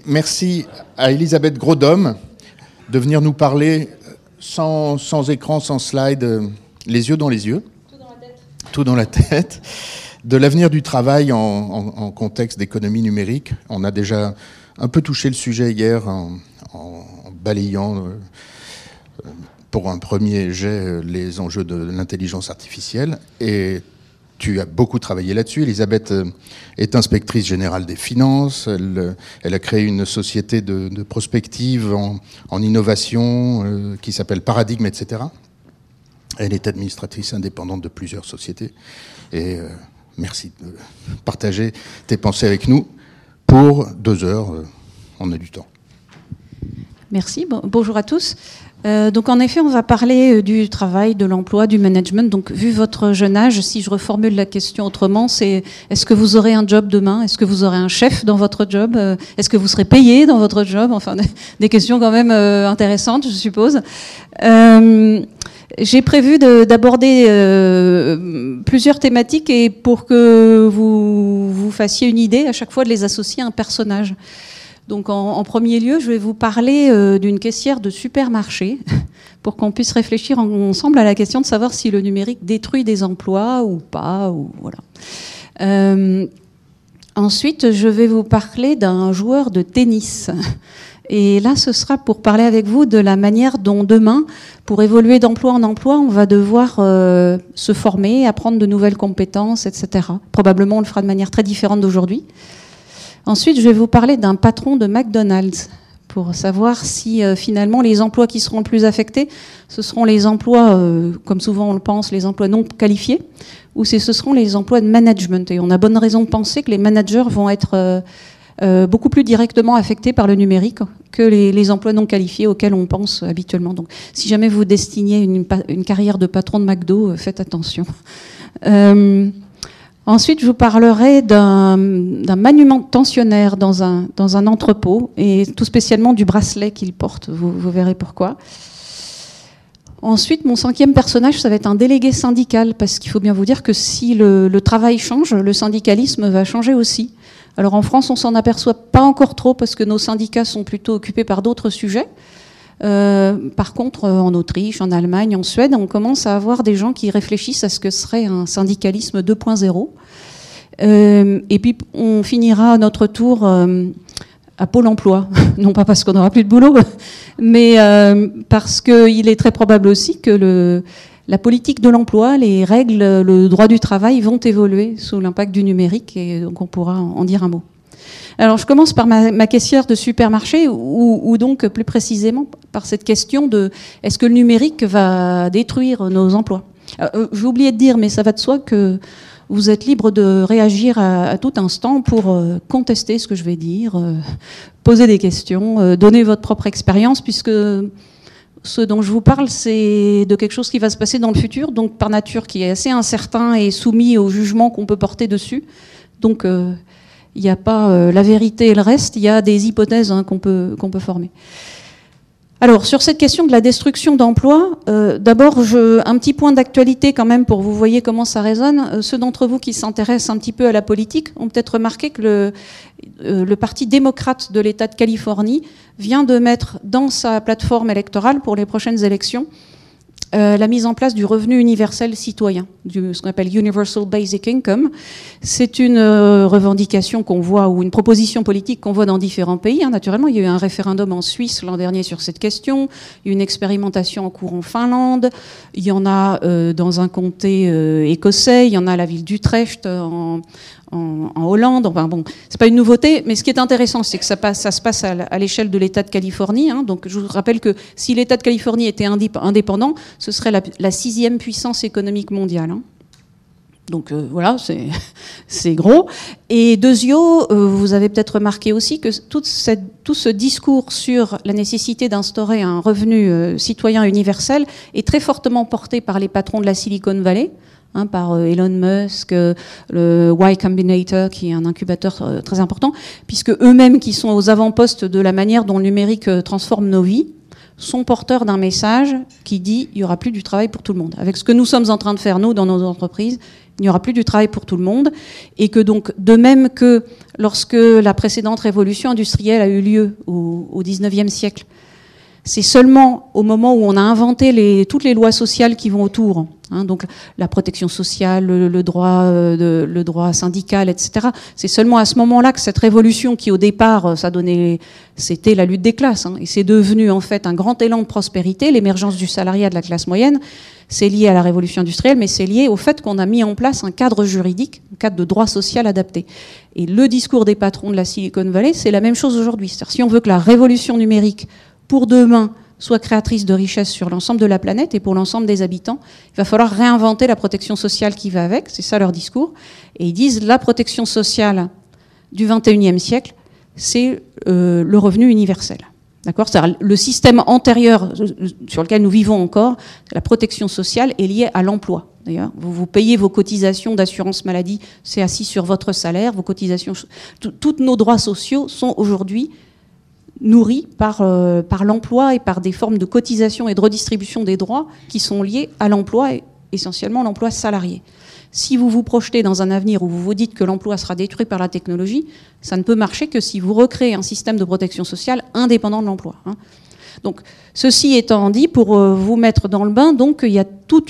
Merci à Elisabeth Grodhomme de venir nous parler sans écran, sans slide, les yeux dans les yeux. Tout dans la tête. De l'avenir du travail en contexte d'économie numérique. On a déjà un peu touché le sujet hier en balayant pour un premier jet les enjeux de l'intelligence artificielle. Et tu as beaucoup travaillé là-dessus. Elisabeth est inspectrice générale des finances. Elle a créé une société de prospective en innovation qui s'appelle Paradigme, etc. Elle est administratrice indépendante de plusieurs sociétés. Et merci de partager tes pensées avec nous. Pour 2 heures, on a du temps. Merci. Bonjour à tous. Donc en effet, on va parler du travail, de l'emploi, du management. Donc vu votre jeune âge, si je reformule la question autrement, c'est est-ce que vous aurez un job demain? Est-ce que vous aurez un chef dans votre job? Est-ce que vous serez payé dans votre job? Enfin, des questions quand même intéressantes, je suppose. J'ai prévu d'aborder plusieurs thématiques et pour que vous fassiez une idée, à chaque fois de les associer à un personnage. Donc en premier lieu, je vais vous parler d'une caissière de supermarché pour qu'on puisse réfléchir ensemble à la question de savoir si le numérique détruit des emplois ou pas. Voilà. Ensuite, je vais vous parler d'un joueur de tennis. Et là, ce sera pour parler avec vous de la manière dont demain, pour évoluer d'emploi en emploi, on va devoir se former, apprendre de nouvelles compétences, etc. Probablement, on le fera de manière très différente d'aujourd'hui. Ensuite, je vais vous parler d'un patron de McDonald's pour savoir si finalement les emplois qui seront le plus affectés, ce seront les emplois, comme souvent on le pense, les emplois non qualifiés, ou ce seront les emplois de management. Et on a bonne raison de penser que les managers vont être beaucoup plus directement affectés par le numérique que les emplois non qualifiés auxquels on pense habituellement. Donc, si jamais vous destinez une carrière de patron de McDo, faites attention. Ensuite, je vous parlerai d'un manutentionnaire dans un entrepôt, et tout spécialement du bracelet qu'il porte. Vous verrez pourquoi. Ensuite, mon 5e personnage, ça va être un délégué syndical, parce qu'il faut bien vous dire que si le travail change, le syndicalisme va changer aussi. Alors en France, on s'en aperçoit pas encore trop, parce que nos syndicats sont plutôt occupés par d'autres sujets. Par contre, en Autriche, en Allemagne, en Suède, on commence à avoir des gens qui réfléchissent à ce que serait un syndicalisme 2.0. Et puis, on finira à notre tour à Pôle emploi. Non pas parce qu'on n'aura plus de boulot, mais parce qu'il est très probable aussi que la politique de l'emploi, les règles, le droit du travail vont évoluer sous l'impact du numérique, et donc on pourra en dire un mot. Alors, je commence par ma caissière de supermarché, ou donc plus précisément par cette question de est-ce que le numérique va détruire nos emplois? J'ai oublié de dire, mais ça va de soi que vous êtes libre de réagir à tout instant pour contester ce que je vais dire, poser des questions, donner votre propre expérience, puisque ce dont je vous parle, c'est de quelque chose qui va se passer dans le futur, donc par nature qui est assez incertain et soumis au jugement qu'on peut porter dessus. Donc, il n'y a pas la vérité et le reste, il y a des hypothèses qu'on peut former. Alors, sur cette question de la destruction d'emplois, d'abord, un petit point d'actualité quand même pour que vous voyez comment ça résonne. Ceux d'entre vous qui s'intéressent un petit peu à la politique ont peut-être remarqué que le Parti démocrate de l'État de Californie vient de mettre dans sa plateforme électorale pour les prochaines élections la mise en place du revenu universel citoyen, ce qu'on appelle Universal Basic Income. C'est une revendication qu'on voit, ou une proposition politique qu'on voit dans différents pays. Naturellement, il y a eu un référendum en Suisse l'an dernier sur cette question. Il y a eu une expérimentation en cours en Finlande. Il y en a dans un comté écossais. Il y en a à la ville d'Utrecht en Hollande. Enfin bon, c'est pas une nouveauté, mais ce qui est intéressant, c'est que ça se passe à l'échelle de l'État de Californie. Donc, je vous rappelle que si l'État de Californie était indépendant, ce serait la 6e puissance économique mondiale. Donc voilà, c'est gros. Et deuxièmement, vous avez peut-être remarqué aussi que tout ce discours sur la nécessité d'instaurer un revenu citoyen universel est très fortement porté par les patrons de la Silicon Valley. Par Elon Musk, le Y Combinator, qui est un incubateur très important, puisque eux-mêmes qui sont aux avant-postes de la manière dont le numérique transforme nos vies. sont porteurs d'un message qui dit il n'y aura plus du travail pour tout le monde. Avec ce que nous sommes en train de faire, nous, dans nos entreprises, il n'y aura plus du travail pour tout le monde. Et que donc, de même que lorsque la précédente révolution industrielle a eu lieu au XIXe siècle, c'est seulement au moment où on a inventé toutes les lois sociales qui vont autour, hein, donc la protection sociale, le droit syndical, etc. C'est seulement à ce moment-là que cette révolution qui au départ, c'était la lutte des classes, hein, et c'est devenu en fait un grand élan de prospérité, l'émergence du salariat de la classe moyenne, c'est lié à la révolution industrielle, mais c'est lié au fait qu'on a mis en place un cadre juridique, un cadre de droit social adapté. Et le discours des patrons de la Silicon Valley, c'est la même chose aujourd'hui. C'est-à-dire si on veut que la révolution numérique pour demain soit créatrice de richesses sur l'ensemble de la planète et pour l'ensemble des habitants, il va falloir réinventer la protection sociale qui va avec, c'est ça leur discours. Et ils disent la protection sociale du XXIe siècle, c'est le revenu universel. D'accord ? C'est-à-dire le système antérieur sur lequel nous vivons encore, la protection sociale est liée à l'emploi. D'ailleurs, vous payez vos cotisations d'assurance maladie, c'est assis sur votre salaire, vos cotisations, tous nos droits sociaux sont aujourd'hui nourris par l'emploi et par des formes de cotisation et de redistribution des droits qui sont liés à l'emploi et essentiellement l'emploi salarié. Si vous vous projetez dans un avenir où vous vous dites que l'emploi sera détruit par la technologie, ça ne peut marcher que si vous recréez un système de protection sociale indépendant de l'emploi, hein. Donc, ceci étant dit, pour vous mettre dans le bain, donc il y a tout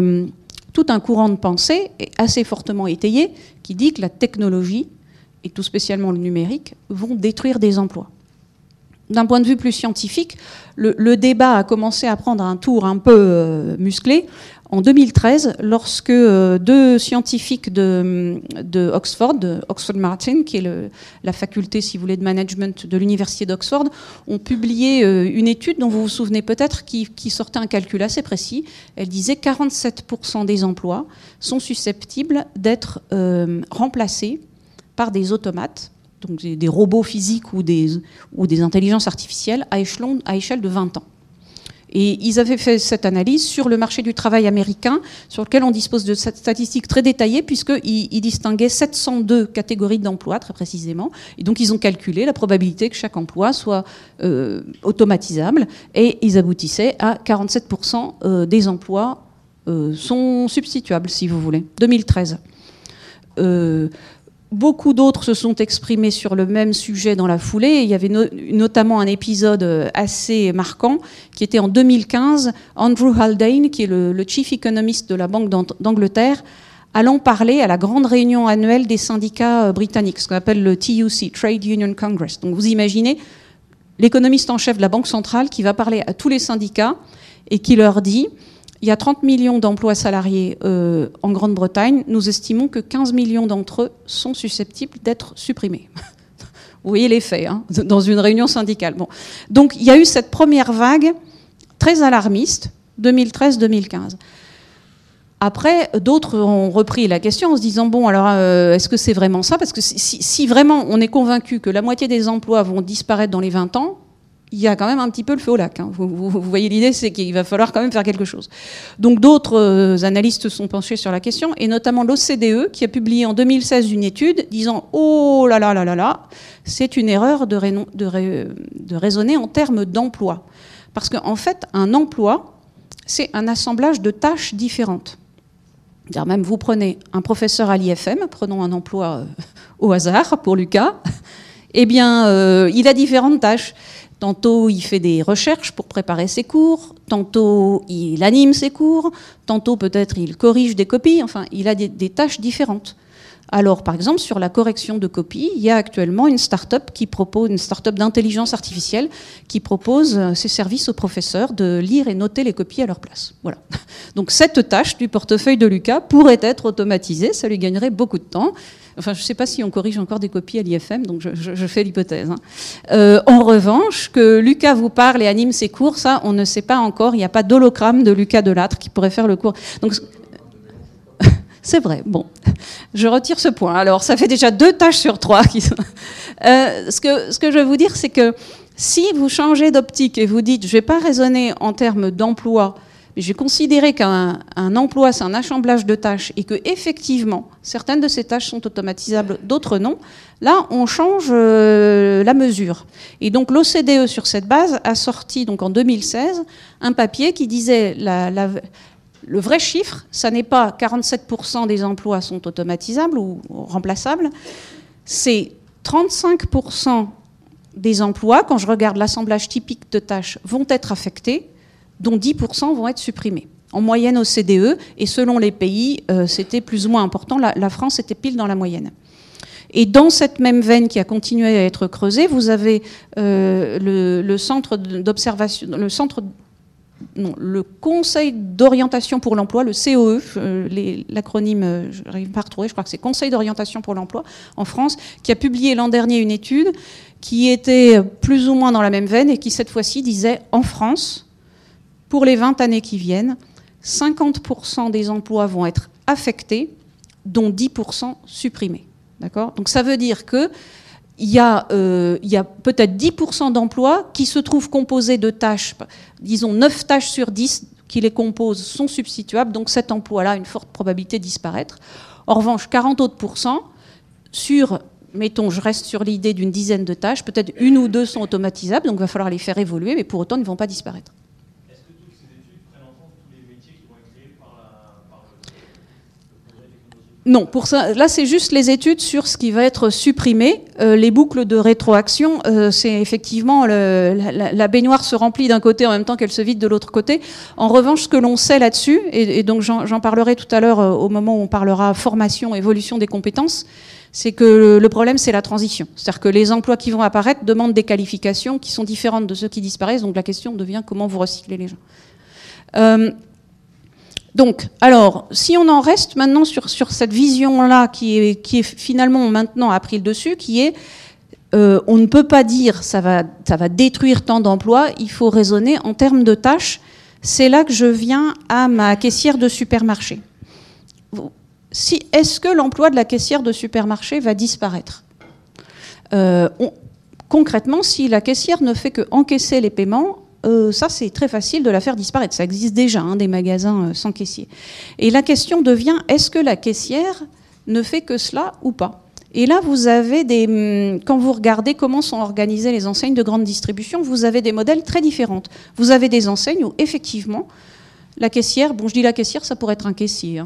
un courant de pensée assez fortement étayé qui dit que la technologie, et tout spécialement le numérique, vont détruire des emplois. D'un point de vue plus scientifique, le débat a commencé à prendre un tour un peu musclé en 2013, lorsque deux scientifiques de Oxford, de Oxford Martin, qui est la faculté, si vous voulez, de management de l'université d'Oxford, ont publié une étude dont vous vous souvenez peut-être, qui sortait un calcul assez précis. Elle disait 47% des emplois sont susceptibles d'être remplacés par des automates, donc des robots physiques ou des intelligences artificielles à échelle de 20 ans. Et ils avaient fait cette analyse sur le marché du travail américain, sur lequel on dispose de statistiques très détaillées, puisqu'ils distinguaient 702 catégories d'emplois, très précisément. Et donc, ils ont calculé la probabilité que chaque emploi soit automatisable. Et ils aboutissaient à 47% des emplois sont substituables, si vous voulez. 2013. Beaucoup d'autres se sont exprimés sur le même sujet dans la foulée. Il y avait notamment un épisode assez marquant qui était en 2015. Andrew Haldane, qui est le chief economist de la Banque d'Angleterre, allant parler à la grande réunion annuelle des syndicats britanniques, ce qu'on appelle le TUC, Trade Union Congress. Donc vous imaginez l'économiste en chef de la Banque centrale qui va parler à tous les syndicats et qui leur dit: il y a 30 millions d'emplois salariés en Grande-Bretagne. Nous estimons que 15 millions d'entre eux sont susceptibles d'être supprimés. Vous voyez les faits, hein, dans une réunion syndicale. Bon. Donc il y a eu cette première vague très alarmiste, 2013-2015. Après, d'autres ont repris la question en se disant, bon, alors, est-ce que c'est vraiment ça ? Parce que si vraiment on est convaincu que la moitié des emplois vont disparaître dans les 20 ans, il y a quand même un petit peu le feu au lac, hein. Vous voyez l'idée, c'est qu'il va falloir quand même faire quelque chose. Donc d'autres analystes se sont penchés sur la question, et notamment l'OCDE, qui a publié en 2016 une étude disant « Oh là là là là là, c'est une erreur de raisonner en termes d'emploi. » Parce qu'en fait, un emploi, c'est un assemblage de tâches différentes. C'est-à-dire même vous prenez un professeur à l'IFM, prenons un emploi au hasard pour Lucas, eh bien, il a différentes tâches. Tantôt, il fait des recherches pour préparer ses cours, tantôt, il anime ses cours, tantôt, peut-être, il corrige des copies. Enfin, il a des tâches différentes. Alors, par exemple, sur la correction de copies, il y a actuellement une start-up d'intelligence artificielle qui propose ses services aux professeurs de lire et noter les copies à leur place. Voilà. Donc, cette tâche du portefeuille de Lucas pourrait être automatisée, ça lui gagnerait beaucoup de temps. Enfin, je ne sais pas si on corrige encore des copies à l'IFM, donc je fais l'hypothèse, hein. En revanche, que Lucas vous parle et anime ses cours, ça, on ne sait pas encore. Il n'y a pas d'hologramme de Lucas Delattre qui pourrait faire le cours. Donc, c'est vrai, bon, je retire ce point. Alors, ça fait déjà 2 tâches sur 3 qui sont... ce que je veux vous dire, c'est que si vous changez d'optique et vous dites, je ne vais pas raisonner en termes d'emploi, Mais je vais considérer qu'un emploi, c'est un assemblage de tâches et que effectivement, certaines de ces tâches sont automatisables, d'autres non. Là, on change la mesure. Et donc l'OCDE, sur cette base, a sorti donc en 2016 un papier qui disait le vrai chiffre, ça n'est pas 47% des emplois sont automatisables ou remplaçables, c'est 35% des emplois, quand je regarde l'assemblage typique de tâches, vont être affectés, dont 10% vont être supprimés. En moyenne au CDE, et selon les pays, c'était plus ou moins important. La France était pile dans la moyenne. Et dans cette même veine qui a continué à être creusée, vous avez le centre d'observation, le Conseil d'orientation pour l'emploi, le COE, l'acronyme, je n'arrive pas à retrouver, je crois que c'est Conseil d'orientation pour l'emploi en France, qui a publié l'an dernier une étude qui était plus ou moins dans la même veine et qui cette fois-ci disait en France, pour les 20 années qui viennent, 50% des emplois vont être affectés, dont 10% supprimés. D'accord ? Donc ça veut dire qu'il y a peut-être 10% d'emplois qui se trouvent composés de tâches, disons 9 tâches sur 10 qui les composent sont substituables, donc cet emploi-là a une forte probabilité de disparaître. En revanche, 40 autres pourcents sur, mettons, je reste sur l'idée d'une dizaine de tâches, peut-être une ou deux sont automatisables, donc il va falloir les faire évoluer, mais pour autant, ils ne vont pas disparaître. Non, pour ça, là c'est juste les études sur ce qui va être supprimé. Les boucles de rétroaction, c'est effectivement la baignoire se remplit d'un côté en même temps qu'elle se vide de l'autre côté. En revanche, ce que l'on sait là-dessus, et donc j'en parlerai tout à l'heure au moment où on parlera formation, évolution des compétences, c'est que le problème c'est la transition. C'est-à-dire que les emplois qui vont apparaître demandent des qualifications qui sont différentes de ceux qui disparaissent. Donc la question devient comment vous recyclez les gens. Donc, alors, si on en reste maintenant sur cette vision-là qui est finalement maintenant a pris le dessus, qui est on ne peut pas dire ça va détruire tant d'emplois, il faut raisonner en termes de tâches. C'est là que je viens à ma caissière de supermarché. Est-ce que l'emploi de la caissière de supermarché va disparaître ? Concrètement, si la caissière ne fait que encaisser les paiements, ça, c'est très facile de la faire disparaître. Ça existe déjà, des magasins sans caissier. Et la question devient, est-ce que la caissière ne fait que cela ou pas ? Et là, vous avez quand vous regardez comment sont organisées les enseignes de grande distribution, vous avez des modèles très différents. Vous avez des enseignes où, effectivement, la caissière, je dis la caissière, ça pourrait être un caissier,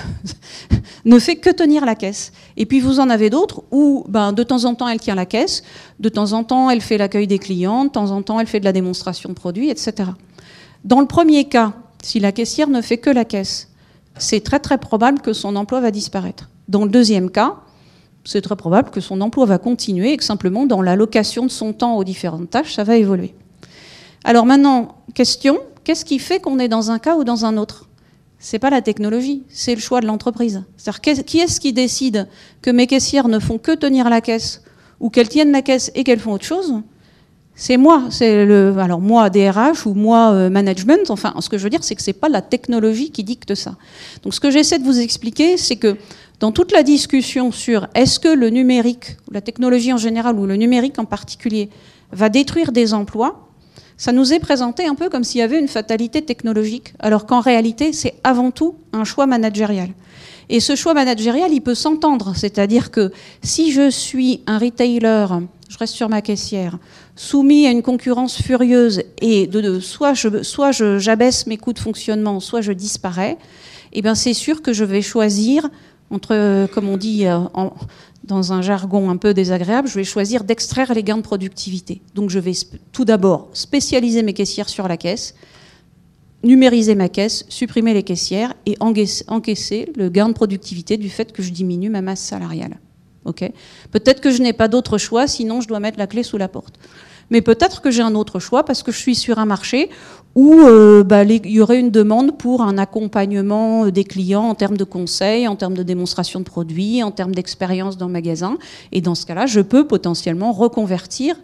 ne fait que tenir la caisse. Et puis vous en avez d'autres où, de temps en temps, elle tient la caisse, de temps en temps, elle fait l'accueil des clients, de temps en temps, elle fait de la démonstration de produits, etc. Dans le premier cas, si la caissière ne fait que la caisse, c'est très très probable que son emploi va disparaître. Dans le deuxième cas, c'est très probable que son emploi va continuer et que simplement, dans l'allocation de son temps aux différentes tâches, ça va évoluer. Alors maintenant, question, qu'est-ce qui fait qu'on est dans un cas ou dans un autre ? C'est pas la technologie, c'est le choix de l'entreprise. C'est-à-dire, qui est-ce qui décide que mes caissières ne font que tenir la caisse ou qu'elles tiennent la caisse et qu'elles font autre chose ? C'est moi. Alors moi, DRH ou moi, management. Enfin, ce que je veux dire, c'est que c'est pas la technologie qui dicte ça. Donc, ce que j'essaie de vous expliquer, c'est que dans toute la discussion sur est-ce que le numérique, la technologie en général ou le numérique en particulier, va détruire des emplois, ça nous est présenté un peu comme s'il y avait une fatalité technologique, alors qu'en réalité, c'est avant tout un choix managérial. Et ce choix managérial, il peut s'entendre, c'est-à-dire que si je suis un retailer, je reste sur ma caissière, soumis à une concurrence furieuse et soit j'abaisse mes coûts de fonctionnement, soit je disparais, eh bien c'est sûr que je vais choisir entre, comme on dit dans un jargon un peu désagréable, je vais choisir d'extraire les gains de productivité. Donc je vais tout d'abord spécialiser mes caissières sur la caisse, numériser ma caisse, supprimer les caissières et encaisser le gain de productivité du fait que je diminue ma masse salariale. Okay ? Peut-être que je n'ai pas d'autre choix, sinon je dois mettre la clé sous la porte. Mais peut-être que j'ai un autre choix parce que je suis sur un marché où il y aurait une demande pour un accompagnement des clients en termes de conseils, en termes de démonstration de produits, en termes d'expérience dans le magasin. Et dans ce cas-là, je peux potentiellement reconvertir,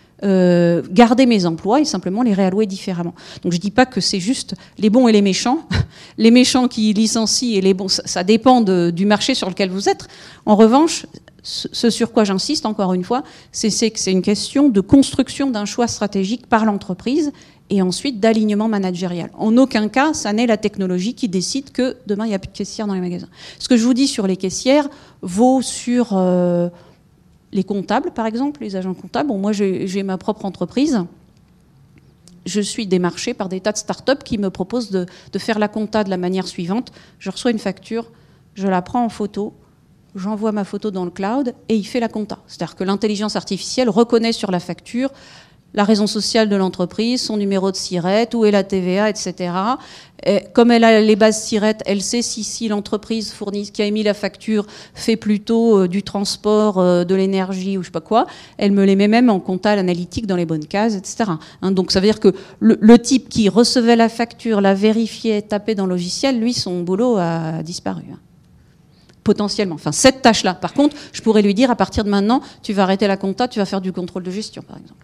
garder mes emplois et simplement les réallouer différemment. Donc je ne dis pas que c'est juste les bons et les méchants. Les méchants qui licencient et les bons, ça dépend du marché sur lequel vous êtes. En revanche, Ce sur quoi j'insiste encore une fois, c'est que c'est une question de construction d'un choix stratégique par l'entreprise et ensuite d'alignement managérial. En aucun cas, ça n'est la technologie qui décide que demain, il n'y a plus de caissières dans les magasins. Ce que je vous dis sur les caissières vaut sur les comptables, par exemple, les agents comptables. Bon, moi, j'ai ma propre entreprise. Je suis démarchée par des tas de start-up qui me proposent de faire la compta de la manière suivante. Je reçois une facture, je la prends en photo, j'envoie ma photo dans le cloud et il fait la compta. C'est-à-dire que l'intelligence artificielle reconnaît sur la facture la raison sociale de l'entreprise, son numéro de SIRET, où est la TVA, etc. Et comme elle a les bases SIRET, elle sait si l'entreprise qui a émis la facture fait plutôt du transport, de l'énergie ou je sais pas quoi. Elle me les met même en compta analytique dans les bonnes cases, etc. Donc ça veut dire que le type qui recevait la facture, la vérifiait, tapait dans le logiciel, lui, son boulot a disparu. Potentiellement. Enfin, cette tâche-là. Par contre, je pourrais lui dire, à partir de maintenant, tu vas arrêter la compta, tu vas faire du contrôle de gestion, par exemple.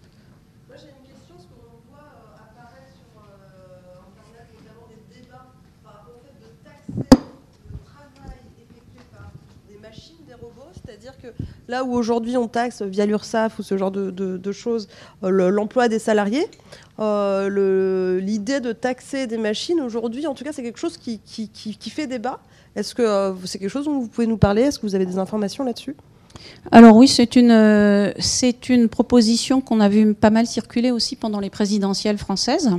C'est-à-dire que là où aujourd'hui on taxe via l'URSSAF ou ce genre de choses l'emploi des salariés, l'idée de taxer des machines aujourd'hui, en tout cas, c'est quelque chose qui fait débat. Est-ce que c'est quelque chose dont vous pouvez nous parler? Est-ce que vous avez des informations là-dessus? Alors oui, c'est une proposition qu'on a vu pas mal circuler aussi pendant les présidentielles françaises.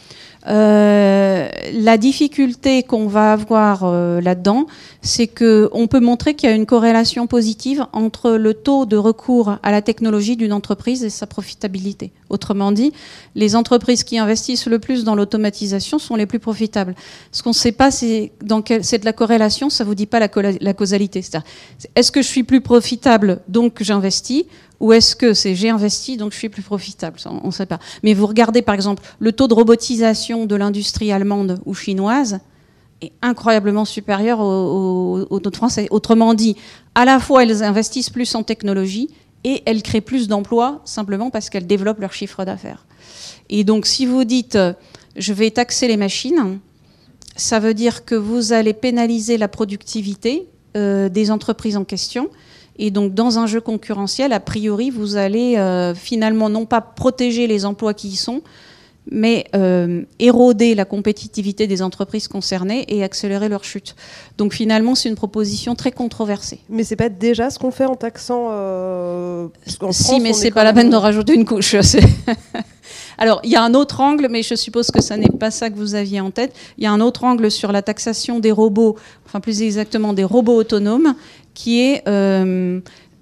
La difficulté qu'on va avoir là-dedans, c'est qu'on peut montrer qu'il y a une corrélation positive entre le taux de recours à la technologie d'une entreprise et sa profitabilité. Autrement dit, les entreprises qui investissent le plus dans l'automatisation sont les plus profitables. Ce qu'on ne sait pas, c'est de la corrélation, ça ne vous dit pas la causalité. C'est-à-dire, est-ce que je suis plus profitable, donc j'investis ? Ou est-ce que c'est j'ai investi, donc je suis plus profitable? On ne sait pas. Mais vous regardez, par exemple, le taux de robotisation de l'industrie allemande ou chinoise est incroyablement supérieur au taux de français. Autrement dit, à la fois, elles investissent plus en technologie et elles créent plus d'emplois simplement parce qu'elles développent leur chiffre d'affaires. Et donc, si vous dites je vais taxer les machines, ça veut dire que vous allez pénaliser la productivité des entreprises en question. Et donc, dans un jeu concurrentiel, a priori, vous allez finalement non pas protéger les emplois qui y sont, mais éroder la compétitivité des entreprises concernées et accélérer leur chute. Donc finalement, c'est une proposition très controversée. Mais c'est pas déjà ce qu'on fait en taxant Si, mais c'est pas la peine de rajouter une couche. Alors, il y a un autre angle, mais je suppose que ça n'est pas ça que vous aviez en tête. Il y a un autre angle sur la taxation des robots, enfin plus exactement des robots autonomes, qui est... il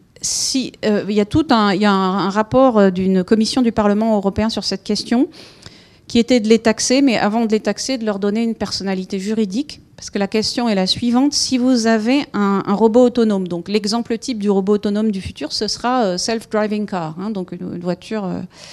y a un rapport d'une commission du Parlement européen sur cette question, qui était de les taxer, mais avant de les taxer, de leur donner une personnalité juridique. Parce que la question est la suivante. Si vous avez un robot autonome, donc l'exemple type du robot autonome du futur, ce sera self-driving car, donc une voiture...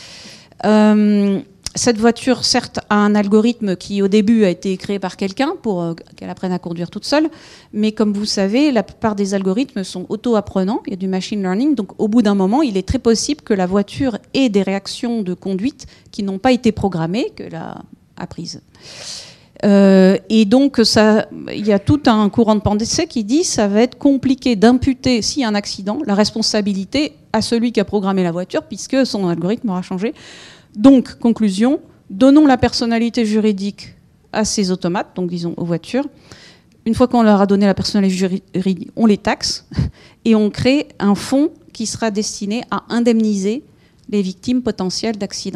cette voiture, certes, a un algorithme qui, au début, a été créé par quelqu'un pour qu'elle apprenne à conduire toute seule. Mais comme vous savez, la plupart des algorithmes sont auto-apprenants. Il y a du machine learning. Donc, au bout d'un moment, il est très possible que la voiture ait des réactions de conduite qui n'ont pas été programmées, qu'elle a apprises. Et donc, il y a tout un courant de pensée qui dit que ça va être compliqué d'imputer, s'il y a un accident, la responsabilité à celui qui a programmé la voiture, puisque son algorithme aura changé. Donc, conclusion, donnons la personnalité juridique à ces automates, donc disons aux voitures. Une fois qu'on leur a donné la personnalité juridique, on les taxe et on crée un fonds qui sera destiné à indemniser les victimes potentielles d'accidents.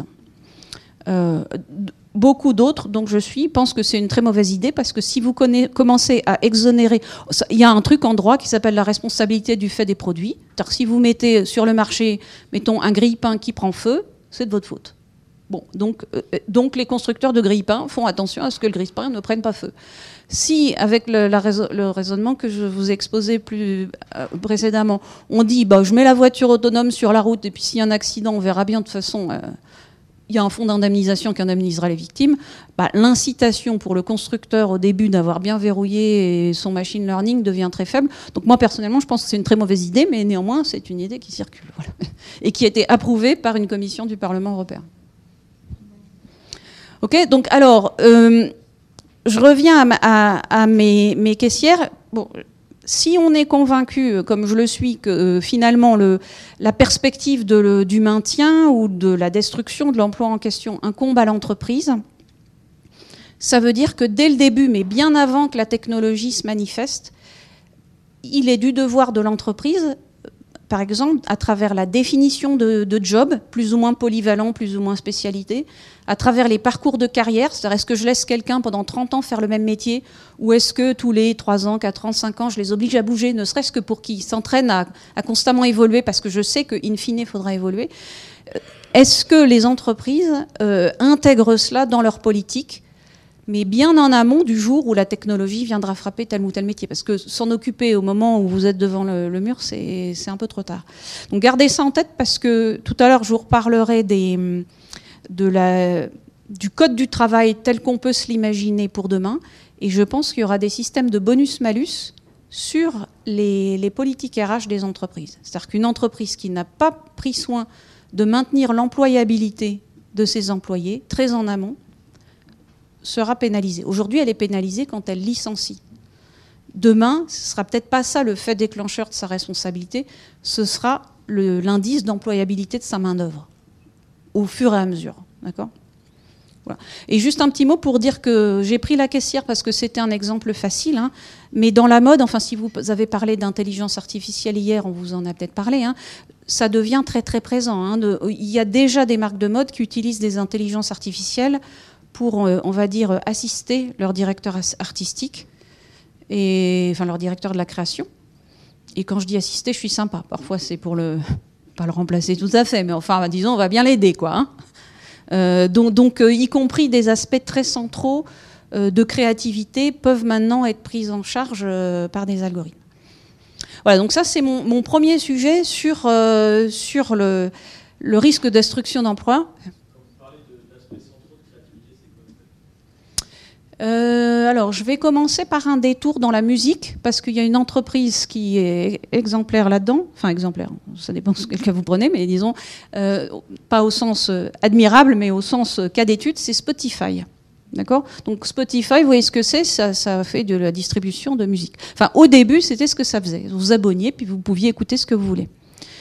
Beaucoup d'autres, donc pensent que c'est une très mauvaise idée parce que si vous commencez à exonérer... Il y a un truc en droit qui s'appelle la responsabilité du fait des produits. C'est-à-dire si vous mettez sur le marché, mettons, un grille-pain qui prend feu, c'est de votre faute. Bon, donc les constructeurs de grille-pain font attention à ce que le grille-pain ne prenne pas feu. Si, avec le raisonnement que je vous ai exposé plus précédemment, on dit je mets la voiture autonome sur la route et puis s'il y a un accident, on verra bien de toute façon... il y a un fonds d'indemnisation qui indemnisera les victimes, l'incitation pour le constructeur au début d'avoir bien verrouillé son machine learning devient très faible. Donc moi, personnellement, je pense que c'est une très mauvaise idée, mais néanmoins, c'est une idée qui circule. Voilà. Et qui a été approuvée par une commission du Parlement européen. Ok, donc alors, je reviens à mes caissières. Bon, si on est convaincu, comme je le suis, que finalement la perspective du maintien ou de la destruction de l'emploi en question incombe à l'entreprise, ça veut dire que dès le début, mais bien avant que la technologie se manifeste, il est du devoir de l'entreprise, par exemple, à travers la définition de jobs, plus ou moins polyvalents, plus ou moins spécialités, à travers les parcours de carrière, c'est-à-dire est-ce que je laisse quelqu'un pendant 30 ans faire le même métier, ou est-ce que tous les 3 ans, 4 ans, 5 ans, je les oblige à bouger, ne serait-ce que pour qu'ils s'entraînent à constamment évoluer, parce que je sais qu'in fine, il faudra évoluer. Est-ce que les entreprises intègrent cela dans leur politique, mais bien en amont du jour où la technologie viendra frapper tel ou tel métier. Parce que s'en occuper au moment où vous êtes devant le mur, c'est un peu trop tard. Donc gardez ça en tête, parce que tout à l'heure, je vous reparlerai du code du travail tel qu'on peut se l'imaginer pour demain. Et je pense qu'il y aura des systèmes de bonus-malus sur les politiques RH des entreprises. C'est-à-dire qu'une entreprise qui n'a pas pris soin de maintenir l'employabilité de ses employés, très en amont, sera pénalisée. Aujourd'hui, elle est pénalisée quand elle licencie. Demain, ce ne sera peut-être pas ça le fait déclencheur de sa responsabilité, ce sera l'indice d'employabilité de sa main-d'œuvre, au fur et à mesure. D'accord ? Voilà. Et juste un petit mot pour dire que j'ai pris la caissière parce que c'était un exemple facile, hein, mais dans la mode, enfin si vous avez parlé d'intelligence artificielle hier, on vous en a peut-être parlé, hein, ça devient très très présent. Hein, il y a déjà des marques de mode qui utilisent des intelligences artificielles pour, on va dire, assister leur directeur artistique, enfin leur directeur de la création. Et quand je dis assister, je suis sympa. Parfois, c'est pour pas le remplacer tout à fait, mais enfin, disons, on va bien l'aider, quoi. Hein. Donc, y compris des aspects très centraux de créativité peuvent maintenant être pris en charge par des algorithmes. Voilà, donc ça, c'est mon premier sujet sur le risque de destruction d'emploi. Alors, je vais commencer par un détour dans la musique, parce qu'il y a une entreprise qui est exemplaire là-dedans. Enfin, exemplaire, ça dépend de quel cas vous prenez, mais disons, pas au sens admirable, mais au sens cas d'étude, c'est Spotify. D'accord ? Donc, Spotify, vous voyez ce que c'est ? Ça fait de la distribution de musique. Enfin, au début, c'était ce que ça faisait. Vous vous abonniez, puis vous pouviez écouter ce que vous voulez.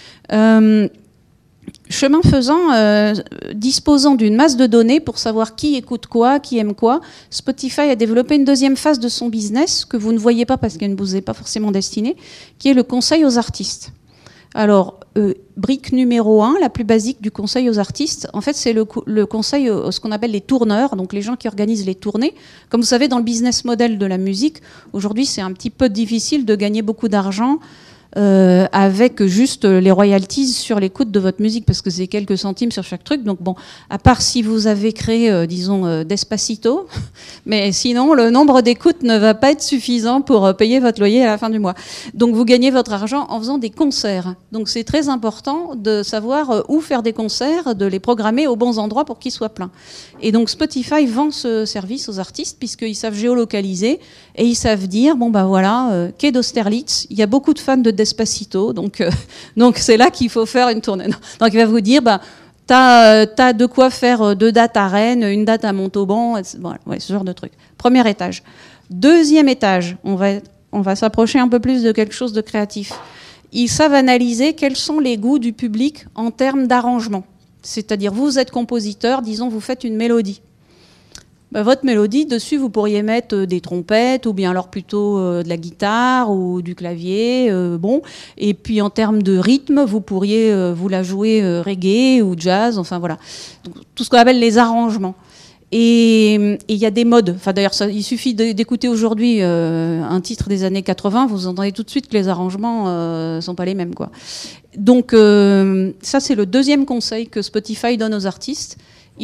Chemin faisant, disposant d'une masse de données pour savoir qui écoute quoi, qui aime quoi, Spotify a développé une deuxième phase de son business que vous ne voyez pas parce qu'elle ne vous est pas forcément destinée, qui est le conseil aux artistes. Alors, brique numéro 1, la plus basique du conseil aux artistes, en fait, c'est le conseil ce qu'on appelle les tourneurs, donc les gens qui organisent les tournées. Comme vous savez, dans le business model de la musique, aujourd'hui, c'est un petit peu difficile de gagner beaucoup d'argent avec juste les royalties sur l'écoute de votre musique, parce que c'est quelques centimes sur chaque truc. Donc bon, à part si vous avez créé, disons, Despacito, mais sinon, le nombre d'écoutes ne va pas être suffisant pour payer votre loyer à la fin du mois. Donc vous gagnez votre argent en faisant des concerts. Donc c'est très important de savoir où faire des concerts, de les programmer aux bons endroits pour qu'ils soient pleins. Et donc Spotify vend ce service aux artistes, puisqu'ils savent géolocaliser et ils savent dire, bon ben voilà, quai d'Austerlitz, il y a beaucoup de fans de Despacito, donc c'est là qu'il faut faire une tournée. Donc il va vous dire, bah, t'as de quoi faire 2 dates à Rennes, une date à Montauban, voilà, ouais, ce genre de truc. Premier étage. Deuxième étage, on va s'approcher un peu plus de quelque chose de créatif. Ils savent analyser quels sont les goûts du public en termes d'arrangement. C'est-à-dire, vous êtes compositeur, disons, vous faites une mélodie. Bah, votre mélodie, dessus, vous pourriez mettre des trompettes, ou bien alors plutôt de la guitare ou du clavier. Bon. Et puis en termes de rythme, vous pourriez vous la jouer reggae ou jazz, enfin voilà. Donc, tout ce qu'on appelle les arrangements. Et il y a des modes. Enfin, d'ailleurs, il suffit d'écouter aujourd'hui un titre des années 80, vous entendez tout de suite que les arrangements sont pas les mêmes, quoi. Donc ça, c'est le deuxième conseil que Spotify donne aux artistes.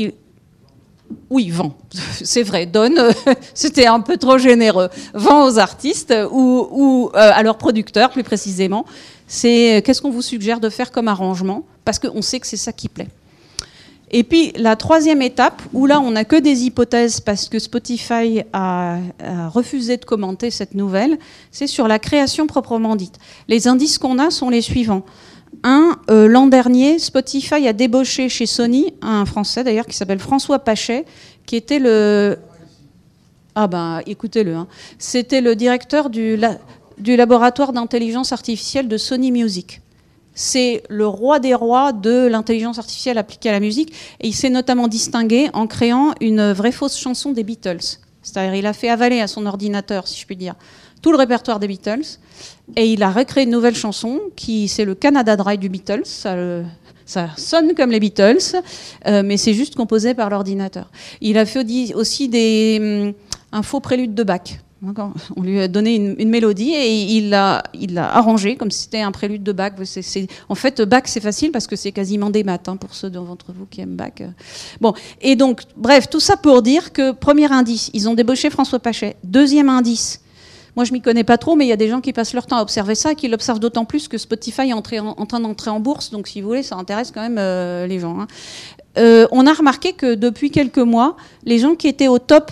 Oui, vend, c'est vrai, donne, c'était un peu trop généreux. Vend aux artistes ou à leurs producteurs, plus précisément. C'est qu'est-ce qu'on vous suggère de faire comme arrangement, parce qu'on sait que c'est ça qui plaît. Et puis la troisième étape, où là on n'a que des hypothèses parce que Spotify a refusé de commenter cette nouvelle, c'est sur la création proprement dite. Les indices qu'on a sont les suivants. L'an dernier, Spotify a débauché chez Sony un Français d'ailleurs qui s'appelle François Pachet, qui était le... Ah ben, écoutez-le. Hein. C'était le directeur du laboratoire d'intelligence artificielle de Sony Music. C'est le roi des rois de l'intelligence artificielle appliquée à la musique. Et il s'est notamment distingué en créant une vraie fausse chanson des Beatles. C'est-à-dire il a fait avaler à son ordinateur, si je puis dire, tout le répertoire des Beatles. Et il a recréé une nouvelle chanson, c'est le Canada Dry du Beatles. Ça sonne comme les Beatles, mais c'est juste composé par l'ordinateur. Il a fait aussi un faux prélude de Bach. On lui a donné une mélodie et il l'a arrangé comme si c'était un prélude de Bach. En fait, Bach, c'est facile parce que c'est quasiment des maths, pour ceux d'entre vous qui aiment Bach. Bon, et donc, bref, tout ça pour dire que, premier indice, ils ont débauché François Pachet. Deuxième indice, moi je m'y connais pas trop, mais il y a des gens qui passent leur temps à observer ça et qui l'observent d'autant plus que Spotify est en train d'entrer en bourse, donc si vous voulez, ça intéresse quand même les gens. On a remarqué que depuis quelques mois, les gens qui étaient au top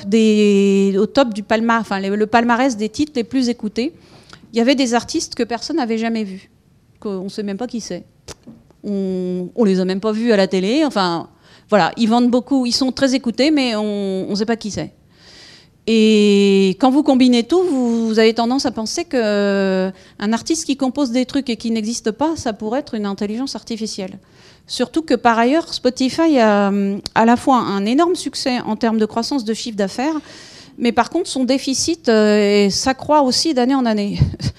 du palmarès, le palmarès des titres les plus écoutés, il y avait des artistes que personne n'avait jamais vus, qu'on ne sait même pas qui c'est. On les a même pas vus à la télé. Enfin, voilà, ils vendent beaucoup, ils sont très écoutés, mais on ne sait pas qui c'est. Et quand vous combinez tout, vous avez tendance à penser qu'un artiste qui compose des trucs et qui n'existe pas, ça pourrait être une intelligence artificielle. Surtout que par ailleurs, Spotify a à la fois un énorme succès en termes de croissance de chiffre d'affaires, mais par contre son déficit s'accroît aussi d'année en année.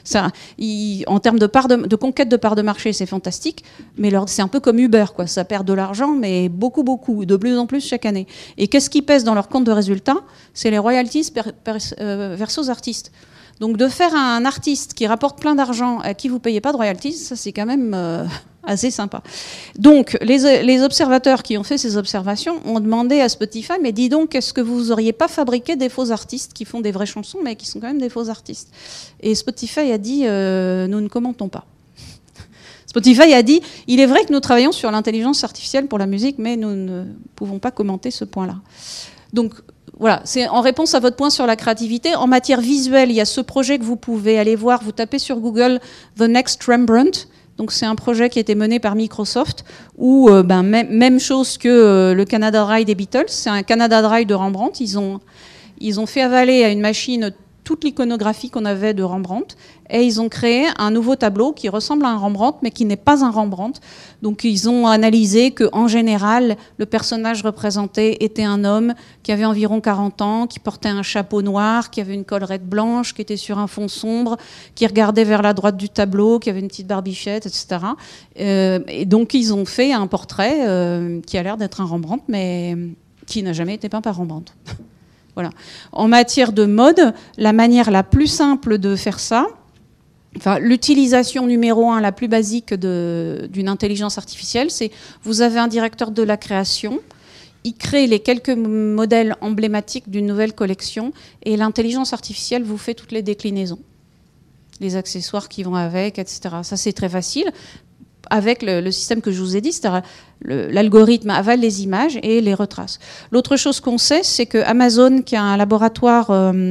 En termes de conquête de part de marché, c'est fantastique, mais c'est un peu comme Uber, quoi. Ça perd de l'argent, mais beaucoup, de plus en plus chaque année. Et qu'est-ce qui pèse dans leur compte de résultat? C'est les royalties versées aux artistes. Donc de faire un artiste qui rapporte plein d'argent à qui vous ne payez pas de royalties, ça c'est quand même assez sympa. Donc les observateurs qui ont fait ces observations ont demandé à Spotify, mais dis donc, est-ce que vous n'auriez pas fabriqué des faux artistes qui font des vraies chansons, mais qui sont quand même des faux artistes? Et Spotify a dit, nous ne commentons pas. Spotify a dit, il est vrai que nous travaillons sur l'intelligence artificielle pour la musique, mais nous ne pouvons pas commenter ce point-là. Donc, voilà, c'est en réponse à votre point sur la créativité. En matière visuelle, il y a ce projet que vous pouvez aller voir. Vous tapez sur Google The Next Rembrandt. Donc c'est un projet qui a été mené par Microsoft où même chose que le Canada Dry des Beatles. C'est un Canada Dry de Rembrandt. Ils ont fait avaler à une machine toute l'iconographie qu'on avait de Rembrandt et ils ont créé un nouveau tableau qui ressemble à un Rembrandt mais qui n'est pas un Rembrandt. Donc ils ont analysé qu'en général, le personnage représenté était un homme qui avait environ 40 ans, qui portait un chapeau noir, qui avait une collerette blanche, qui était sur un fond sombre, qui regardait vers la droite du tableau, qui avait une petite barbichette, etc. Et donc ils ont fait un portrait qui a l'air d'être un Rembrandt mais qui n'a jamais été peint par Rembrandt. Voilà. En matière de mode, la manière la plus simple de faire ça, l'utilisation numéro 1 la plus basique d'une intelligence artificielle, c'est vous avez un directeur de la création, il crée les quelques modèles emblématiques d'une nouvelle collection et l'intelligence artificielle vous fait toutes les déclinaisons, les accessoires qui vont avec, etc. Ça, c'est très facile. Avec le système que je vous ai dit, c'est-à-dire l'algorithme avale les images et les retrace. L'autre chose qu'on sait, c'est que Amazon, qui a un laboratoire,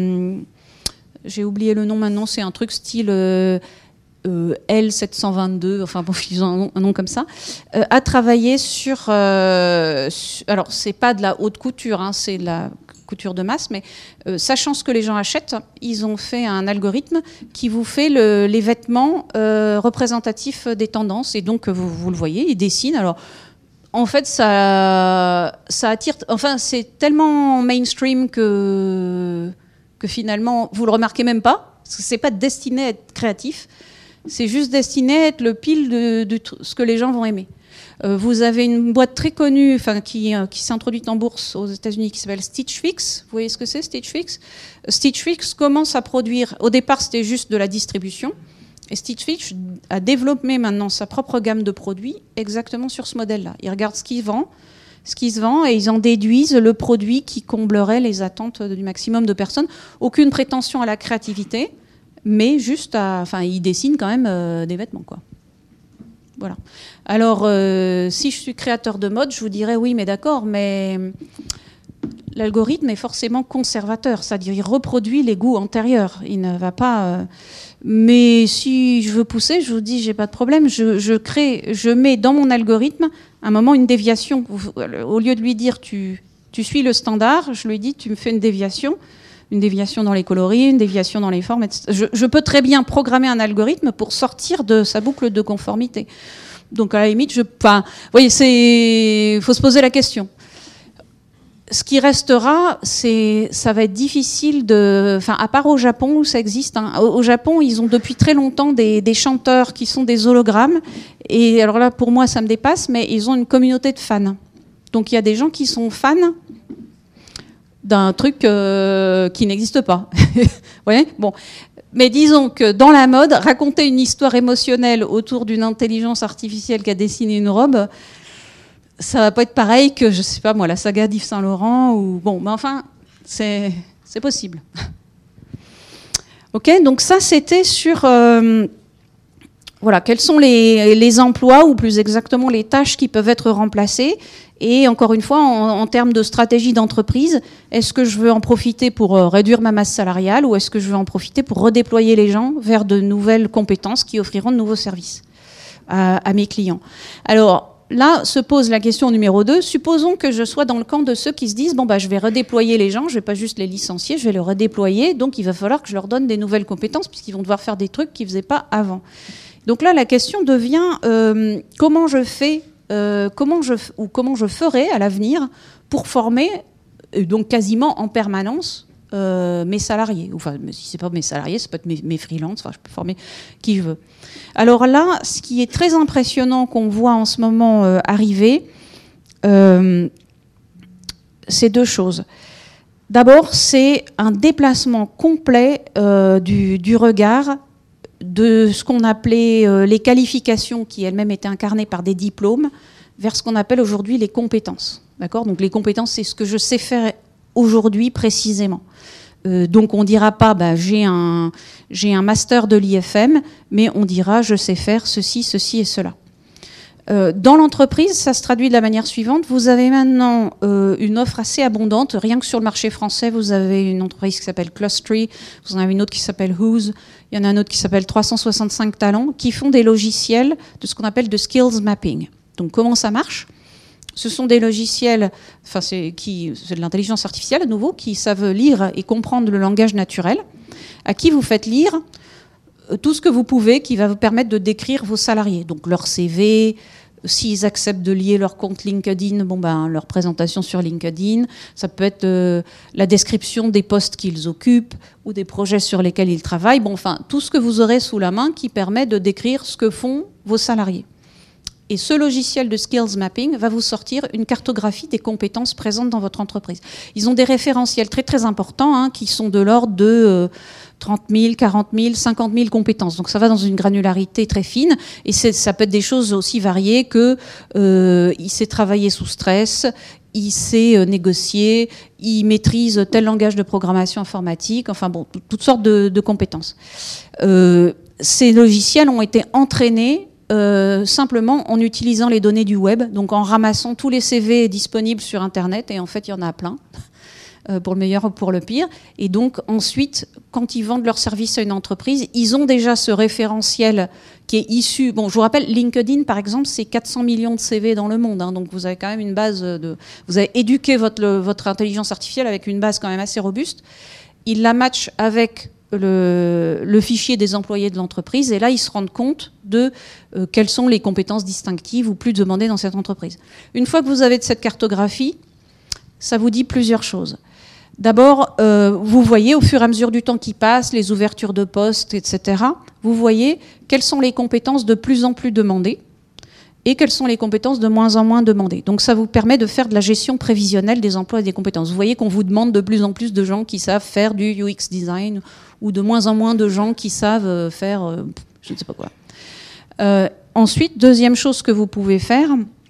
j'ai oublié le nom maintenant, c'est un truc style L722, enfin bon, ils ont un nom comme ça, a travaillé sur... alors, c'est pas de la haute couture, c'est de la couture de masse, mais sachant ce que les gens achètent, ils ont fait un algorithme qui vous fait les vêtements représentatifs des tendances. Et donc, vous le voyez, il dessine. Alors, en fait, ça attire... Enfin, c'est tellement mainstream que finalement, vous le remarquez même pas, parce que c'est pas destiné à être créatif, c'est juste destiné à être le pile de ce que les gens vont aimer. Vous avez une boîte très connue qui s'est introduite en bourse aux États-Unis qui s'appelle Stitch Fix. Vous voyez ce que c'est, Stitch Fix? Stitch Fix commence à produire... Au départ, c'était juste de la distribution. Et Stitch Fix a développé maintenant sa propre gamme de produits exactement sur ce modèle-là. Ils regardent ce qui se vend et ils en déduisent le produit qui comblerait les attentes du maximum de personnes. Aucune prétention à la créativité, mais juste ils dessinent quand même des vêtements, quoi. Voilà. Alors, si je suis créateur de mode, je vous dirais oui, mais d'accord, mais l'algorithme est forcément conservateur, c'est-à-dire il reproduit les goûts antérieurs. Il ne va pas... Mais si je veux pousser, je vous dis, j'ai pas de problème. Je mets dans mon algorithme à un moment une déviation. Au lieu de lui dire tu suis le standard, je lui dis tu me fais une déviation. une déviation dans les coloris, une déviation dans les formes, etc. Je peux très bien programmer un algorithme pour sortir de sa boucle de conformité. Donc à la limite, vous voyez, faut se poser la question. Ce qui restera, ça va être difficile à part au Japon où ça existe. Hein. Au Japon, ils ont depuis très longtemps des chanteurs qui sont des hologrammes. Et alors là, pour moi, ça me dépasse, mais ils ont une communauté de fans. Donc il y a des gens qui sont fans d'un truc qui n'existe pas. Vous voyez ? Bon. Mais disons que dans la mode, raconter une histoire émotionnelle autour d'une intelligence artificielle qui a dessiné une robe, ça va pas être pareil que, je sais pas moi, la saga d'Yves Saint-Laurent ou bon, mais enfin, c'est possible. Ok, donc ça c'était sur voilà, quels sont les emplois ou plus exactement les tâches qui peuvent être remplacées. Et encore une fois, en termes de stratégie d'entreprise, est-ce que je veux en profiter pour réduire ma masse salariale ou est-ce que je veux en profiter pour redéployer les gens vers de nouvelles compétences qui offriront de nouveaux services à mes clients? Alors là se pose la question numéro 2. Supposons que je sois dans le camp de ceux qui se disent bon, je vais redéployer les gens, je ne vais pas juste les licencier, je vais les redéployer. Donc il va falloir que je leur donne des nouvelles compétences puisqu'ils vont devoir faire des trucs qu'ils ne faisaient pas avant. Donc là, la question devient comment je fais comment je ferai à l'avenir pour former, donc quasiment en permanence, mes salariés. Enfin, si ce n'est pas mes salariés, ça peut être mes freelances, enfin, je peux former qui je veux. Alors là, ce qui est très impressionnant qu'on voit en ce moment arriver, c'est 2 choses. D'abord, c'est un déplacement complet du regard de ce qu'on appelait les qualifications qui elles-mêmes étaient incarnées par des diplômes vers ce qu'on appelle aujourd'hui les compétences. D'accord ? Donc les compétences, c'est ce que je sais faire aujourd'hui précisément. Donc on ne dira pas j'ai un master de l'IFM, mais on dira je sais faire ceci, ceci et cela. Dans l'entreprise, ça se traduit de la manière suivante. Vous avez maintenant une offre assez abondante. Rien que sur le marché français, vous avez une entreprise qui s'appelle Clustery, vous en avez une autre qui s'appelle Who's, il y en a un autre qui s'appelle 365 Talents, qui font des logiciels de ce qu'on appelle de skills mapping. Donc comment ça marche ? Ce sont des logiciels, c'est de l'intelligence artificielle à nouveau, qui savent lire et comprendre le langage naturel, à qui vous faites lire tout ce que vous pouvez, qui va vous permettre de décrire vos salariés. Donc leur CV, s'ils acceptent de lier leur compte LinkedIn, leur présentation sur LinkedIn, ça peut être la description des postes qu'ils occupent ou des projets sur lesquels ils travaillent. Tout ce que vous aurez sous la main qui permet de décrire ce que font vos salariés. Et ce logiciel de skills mapping va vous sortir une cartographie des compétences présentes dans votre entreprise. Ils ont des référentiels très très importants qui sont de l'ordre de 30 000, 40 000, 50 000 compétences. Donc ça va dans une granularité très fine. Et ça peut être des choses aussi variées que il sait travailler sous stress, il sait négocier, il maîtrise tel langage de programmation informatique, toutes sortes de compétences. Ces logiciels ont été entraînés simplement en utilisant les données du web, donc en ramassant tous les CV disponibles sur Internet, et en fait il y en a plein, pour le meilleur ou pour le pire. Et donc ensuite, quand ils vendent leurs services à une entreprise, ils ont déjà ce référentiel qui est issu... je vous rappelle, LinkedIn par exemple, c'est 400 millions de CV dans le monde, donc vous avez quand même une base vous avez éduqué votre intelligence artificielle avec une base quand même assez robuste. Ils la matchent avec le fichier des employés de l'entreprise, et là ils se rendent compte de quelles sont les compétences distinctives ou plus demandées dans cette entreprise. Une fois que vous avez de cette cartographie, ça vous dit plusieurs choses. D'abord, vous voyez au fur et à mesure du temps qui passe, les ouvertures de postes, etc., vous voyez quelles sont les compétences de plus en plus demandées et quelles sont les compétences de moins en moins demandées. Donc ça vous permet de faire de la gestion prévisionnelle des emplois et des compétences. Vous voyez qu'on vous demande de plus en plus de gens qui savent faire du UX design ou de moins en moins de gens qui savent faire je ne sais pas quoi. Ensuite, deuxième chose que vous pouvez faire,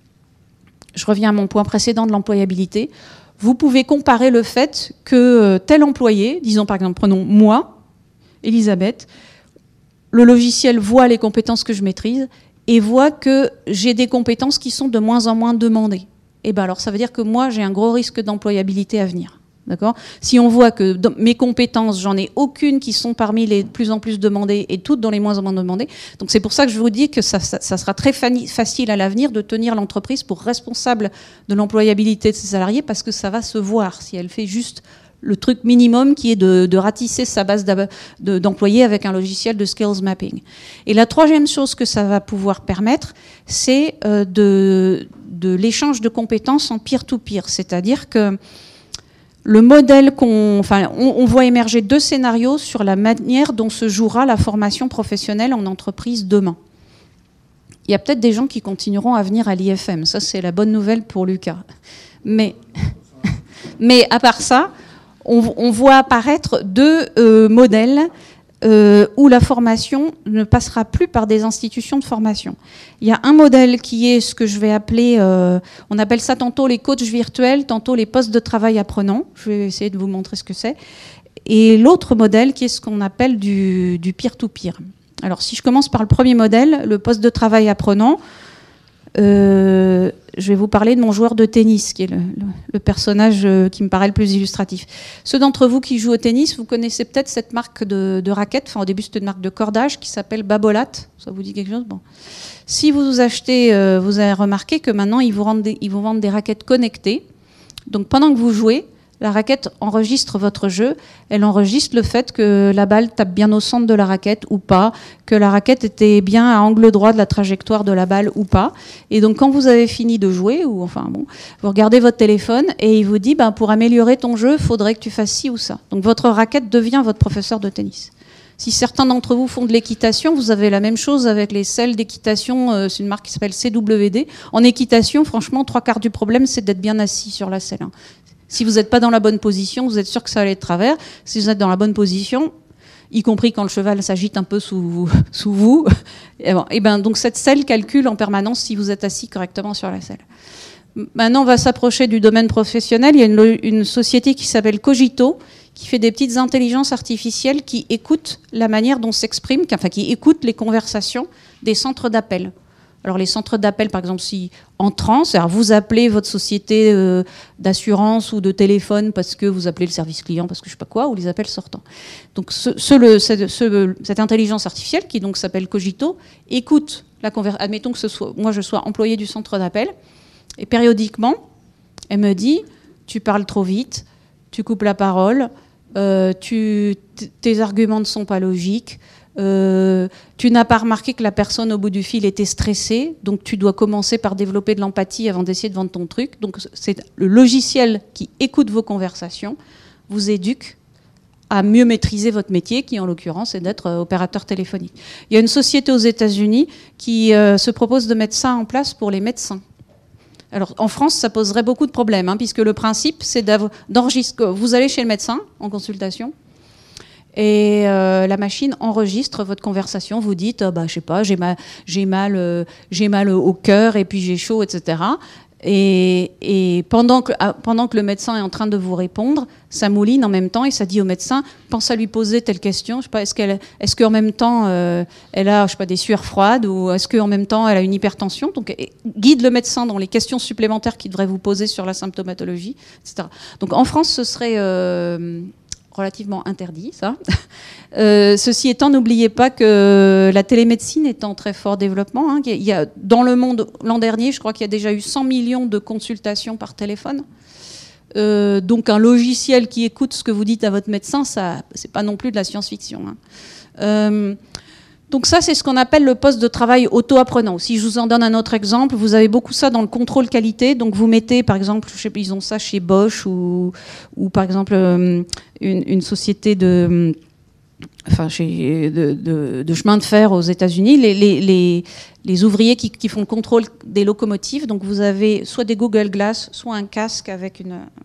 je reviens à mon point précédent de l'employabilité, vous pouvez comparer le fait que tel employé, disons par exemple, prenons moi, Elisabeth, le logiciel voit les compétences que je maîtrise et voit que j'ai des compétences qui sont de moins en moins demandées. Et alors ça veut dire que moi j'ai un gros risque d'employabilité à venir. D'accord ? Si on voit que dans mes compétences, j'en ai aucune qui sont parmi les de plus en plus demandées et toutes dans les moins en moins demandées. Donc c'est pour ça que je vous dis que ça sera très facile à l'avenir de tenir l'entreprise pour responsable de l'employabilité de ses salariés, parce que ça va se voir si elle fait juste le truc minimum qui est de ratisser sa base d'employés avec un logiciel de skills mapping. Et la troisième chose que ça va pouvoir permettre, c'est de l'échange de compétences en peer-to-peer. C'est-à-dire que le modèle on voit émerger 2 scénarios sur la manière dont se jouera la formation professionnelle en entreprise demain. Il y a peut-être des gens qui continueront à venir à l'IFM. Ça, c'est la bonne nouvelle pour Lucas. Mais à part ça, on voit apparaître 2 modèles où la formation ne passera plus par des institutions de formation. Il y a un modèle qui est ce que je vais appeler, on appelle ça tantôt les coachs virtuels, tantôt les postes de travail apprenants. Je vais essayer de vous montrer ce que c'est. Et l'autre modèle qui est ce qu'on appelle du peer-to-peer. Alors si je commence par le premier modèle, le poste de travail apprenant, je vais vous parler de mon joueur de tennis, qui est le personnage qui me paraît le plus illustratif. Ceux d'entre vous qui jouent au tennis, vous connaissez peut-être cette marque de raquettes, enfin au début c'était une marque de cordage qui s'appelle Babolat, ça vous dit quelque chose? Bon. Si vous achetez, vous avez remarqué que maintenant ils vous vendent des raquettes connectées, donc pendant que vous jouez, la raquette enregistre votre jeu, elle enregistre le fait que la balle tape bien au centre de la raquette ou pas, que la raquette était bien à angle droit de la trajectoire de la balle ou pas. Et donc quand vous avez fini de jouer, vous regardez votre téléphone et il vous dit pour améliorer ton jeu, il faudrait que tu fasses ci ou ça. Donc votre raquette devient votre professeur de tennis. Si certains d'entre vous font de l'équitation, vous avez la même chose avec les selles d'équitation, c'est une marque qui s'appelle CWD. En équitation, franchement, 3/4 du problème, c'est d'être bien assis sur la selle. Si vous n'êtes pas dans la bonne position, vous êtes sûr que ça va aller de travers. Si vous êtes dans la bonne position, y compris quand le cheval s'agite un peu sous vous, donc cette selle calcule en permanence si vous êtes assis correctement sur la selle. Maintenant, on va s'approcher du domaine professionnel. Il y a une société qui s'appelle Cogito, qui fait des petites intelligences artificielles qui écoutent la manière dont s'expriment, qui écoutent les conversations des centres d'appel. Alors les centres d'appel, par exemple, si entrant, c'est-à-dire vous appelez votre société d'assurance ou de téléphone parce que vous appelez le service client, parce que je sais pas quoi, ou les appels sortants. Donc cette intelligence artificielle, qui donc s'appelle Cogito, écoute la conversation. Admettons que moi je sois employé du centre d'appel, et périodiquement, elle me dit, tu parles trop vite, tu coupes la parole, tes arguments ne sont pas logiques, tu n'as pas remarqué que la personne au bout du fil était stressée, donc tu dois commencer par développer de l'empathie avant d'essayer de vendre ton truc. Donc c'est le logiciel qui écoute vos conversations, vous éduque à mieux maîtriser votre métier, qui en l'occurrence est d'être opérateur téléphonique. Il y a une société aux États-Unis qui se propose de mettre ça en place pour les médecins. Alors en France, ça poserait beaucoup de problèmes, puisque le principe, c'est d'enregistrer. Vous allez chez le médecin en consultation, et la machine enregistre votre conversation. Vous dites, je sais pas, j'ai mal au cœur et puis j'ai chaud, etc. Et pendant que le médecin est en train de vous répondre, ça mouline en même temps et ça dit au médecin, pense à lui poser telle question. Je sais pas, est-ce qu'en même temps elle a, je sais pas, des sueurs froides, ou est-ce qu'en même temps elle a une hypertension. Donc guide le médecin dans les questions supplémentaires qu'il devrait vous poser sur la symptomatologie, etc. Donc en France, ce serait relativement interdit, ça. Ceci étant, n'oubliez pas que la télémédecine est en très fort développement. Il y a, dans le monde, l'an dernier, je crois qu'il y a déjà eu 100 millions de consultations par téléphone. Donc un logiciel qui écoute ce que vous dites à votre médecin, ça, c'est pas non plus de la science-fiction. Donc ça, c'est ce qu'on appelle le poste de travail auto-apprenant. Si je vous en donne un autre exemple, vous avez beaucoup ça dans le contrôle qualité. Donc vous mettez, par exemple, ils ont ça chez Bosch ou par exemple une société de chemin de fer aux États-Unis, les ouvriers qui font le contrôle des locomotives. Donc vous avez soit des Google Glass, soit un casque avec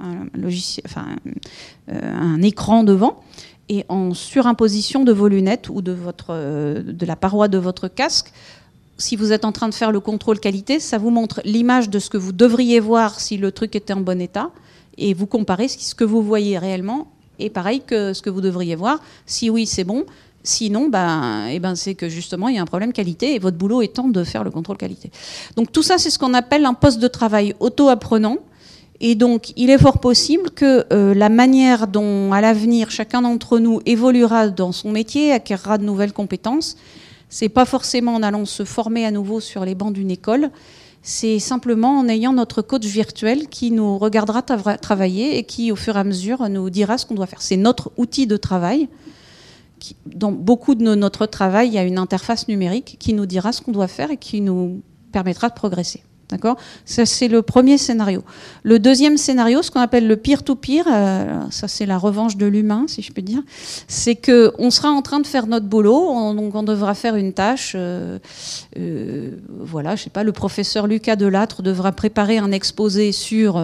un écran devant. Et en surimposition de vos lunettes ou de la paroi de votre casque, si vous êtes en train de faire le contrôle qualité, ça vous montre l'image de ce que vous devriez voir si le truc était en bon état, et vous comparez ce que vous voyez réellement, et pareil que ce que vous devriez voir. Si oui, c'est bon. Sinon, c'est que justement, il y a un problème qualité, et votre boulot étant de faire le contrôle qualité. Donc tout ça, c'est ce qu'on appelle un poste de travail auto-apprenant. Et donc, il est fort possible que la manière dont, à l'avenir, chacun d'entre nous évoluera dans son métier, acquérera de nouvelles compétences, c'est pas forcément en allant se former à nouveau sur les bancs d'une école, c'est simplement en ayant notre coach virtuel qui nous regardera travailler et qui, au fur et à mesure, nous dira ce qu'on doit faire. C'est notre outil de travail. Dans beaucoup de notre travail, il y a une interface numérique qui nous dira ce qu'on doit faire et qui nous permettra de progresser. D'accord ? Ça, c'est le premier scénario. Le deuxième scénario, ce qu'on appelle le peer-to-peer, ça c'est la revanche de l'humain, si je peux dire, c'est qu'on sera en train de faire notre boulot, donc on devra faire une tâche. Voilà, je sais pas, le professeur Lucas Delattre devra préparer un exposé sur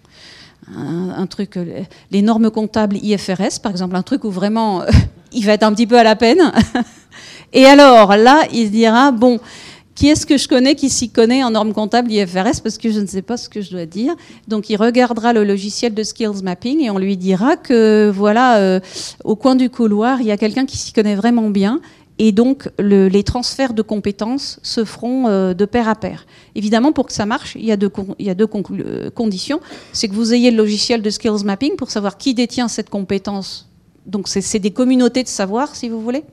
un truc, les normes comptables IFRS, par exemple, un truc où vraiment il va être un petit peu à la peine. Et alors là, il se dira, bon, qui est-ce que je connais qui s'y connaît en normes comptables IFRS parce que je ne sais pas ce que je dois dire. Donc il regardera le logiciel de skills mapping et on lui dira que voilà, au coin du couloir, il y a quelqu'un qui s'y connaît vraiment bien. Et donc les transferts de compétences se feront de pair à pair. Évidemment, pour que ça marche, il y a deux conditions. C'est que vous ayez le logiciel de skills mapping pour savoir qui détient cette compétence. Donc c'est des communautés de savoir, si vous voulez.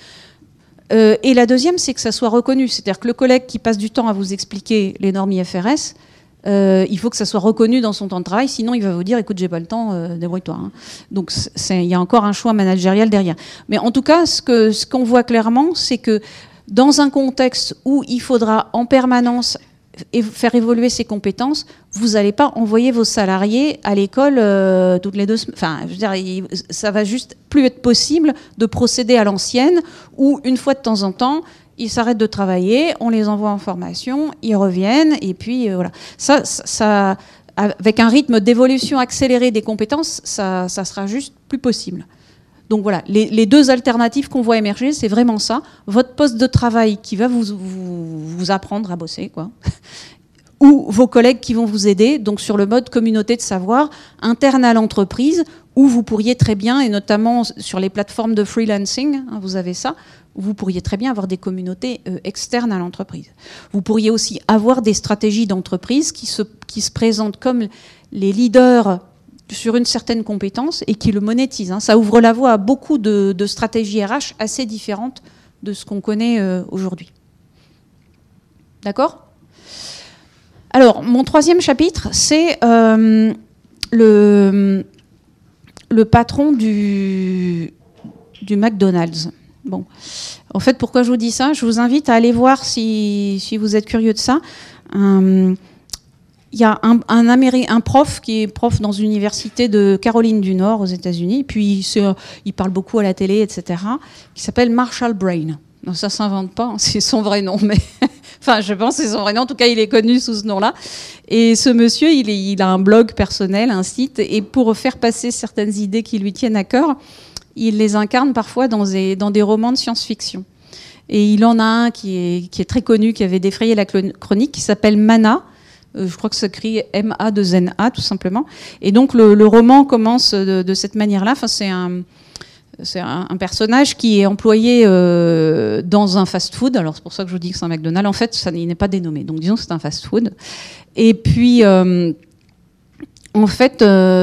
Et la deuxième, c'est que ça soit reconnu. C'est-à-dire que le collègue qui passe du temps à vous expliquer les normes IFRS, il faut que ça soit reconnu dans son temps de travail, sinon il va vous dire, écoute, j'ai pas le temps, débrouille-toi. Hein. Donc il y a encore un choix managérial derrière. Mais en tout cas, ce qu'on voit clairement, c'est que dans un contexte où il faudra en permanence faire évoluer ses compétences, vous n'allez pas envoyer vos salariés à l'école toutes les 2 semaines. Enfin, je veux dire, ça va juste plus être possible de procéder à l'ancienne, où une fois de temps en temps, ils s'arrêtent de travailler, on les envoie en formation, ils reviennent, et puis voilà. Ça, avec un rythme d'évolution accéléré des compétences, ça sera juste plus possible. Donc voilà, les deux alternatives qu'on voit émerger, c'est vraiment ça. Votre poste de travail qui va vous apprendre à bosser, quoi. Ou vos collègues qui vont vous aider, donc sur le mode communauté de savoir, interne à l'entreprise, où vous pourriez très bien, et notamment sur les plateformes de freelancing, hein, vous avez ça, où vous pourriez très bien avoir des communautés externes à l'entreprise. Vous pourriez aussi avoir des stratégies d'entreprise qui se présentent comme les leaders sur une certaine compétence et qui le monétisent. Hein. Ça ouvre la voie à beaucoup de stratégies RH assez différentes de ce qu'on connaît aujourd'hui. D'accord ? Alors, mon troisième chapitre, c'est le patron du McDonald's. Bon. En fait, pourquoi je vous dis ça ? Je vous invite à aller voir, si vous êtes curieux de ça. Il y a un prof qui est prof dans une université de Caroline du Nord aux États-Unis, puis il parle beaucoup à la télé, etc., qui s'appelle Marshall Brain. Non, ça ne s'invente pas, c'est son vrai nom, mais enfin, je pense que c'est son vrai nom. En tout cas, il est connu sous ce nom-là. Et ce monsieur, il a un blog personnel, un site, et pour faire passer certaines idées qui lui tiennent à cœur, il les incarne parfois dans des romans de science-fiction. Et il en a un qui est très connu, qui avait défrayé la chronique, qui s'appelle Mana. Je crois que ça s'écrit M-A-2-N-A, tout simplement. Et donc, le roman commence de cette manière-là. Enfin, c'est un personnage qui est employé dans un fast-food. Alors, c'est pour ça que je vous dis que c'est un McDonald's. En fait, il n'est pas dénommé. Donc, disons que c'est un fast-food. Et puis, en fait,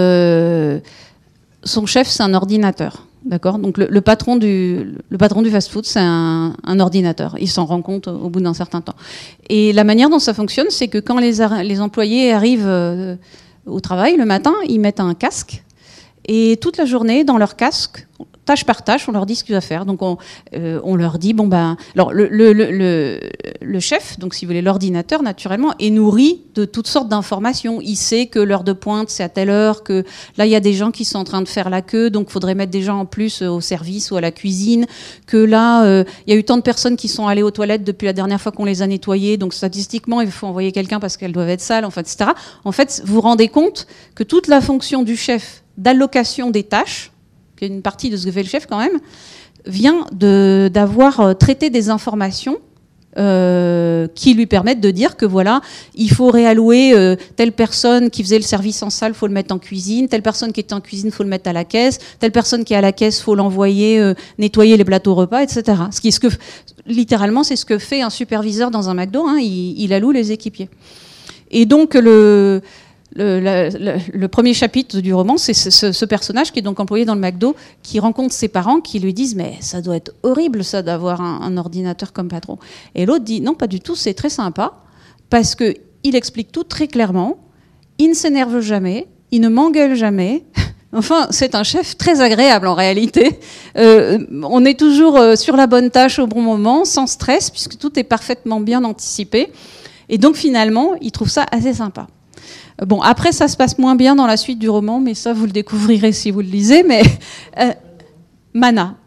son chef, c'est un ordinateur. D'accord ? Donc, le patron du fast-food, c'est un ordinateur. Il s'en rend compte au bout d'un certain temps. Et la manière dont ça fonctionne, c'est que quand les employés arrivent au travail le matin, ils mettent un casque. Et toute la journée, dans leur casque, tâche par tâche, on leur dit ce qu'ils doivent faire. Donc on leur dit, bon ben, alors le chef, donc si vous voulez l'ordinateur, naturellement, est nourri de toutes sortes d'informations. Il sait que l'heure de pointe, c'est à telle heure, que là il y a des gens qui sont en train de faire la queue, donc il faudrait mettre des gens en plus au service ou à la cuisine, que là il y a eu tant de personnes qui sont allées aux toilettes depuis la dernière fois qu'on les a nettoyées, donc statistiquement il faut envoyer quelqu'un parce qu'elles doivent être sales, en fait, etc. En fait, vous vous rendez compte que toute la fonction du chef d'allocation des tâches, qui est une partie de ce que fait le chef quand même, vient d'avoir traité des informations qui lui permettent de dire que voilà, il faut réallouer telle personne qui faisait le service en salle, il faut le mettre en cuisine, telle personne qui était en cuisine, il faut le mettre à la caisse, telle personne qui est à la caisse, il faut l'envoyer nettoyer les plateaux repas, etc. Littéralement, c'est ce que fait un superviseur dans un McDo, hein, il alloue les équipiers. Et donc, le premier chapitre du roman, c'est ce personnage qui est donc employé dans le McDo, qui rencontre ses parents qui lui disent « mais ça doit être horrible ça d'avoir un ordinateur comme patron ». Et l'autre dit « non, pas du tout, c'est très sympa, parce qu'il explique tout très clairement, il ne s'énerve jamais, il ne m'engueule jamais. Enfin, c'est un chef très agréable en réalité. On est toujours sur la bonne tâche au bon moment, sans stress, puisque tout est parfaitement bien anticipé. Et donc finalement, il trouve ça assez sympa. Bon, après, ça se passe moins bien dans la suite du roman, mais ça, vous le découvrirez si vous le lisez. Mais Mana,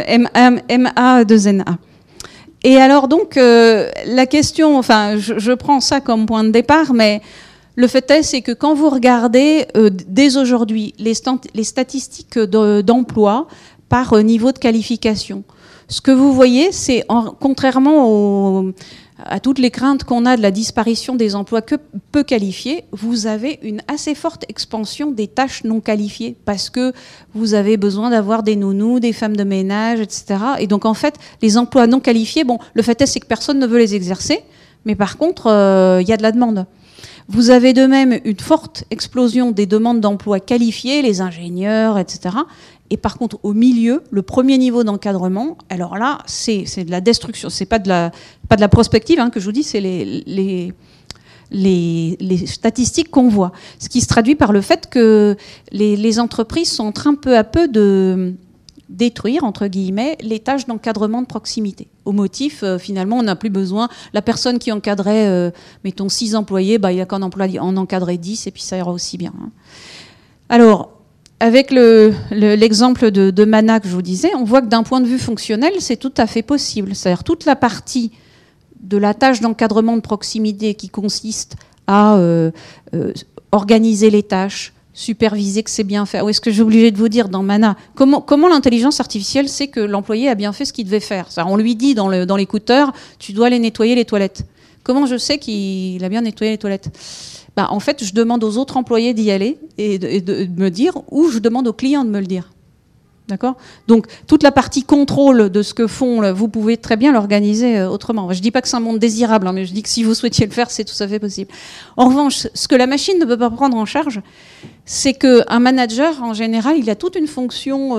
M-A-2-N-A. Et alors donc, la question, enfin, je prends ça comme point de départ, mais le fait est, c'est que quand vous regardez dès aujourd'hui les statistiques d'emploi par niveau de qualification, ce que vous voyez, c'est contrairement à toutes les craintes qu'on a de la disparition des emplois peu qualifiés, vous avez une assez forte expansion des tâches non qualifiées parce que vous avez besoin d'avoir des nounous, des femmes de ménage, etc. Et donc en fait, les emplois non qualifiés, bon, le fait est, c'est que personne ne veut les exercer, mais par contre, il y a de la demande. Vous avez de même une forte explosion des demandes d'emploi qualifiés, les ingénieurs, etc. Et par contre, au milieu, le premier niveau d'encadrement, alors là, c'est de la destruction. C'est pas de la prospective que je vous dis, c'est les statistiques qu'on voit. Ce qui se traduit par le fait que les entreprises sont en train peu à peu de détruire, entre guillemets, les tâches d'encadrement de proximité. Au motif, finalement, on n'a plus besoin. La personne qui encadrait, mettons, 6 employés, il n'y a qu'un employé en encadrer 10, et puis ça ira aussi bien. Alors, avec l'exemple de Mana que je vous disais, on voit que d'un point de vue fonctionnel, c'est tout à fait possible. C'est-à-dire toute la partie de la tâche d'encadrement de proximité qui consiste à organiser les tâches, superviser que c'est bien fait. Ou est-ce que j'ai obligé de vous dire dans Mana, comment l'intelligence artificielle sait que l'employé a bien fait ce qu'il devait faire? On lui dit dans l'écouteur, tu dois aller nettoyer les toilettes. Comment je sais qu'il a bien nettoyé les toilettes? En fait, je demande aux autres employés d'y aller et de me dire, ou je demande aux clients de me le dire. D'accord? Donc, toute la partie contrôle de ce que font, vous pouvez très bien l'organiser autrement. Je ne dis pas que c'est un monde désirable, mais je dis que si vous souhaitiez le faire, c'est tout à fait possible. En revanche, ce que la machine ne peut pas prendre en charge, c'est qu'un manager, en général, il a toute une fonction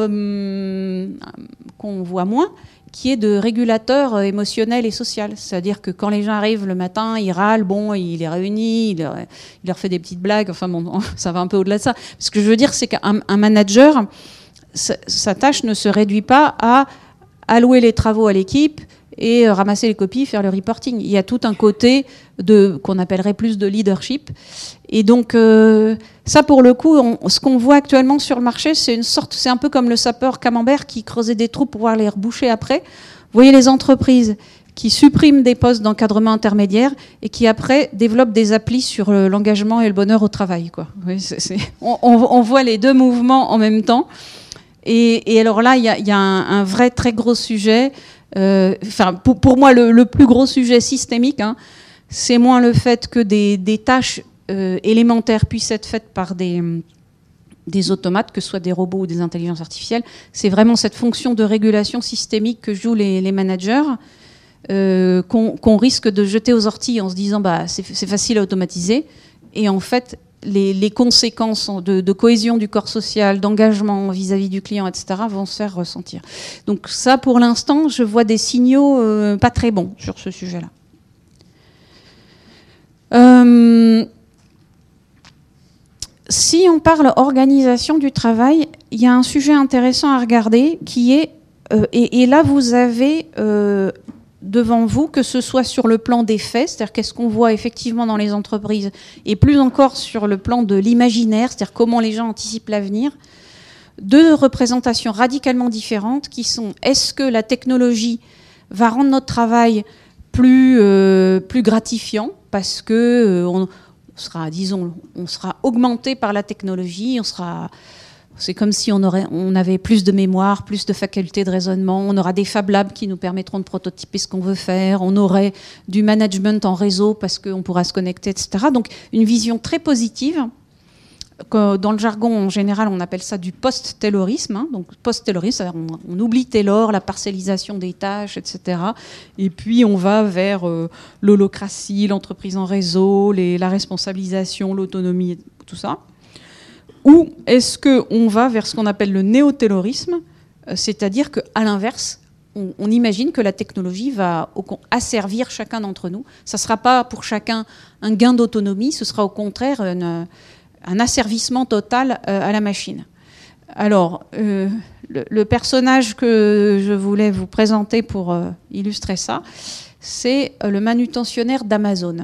qu'on voit moins, qui est de régulateur émotionnel et social. C'est-à-dire que quand les gens arrivent le matin, ils râlent, bon, il les réunit, il leur fait des petites blagues, enfin bon, ça va un peu au-delà de ça. Ce que je veux dire, c'est qu'un manager, sa tâche ne se réduit pas à allouer les travaux à l'équipe et ramasser les copies, faire le reporting. Il y a tout un côté qu'on appellerait plus de leadership. Et donc, ça, pour le coup, ce qu'on voit actuellement sur le marché, c'est un peu comme le sapeur Camembert qui creusait des trous pour pouvoir les reboucher après. Vous voyez les entreprises qui suppriment des postes d'encadrement intermédiaire et qui, après, développent des applis sur l'engagement et le bonheur au travail, quoi. Oui, on voit les deux mouvements en même temps. Et alors là, il y a un vrai très gros sujet. Pour moi, le plus gros sujet systémique, c'est moins le fait que des tâches élémentaires puissent être faites par des automates, que ce soit des robots ou des intelligences artificielles. C'est vraiment cette fonction de régulation systémique que jouent les managers, qu'on risque de jeter aux orties en se disant c'est facile à automatiser. Et en fait, les conséquences de cohésion du corps social, d'engagement vis-à-vis du client, etc., vont se faire ressentir. Donc ça, pour l'instant, je vois des signaux pas très bons sur ce sujet-là. Si on parle organisation du travail, il y a un sujet intéressant à regarder qui est, et là vous avez devant vous, que ce soit sur le plan des faits, c'est-à-dire qu'est-ce qu'on voit effectivement dans les entreprises, et plus encore sur le plan de l'imaginaire, c'est-à-dire comment les gens anticipent l'avenir, deux représentations radicalement différentes qui sont: est-ce que la technologie va rendre notre travail plus gratifiant parce que on sera augmenté par la technologie, c'est comme si on avait plus de mémoire, plus de facultés de raisonnement, on aura des Fab Labs qui nous permettront de prototyper ce qu'on veut faire, on aurait du management en réseau parce qu'on pourra se connecter, etc. Donc une vision très positive. Dans le jargon, en général, on appelle ça du post-taylorisme. Donc post-taylorisme, on oublie Taylor, la parcellisation des tâches, etc. Et puis on va vers l'holocratie, l'entreprise en réseau, la responsabilisation, l'autonomie, tout ça. Ou est-ce qu'on va vers ce qu'on appelle le néo-taylorisme, c'est-à-dire qu'à l'inverse, on imagine que la technologie va asservir chacun d'entre nous. Ça ne sera pas pour chacun un gain d'autonomie, ce sera au contraire un asservissement total à la machine. Alors, le personnage que je voulais vous présenter pour illustrer ça, c'est le manutentionnaire d'Amazon.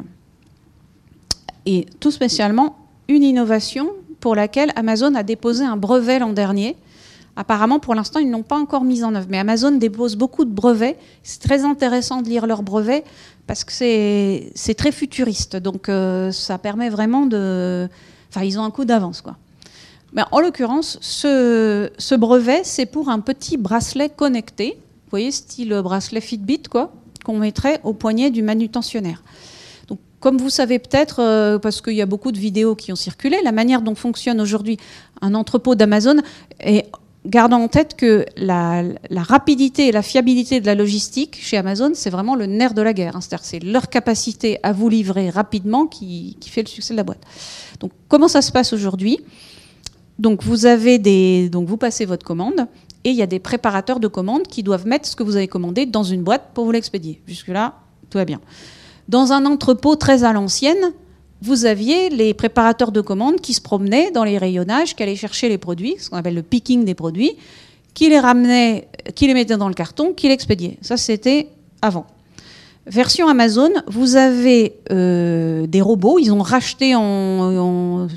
Et tout spécialement, une innovation pour laquelle Amazon a déposé un brevet l'an dernier. Apparemment, pour l'instant, ils ne l'ont pas encore mise en œuvre. Mais Amazon dépose beaucoup de brevets. C'est très intéressant de lire leurs brevets parce que c'est très futuriste. Donc, ça permet vraiment de... Enfin, ils ont un coup d'avance, quoi. Mais en l'occurrence, ce brevet, c'est pour un petit bracelet connecté. Vous voyez, style bracelet Fitbit, quoi, qu'on mettrait au poignet du manutentionnaire. Donc, comme vous savez peut-être, parce qu'il y a beaucoup de vidéos qui ont circulé, la manière dont fonctionne aujourd'hui un entrepôt d'Amazon est... Gardons en tête que la rapidité et la fiabilité de la logistique chez Amazon, c'est vraiment le nerf de la guerre. Hein. C'est-à-dire c'est leur capacité à vous livrer rapidement qui fait le succès de la boîte. Donc, comment ça se passe aujourd'hui ? Donc, vous passez votre commande et il y a des préparateurs de commandes qui doivent mettre ce que vous avez commandé dans une boîte pour vous l'expédier. Jusque-là, tout va bien. Dans un entrepôt très à l'ancienne, vous aviez les préparateurs de commandes qui se promenaient dans les rayonnages, qui allaient chercher les produits, ce qu'on appelle le picking des produits, qui les ramenaient, qui les mettaient dans le carton, qui l'expédiaient. Ça, c'était avant. Version Amazon, vous avez des robots. Ils ont racheté en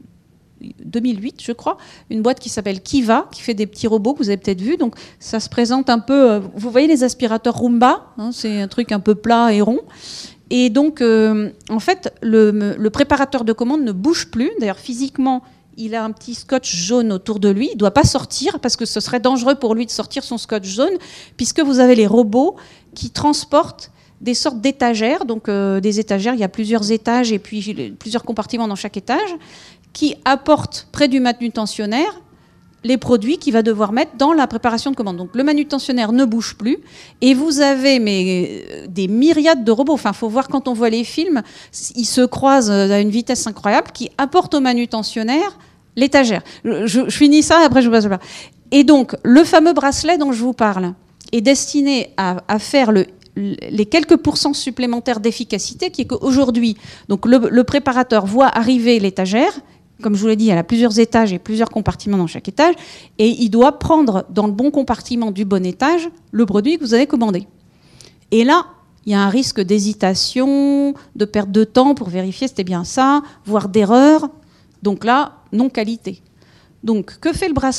2008, je crois, une boîte qui s'appelle Kiva, qui fait des petits robots que vous avez peut-être vus. Donc, ça se présente un peu... vous voyez les aspirateurs Roomba, hein, c'est un truc un peu plat et rond. Et donc, en fait, le préparateur de commande ne bouge plus. D'ailleurs, physiquement, il a un petit scotch jaune autour de lui. Il ne doit pas sortir parce que ce serait dangereux pour lui de sortir son scotch jaune, puisque vous avez les robots qui transportent des sortes d'étagères. Donc, des étagères, il y a plusieurs étages et puis plusieurs compartiments dans chaque étage, qui apportent près du manutentionnaire les produits qu'il va devoir mettre dans la préparation de commande. Donc le manutentionnaire ne bouge plus et vous avez des myriades de robots. Enfin, il faut voir quand on voit les films, ils se croisent à une vitesse incroyable qui apportent au manutentionnaire l'étagère. Je finis ça, après je vous passe là. Et donc, le fameux bracelet dont je vous parle est destiné à faire les quelques pourcents supplémentaires d'efficacité qui est qu'aujourd'hui, donc le préparateur voit arriver l'étagère. Comme je vous l'ai dit, il y a plusieurs étages et plusieurs compartiments dans chaque étage. Et il doit prendre dans le bon compartiment du bon étage le produit que vous avez commandé. Et là, il y a un risque d'hésitation, de perte de temps pour vérifier si c'était bien ça, voire d'erreur. Donc là, non-qualité. Donc, que fait le bracelet ?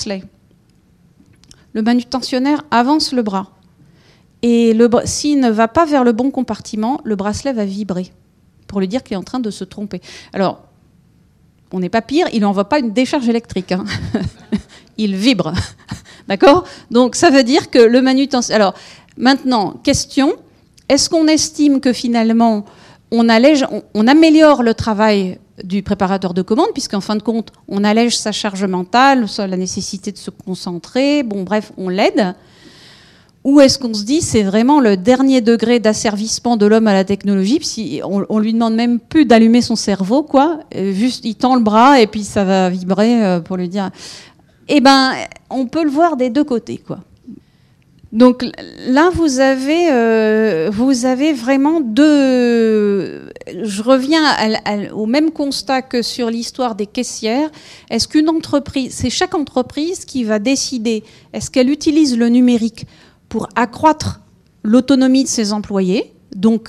Le manutentionnaire avance le bras. Et s'il ne va pas vers le bon compartiment, le bracelet va vibrer pour lui dire qu'il est en train de se tromper. Alors, on n'est pas pire, il n'envoie pas une décharge électrique. Hein. Il vibre. D'accord ? Donc, ça veut dire que le manutentionnaire... Alors, maintenant, question, est-ce qu'on estime que finalement, on améliore le travail du préparateur de commande, puisqu'en fin de compte, on allège sa charge mentale, la nécessité de se concentrer, bon, bref, on l'aide ? Ou est-ce qu'on se dit c'est vraiment le dernier degré d'asservissement de l'homme à la technologie, puis on lui demande même plus d'allumer son cerveau, quoi. Juste il tend le bras et puis ça va vibrer pour lui dire. Eh ben, on peut le voir des deux côtés, quoi. Donc là, vous avez vraiment deux. Je reviens au même constat que sur l'histoire des caissières. Est-ce qu'une entreprise, c'est chaque entreprise qui va décider, est-ce qu'elle utilise le numérique pour accroître l'autonomie de ses employés. Donc,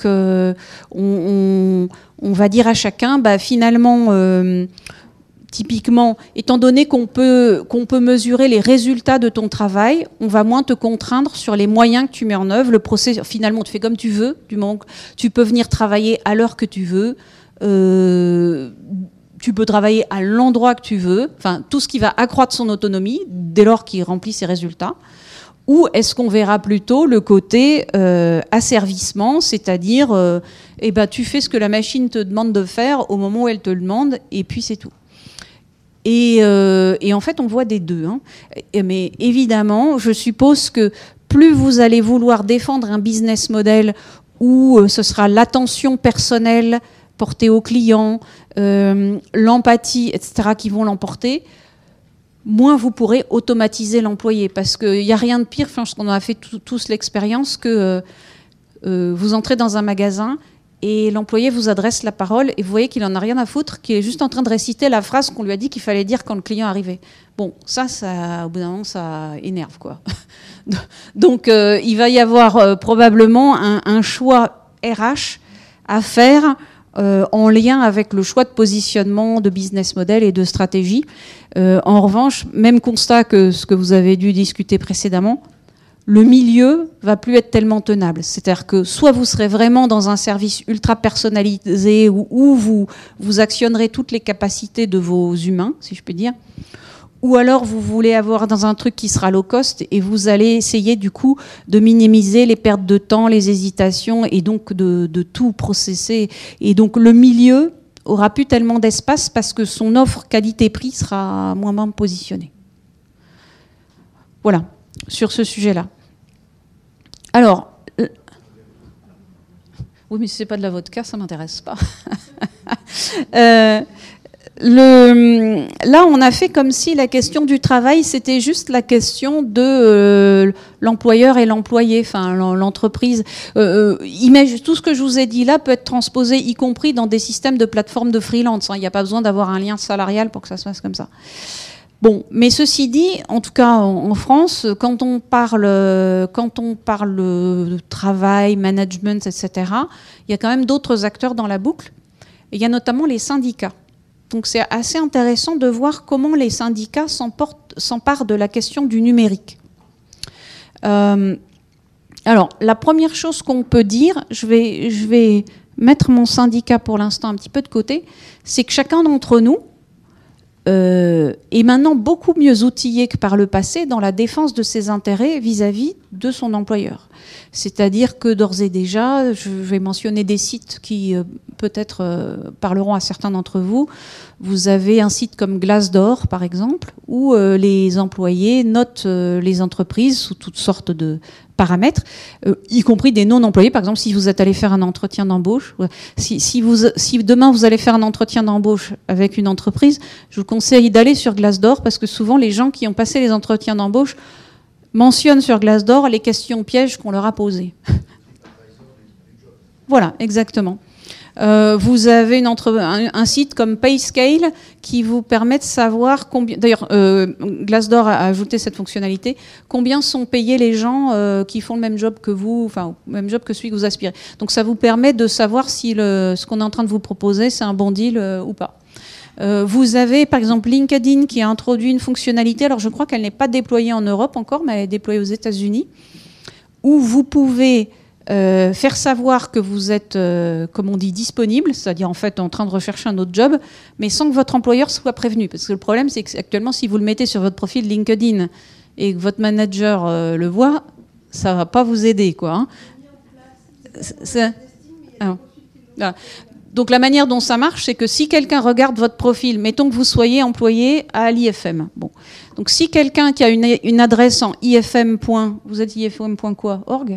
on va dire à chacun, finalement, typiquement, étant donné qu'on peut mesurer les résultats de ton travail, on va moins te contraindre sur les moyens que tu mets en œuvre. Le procès, finalement, tu fais comme tu veux, du moment que tu peux venir travailler à l'heure que tu veux, tu peux travailler à l'endroit que tu veux, enfin, tout ce qui va accroître son autonomie, dès lors qu'il remplit ses résultats. Ou est-ce qu'on verra plutôt le côté asservissement, c'est-à-dire tu fais ce que la machine te demande de faire au moment où elle te le demande, et puis c'est tout. Et en fait, on voit des deux. Hein. Mais évidemment, je suppose que plus vous allez vouloir défendre un business model où ce sera l'attention personnelle portée aux clients, l'empathie, etc., qui vont l'emporter, moins vous pourrez automatiser l'employé. Parce qu'il n'y a rien de pire, je pense qu'on a fait tous l'expérience, que vous entrez dans un magasin et l'employé vous adresse la parole et vous voyez qu'il n'en a rien à foutre, qu'il est juste en train de réciter la phrase qu'on lui a dit qu'il fallait dire quand le client arrivait. Bon, ça au bout d'un moment, ça énerve, quoi. Donc, il va y avoir probablement un choix RH à faire en lien avec le choix de positionnement, de business model et de stratégie. En revanche, même constat que ce que vous avez dû discuter précédemment, le milieu va plus être tellement tenable. C'est-à-dire que soit vous serez vraiment dans un service ultra personnalisé où vous actionnerez toutes les capacités de vos humains, si je peux dire, ou alors vous voulez avoir dans un truc qui sera low cost et vous allez essayer du coup de minimiser les pertes de temps, les hésitations et donc de tout processer. Et donc le milieu aura plus tellement d'espace parce que son offre qualité-prix sera moins bien positionnée. Voilà, sur ce sujet-là. Alors, oui, mais si c'est pas de la vodka, ça m'intéresse pas. Là, on a fait comme si la question du travail, c'était juste la question de l'employeur et l'employé, enfin l'entreprise. Tout ce que je vous ai dit là peut être transposé, y compris dans des systèmes de plateformes de freelance. Il n'y a pas besoin d'avoir un lien salarial pour que ça se fasse comme ça. Bon, mais ceci dit, en tout cas en France, quand on parle de travail, management, etc., il y a quand même d'autres acteurs dans la boucle. Et il y a notamment les syndicats. Donc c'est assez intéressant de voir comment les syndicats s'emparent de la question du numérique. Alors, la première chose qu'on peut dire, je vais mettre mon syndicat pour l'instant un petit peu de côté, c'est que chacun d'entre nous est maintenant beaucoup mieux outillé que par le passé dans la défense de ses intérêts vis-à-vis de son employeur. C'est-à-dire que d'ores et déjà, je vais mentionner des sites qui peut-être parleront à certains d'entre vous. Vous avez un site comme Glassdoor, par exemple, où les employés notent les entreprises sous toutes sortes de paramètres, y compris des non-employés. Par exemple, si vous êtes allé faire un entretien d'embauche, si demain vous allez faire un entretien d'embauche avec une entreprise, je vous conseille d'aller sur Glassdoor parce que souvent les gens qui ont passé les entretiens d'embauche mentionnent sur Glassdoor les questions pièges qu'on leur a posées. Voilà, exactement. Vous avez un site comme Payscale qui vous permet de savoir combien... D'ailleurs, Glassdoor a ajouté cette fonctionnalité. Combien sont payés les gens qui font le même job que vous, enfin, le même job que celui que vous aspirez. Donc ça vous permet de savoir si ce qu'on est en train de vous proposer, c'est un bon deal ou pas. Vous avez par exemple LinkedIn qui a introduit une fonctionnalité, alors je crois qu'elle n'est pas déployée en Europe encore, mais elle est déployée aux États-Unis, où vous pouvez faire savoir que vous êtes, comme on dit, disponible, c'est-à-dire en fait en train de rechercher un autre job, mais sans que votre employeur soit prévenu. Parce que le problème, c'est qu'actuellement, si vous le mettez sur votre profil LinkedIn et que votre manager le voit, ça ne va pas vous aider, quoi. Hein. Voilà. Donc la manière dont ça marche, c'est que si quelqu'un regarde votre profil, mettons que vous soyez employé à l'IFM. Bon. Donc si quelqu'un qui a une adresse en ifm. Vous êtes ifm.quoi.org ?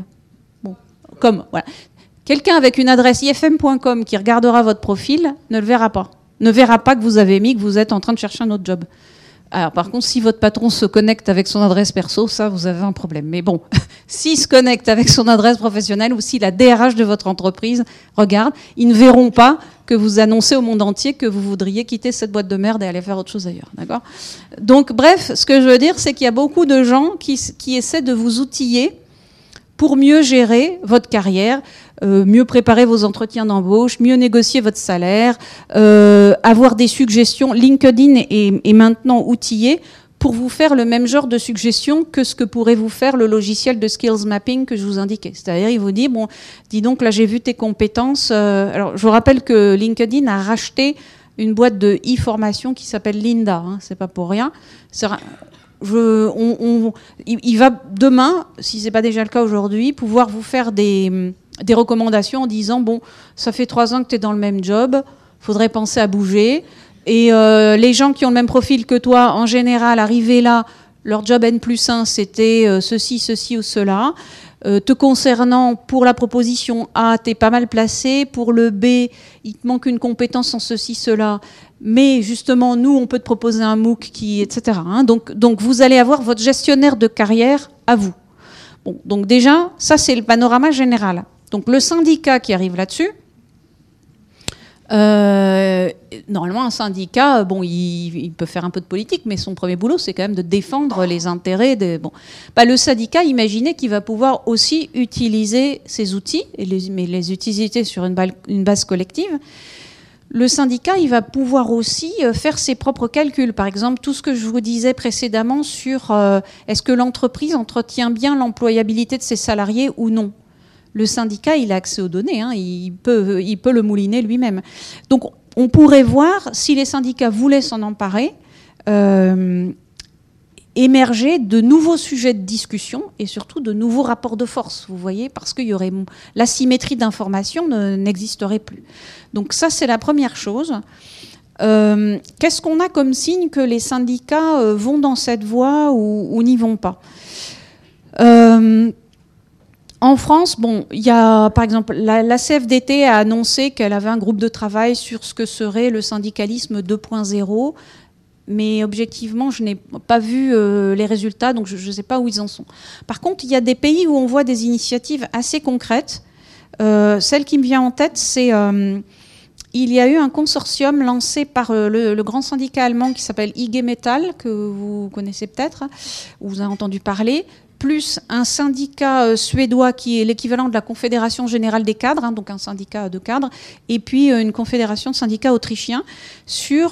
Bon, comme, voilà. Quelqu'un avec une adresse ifm.com qui regardera votre profil ne le verra pas. Ne verra pas que vous avez mis que vous êtes en train de chercher un autre job. Alors, par contre, si votre patron se connecte avec son adresse perso, ça, vous avez un problème. Mais bon, s'il se connecte avec son adresse professionnelle ou si la DRH de votre entreprise regarde, ils ne verront pas que vous annoncez au monde entier que vous voudriez quitter cette boîte de merde et aller faire autre chose ailleurs. D'accord ? Donc, bref, ce que je veux dire, c'est qu'il y a beaucoup de gens qui essaient de vous outiller pour mieux gérer votre carrière, mieux préparer vos entretiens d'embauche, mieux négocier votre salaire, avoir des suggestions. LinkedIn est maintenant outillé pour vous faire le même genre de suggestions que ce que pourrait vous faire le logiciel de skills mapping que je vous indiquais. C'est-à-dire, il vous dit, bon, dis donc, là, j'ai vu tes compétences. Alors, je vous rappelle que LinkedIn a racheté une boîte de e-formation qui s'appelle Lynda. Hein, c'est pas pour rien. Il va demain, si c'est pas déjà le cas aujourd'hui, pouvoir vous faire des recommandations en disant bon, ça fait 3 ans que tu es dans le même job, faudrait penser à bouger. Et les gens qui ont le même profil que toi, en général, arrivés là, leur job N+1, c'était ceci ou cela. te concernant, pour la proposition A, t'es pas mal placé, pour le B, il te manque une compétence en ceci, cela, mais justement, nous, on peut te proposer un MOOC qui, etc. Hein. Donc, vous allez avoir votre gestionnaire de carrière à vous. Bon, donc déjà, ça, c'est le panorama général. Donc, le syndicat qui arrive là-dessus, normalement, un syndicat, bon, il peut faire un peu de politique, mais son premier boulot, c'est quand même de défendre les intérêts des. Bon, le syndicat, imaginez qu'il va pouvoir aussi utiliser ces outils, mais les utiliser sur une base collective. Le syndicat, il va pouvoir aussi faire ses propres calculs. Par exemple, tout ce que je vous disais précédemment sur est-ce que l'entreprise entretient bien l'employabilité de ses salariés ou non. Le syndicat, il a accès aux données, hein, il peut le mouliner lui-même. Donc, on pourrait voir, si les syndicats voulaient s'en emparer, émerger de nouveaux sujets de discussion et surtout de nouveaux rapports de force, vous voyez, parce que l'asymétrie d'information n'existerait plus. Donc ça, c'est la première chose. Qu'est-ce qu'on a comme signe que les syndicats vont dans cette voie ou n'y vont pas ? En France, bon, il y a, par exemple, la CFDT a annoncé qu'elle avait un groupe de travail sur ce que serait le syndicalisme 2.0, mais objectivement, je n'ai pas vu les résultats, donc je ne sais pas où ils en sont. Par contre, il y a des pays où on voit des initiatives assez concrètes. Celle qui me vient en tête, c'est il y a eu un consortium lancé par le grand syndicat allemand qui s'appelle IG Metall, que vous connaissez peut-être, ou vous avez entendu parler, plus un syndicat suédois qui est l'équivalent de la Confédération Générale des Cadres, hein, donc un syndicat de cadres, et puis une confédération de syndicats autrichiens sur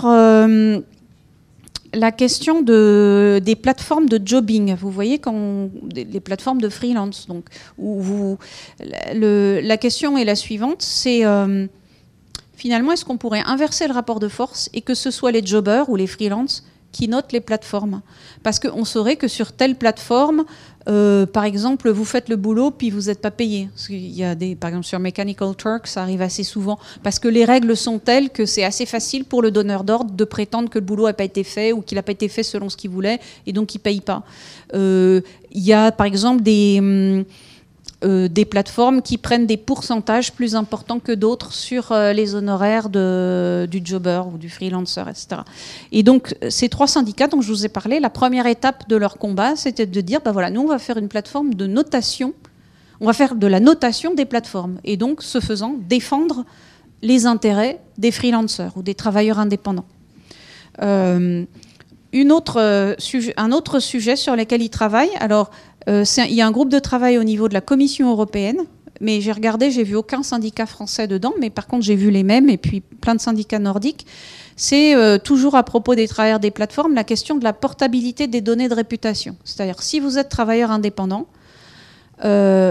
la question des plateformes de jobbing. Vous voyez, les plateformes de freelance. Donc, la question est la suivante, c'est finalement, est-ce qu'on pourrait inverser le rapport de force et que ce soit les jobbers ou les freelances qui notent les plateformes ? Parce qu'on saurait que sur telle plateforme, par exemple, vous faites le boulot puis vous n'êtes pas payé. Parce qu'il y a par exemple, sur Mechanical Turk, ça arrive assez souvent. Parce que les règles sont telles que c'est assez facile pour le donneur d'ordre de prétendre que le boulot n'a pas été fait ou qu'il n'a pas été fait selon ce qu'il voulait et donc il ne paye pas. Il y a par exemple des plateformes qui prennent des pourcentages plus importants que d'autres sur les honoraires du jobber ou du freelancer, etc. Et donc, ces trois syndicats dont je vous ai parlé, la première étape de leur combat, c'était de dire, voilà, nous, on va faire une plateforme de notation, on va faire de la notation des plateformes, et donc, ce faisant, défendre les intérêts des freelancers ou des travailleurs indépendants. Un autre sujet sur lequel ils travaillent, alors, il y a un groupe de travail au niveau de la Commission européenne, mais j'ai regardé, j'ai vu aucun syndicat français dedans, mais par contre j'ai vu les mêmes et puis plein de syndicats nordiques. C'est toujours à propos des travailleurs des plateformes, la question de la portabilité des données de réputation. C'est-à-dire, si vous êtes travailleur indépendant, un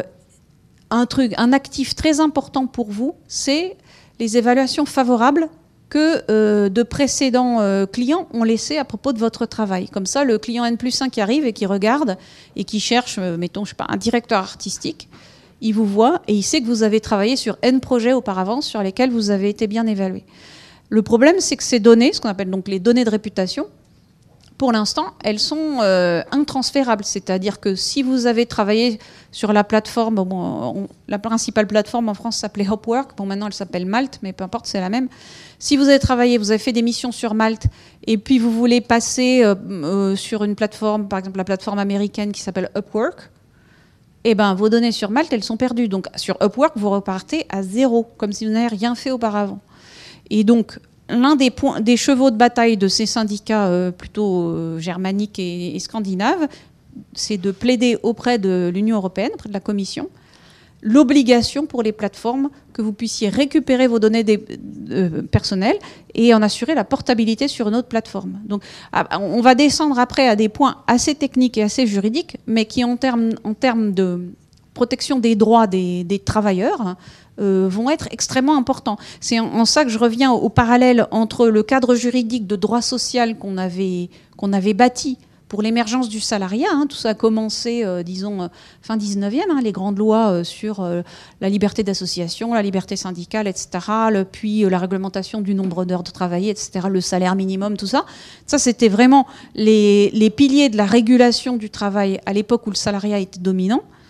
actif très important pour vous, c'est les évaluations favorables que de précédents clients ont laissé à propos de votre travail. Comme ça, le client N+1 qui arrive et qui regarde et qui cherche, mettons, je sais pas, un directeur artistique, il vous voit et il sait que vous avez travaillé sur N projets auparavant sur lesquels vous avez été bien évalué. Le problème, c'est que ces données, ce qu'on appelle donc les données de réputation, pour l'instant, elles sont intransférables. C'est-à-dire que si vous avez travaillé sur la plateforme, la principale plateforme en France s'appelait Upwork, maintenant elle s'appelle Malte, mais peu importe, c'est la même. Si vous avez travaillé, vous avez fait des missions sur Malte, et puis vous voulez passer sur une plateforme, par exemple la plateforme américaine qui s'appelle Upwork, eh ben, vos données sur Malte, elles sont perdues. Donc sur Upwork, vous repartez à zéro, comme si vous n'avez rien fait auparavant. Et donc, l'un des chevaux de bataille de ces syndicats plutôt germaniques et scandinaves, c'est de plaider auprès de l'Union européenne, auprès de la Commission, l'obligation pour les plateformes que vous puissiez récupérer vos données personnelles et en assurer la portabilité sur une autre plateforme. Donc, on va descendre après à des points assez techniques et assez juridiques, mais qui, en termes de protection des droits des travailleurs, vont être extrêmement importants. C'est en ça que je reviens au parallèle entre le cadre juridique de droit social qu'on avait bâti pour l'émergence du salariat. Tout ça a commencé, disons, fin 19e, les grandes lois sur la liberté d'association, la liberté syndicale, etc., puis la réglementation du nombre d'heures de travail, etc., le salaire minimum, tout ça. Ça, c'était vraiment les piliers de la régulation du travail à l'époque où le salariat était dominant.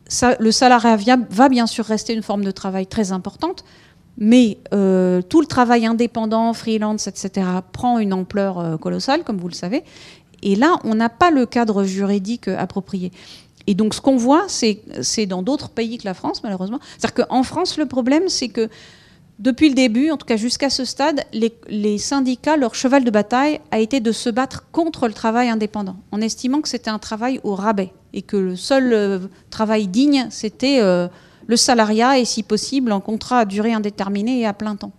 le salariat va bien sûr rester une forme de travail très importante, mais tout le travail indépendant, freelance, etc., prend une ampleur colossale, comme vous le savez. Et là, on n'a pas le cadre juridique approprié. Et donc, ce qu'on voit, c'est dans d'autres pays que la France, malheureusement. C'est-à-dire qu'en France, le problème, c'est que depuis le début, en tout cas jusqu'à ce stade, les syndicats, leur cheval de bataille a été de se battre contre le travail indépendant, en estimant que c'était un travail au rabais et que le seul travail digne, c'était le salariat et, si possible, en contrat à durée indéterminée et à plein temps.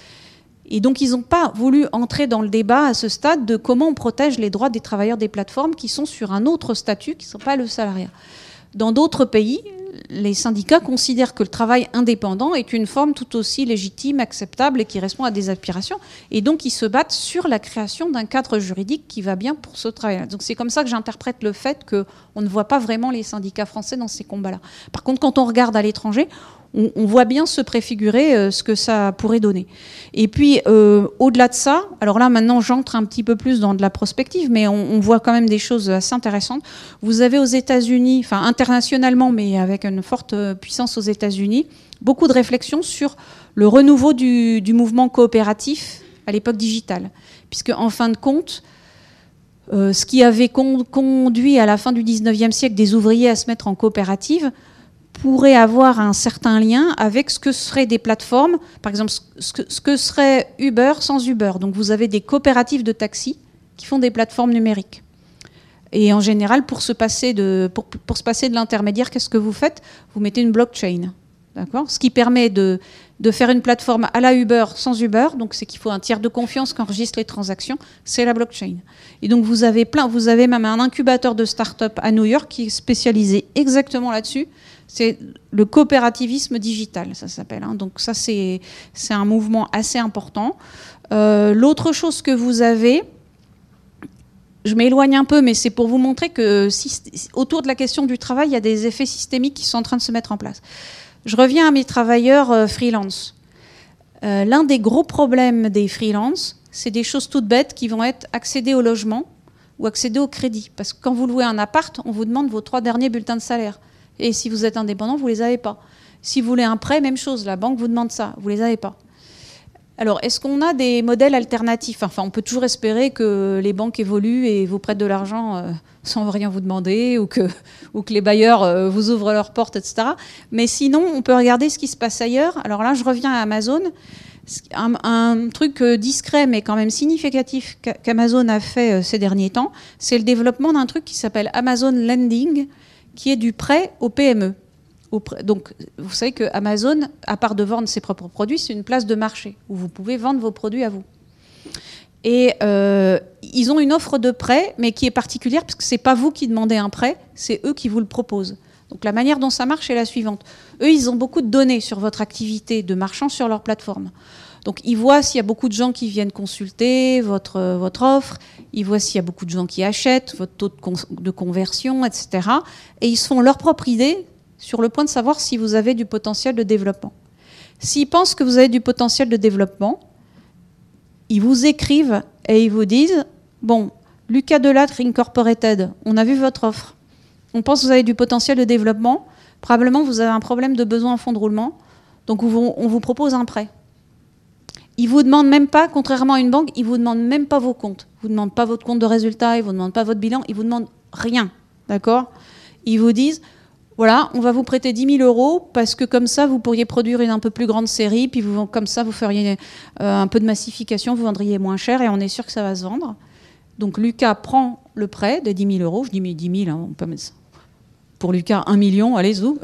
Et donc, ils n'ont pas voulu entrer dans le débat à ce stade de comment on protège les droits des travailleurs des plateformes qui sont sur un autre statut, qui ne sont pas le salariat. Dans d'autres pays, les syndicats considèrent que le travail indépendant est une forme tout aussi légitime, acceptable et qui répond à des aspirations. Et donc, ils se battent sur la création d'un cadre juridique qui va bien pour ce travail-là. Donc, c'est comme ça que j'interprète le fait qu'on ne voit pas vraiment les syndicats français dans ces combats-là. Par contre, quand on regarde à l'étranger, on voit bien se préfigurer ce que ça pourrait donner. Et puis, au-delà de ça, alors là, maintenant, j'entre un petit peu plus dans de la prospective, mais on voit quand même des choses assez intéressantes. Vous avez aux États-Unis, enfin internationalement, mais avec une forte puissance aux États-Unis, beaucoup de réflexions sur le renouveau du mouvement coopératif à l'époque digitale. Puisque, en fin de compte, ce qui avait conduit à la fin du 19e siècle des ouvriers à se mettre en coopérative pourrait avoir un certain lien avec ce que seraient des plateformes, par exemple ce que serait Uber sans Uber. Donc vous avez des coopératives de taxis qui font des plateformes numériques. Et en général, pour se passer de l'intermédiaire, qu'est-ce que vous faites? Vous mettez une blockchain. D'accord? Ce qui permet de faire une plateforme à la Uber sans Uber, donc c'est qu'il faut un tiers de confiance qui enregistre les transactions, c'est la blockchain. Et donc vous avez même un incubateur de start-up à New York qui est spécialisé exactement là-dessus. C'est le coopérativisme digital, ça s'appelle. Hein. Donc ça, c'est un mouvement assez important. L'autre chose que vous avez, je m'éloigne un peu, mais c'est pour vous montrer que autour de la question du travail, il y a des effets systémiques qui sont en train de se mettre en place. Je reviens à mes travailleurs freelance. L'un des gros problèmes des freelance, c'est des choses toutes bêtes qui vont être accéder au logement ou accéder au crédit. Parce que quand vous louez un appart, on vous demande vos 3 derniers bulletins de salaire. Et si vous êtes indépendant, vous ne les avez pas. Si vous voulez un prêt, même chose, la banque vous demande ça, vous ne les avez pas. Alors, est-ce qu'on a des modèles alternatifs? Enfin, on peut toujours espérer que les banques évoluent et vous prêtent de l'argent sans rien vous demander, ou que les bailleurs vous ouvrent leurs portes, etc. Mais sinon, on peut regarder ce qui se passe ailleurs. Alors là, je reviens à Amazon. Un truc discret, mais quand même significatif qu'Amazon a fait ces derniers temps, c'est le développement d'un truc qui s'appelle Amazon Lending, qui est du prêt aux PME. Donc, vous savez que Amazon, à part de vendre ses propres produits, c'est une place de marché où vous pouvez vendre vos produits à vous. Et ils ont une offre de prêt, mais qui est particulière, parce que ce n'est pas vous qui demandez un prêt, c'est eux qui vous le proposent. Donc la manière dont ça marche est la suivante. Eux, ils ont beaucoup de données sur votre activité de marchand sur leur plateforme. Donc ils voient s'il y a beaucoup de gens qui viennent consulter votre offre, ils voient s'il y a beaucoup de gens qui achètent, votre taux de conversion, etc. Et ils se font leur propre idée sur le point de savoir si vous avez du potentiel de développement. S'ils pensent que vous avez du potentiel de développement, ils vous écrivent et ils vous disent « Bon, Lucas Delattre Incorporated, on a vu votre offre. On pense que vous avez du potentiel de développement. Probablement, vous avez un problème de besoin en fonds de roulement. Donc, on vous propose un prêt. » Ils ne vous demandent même pas, contrairement à une banque, ils ne vous demandent même pas vos comptes. Ils ne vous demandent pas votre compte de résultat, ils ne vous demandent pas votre bilan, ils ne vous demandent rien. D'accord? Ils vous disent, voilà, on va vous prêter 10 000 € parce que comme ça, vous pourriez produire une un peu plus grande série, puis comme ça, vous feriez un peu de massification, vous vendriez moins cher et on est sûr que ça va se vendre. Donc Lucas prend le prêt de 10 000 €. Je dis, mais 10 000, hein, on peut mettre ça. Pour Lucas, 1 million, allez, zou.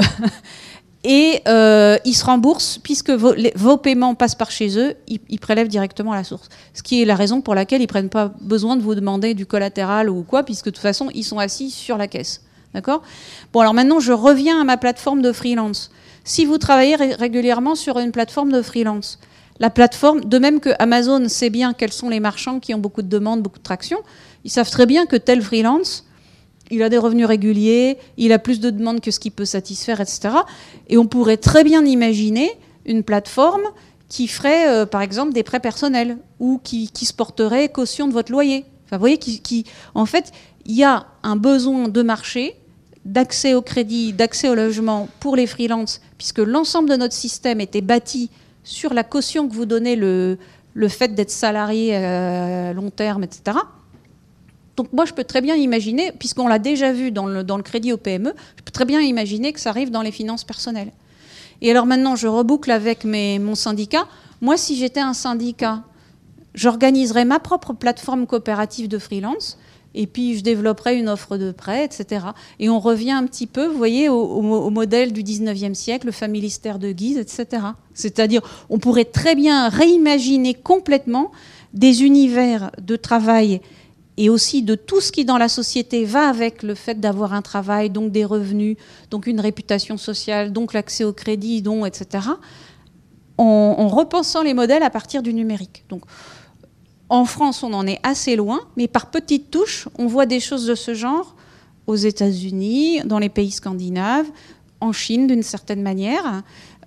Et ils se remboursent, puisque vos paiements passent par chez eux, ils prélèvent directement à la source. Ce qui est la raison pour laquelle ils ne prennent pas besoin de vous demander du collatéral ou quoi, puisque de toute façon, ils sont assis sur la caisse. D'accord ? Bon, alors maintenant, je reviens à ma plateforme de freelance. Si vous travaillez régulièrement sur une plateforme de freelance, la plateforme, de même que Amazon sait bien quels sont les marchands qui ont beaucoup de demandes, beaucoup de traction, ils savent très bien que tel freelance, il a des revenus réguliers, il a plus de demandes que ce qu'il peut satisfaire, etc. Et on pourrait très bien imaginer une plateforme qui ferait, par exemple, des prêts personnels ou qui se porterait caution de votre loyer. Enfin, vous voyez, en fait, il y a un besoin de marché. d'accès au crédit, d'accès au logement pour les freelances, puisque l'ensemble de notre système était bâti sur la caution que vous donnez le fait d'être salarié à long terme, etc. Donc moi, je peux très bien imaginer, puisqu'on l'a déjà vu dans le crédit aux PME, je peux très bien imaginer que ça arrive dans les finances personnelles. Et alors maintenant, je reboucle avec mon syndicat. Moi, si j'étais un syndicat, j'organiserais ma propre plateforme coopérative de freelance, et puis je développerais une offre de prêt, etc. Et on revient un petit peu, vous voyez, au modèle du 19e siècle, le familistère de Guise, etc. C'est-à-dire, on pourrait très bien réimaginer complètement des univers de travail et aussi de tout ce qui dans la société va avec le fait d'avoir un travail, donc des revenus, donc une réputation sociale, donc l'accès au crédit, donc, etc., en repensant les modèles à partir du numérique. Donc, en France, on en est assez loin, mais par petites touches, on voit des choses de ce genre aux États-Unis, dans les pays scandinaves, en Chine d'une certaine manière.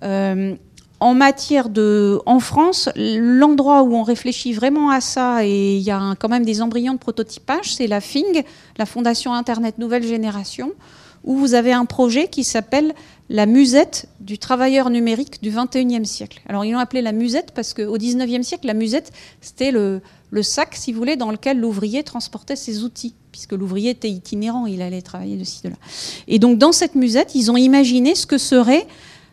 En France, l'endroit où on réfléchit vraiment à ça, et il y a quand même des embryons de prototypage, c'est la FING, la Fondation Internet Nouvelle Génération, où vous avez un projet qui s'appelle la musette du travailleur numérique du 21e siècle. Alors, ils l'ont appelé la musette parce qu'au 19e siècle, la musette, c'était le sac, si vous voulez, dans lequel l'ouvrier transportait ses outils, puisque l'ouvrier était itinérant, il allait travailler de ci, de là. Et donc, dans cette musette, ils ont imaginé ce que serait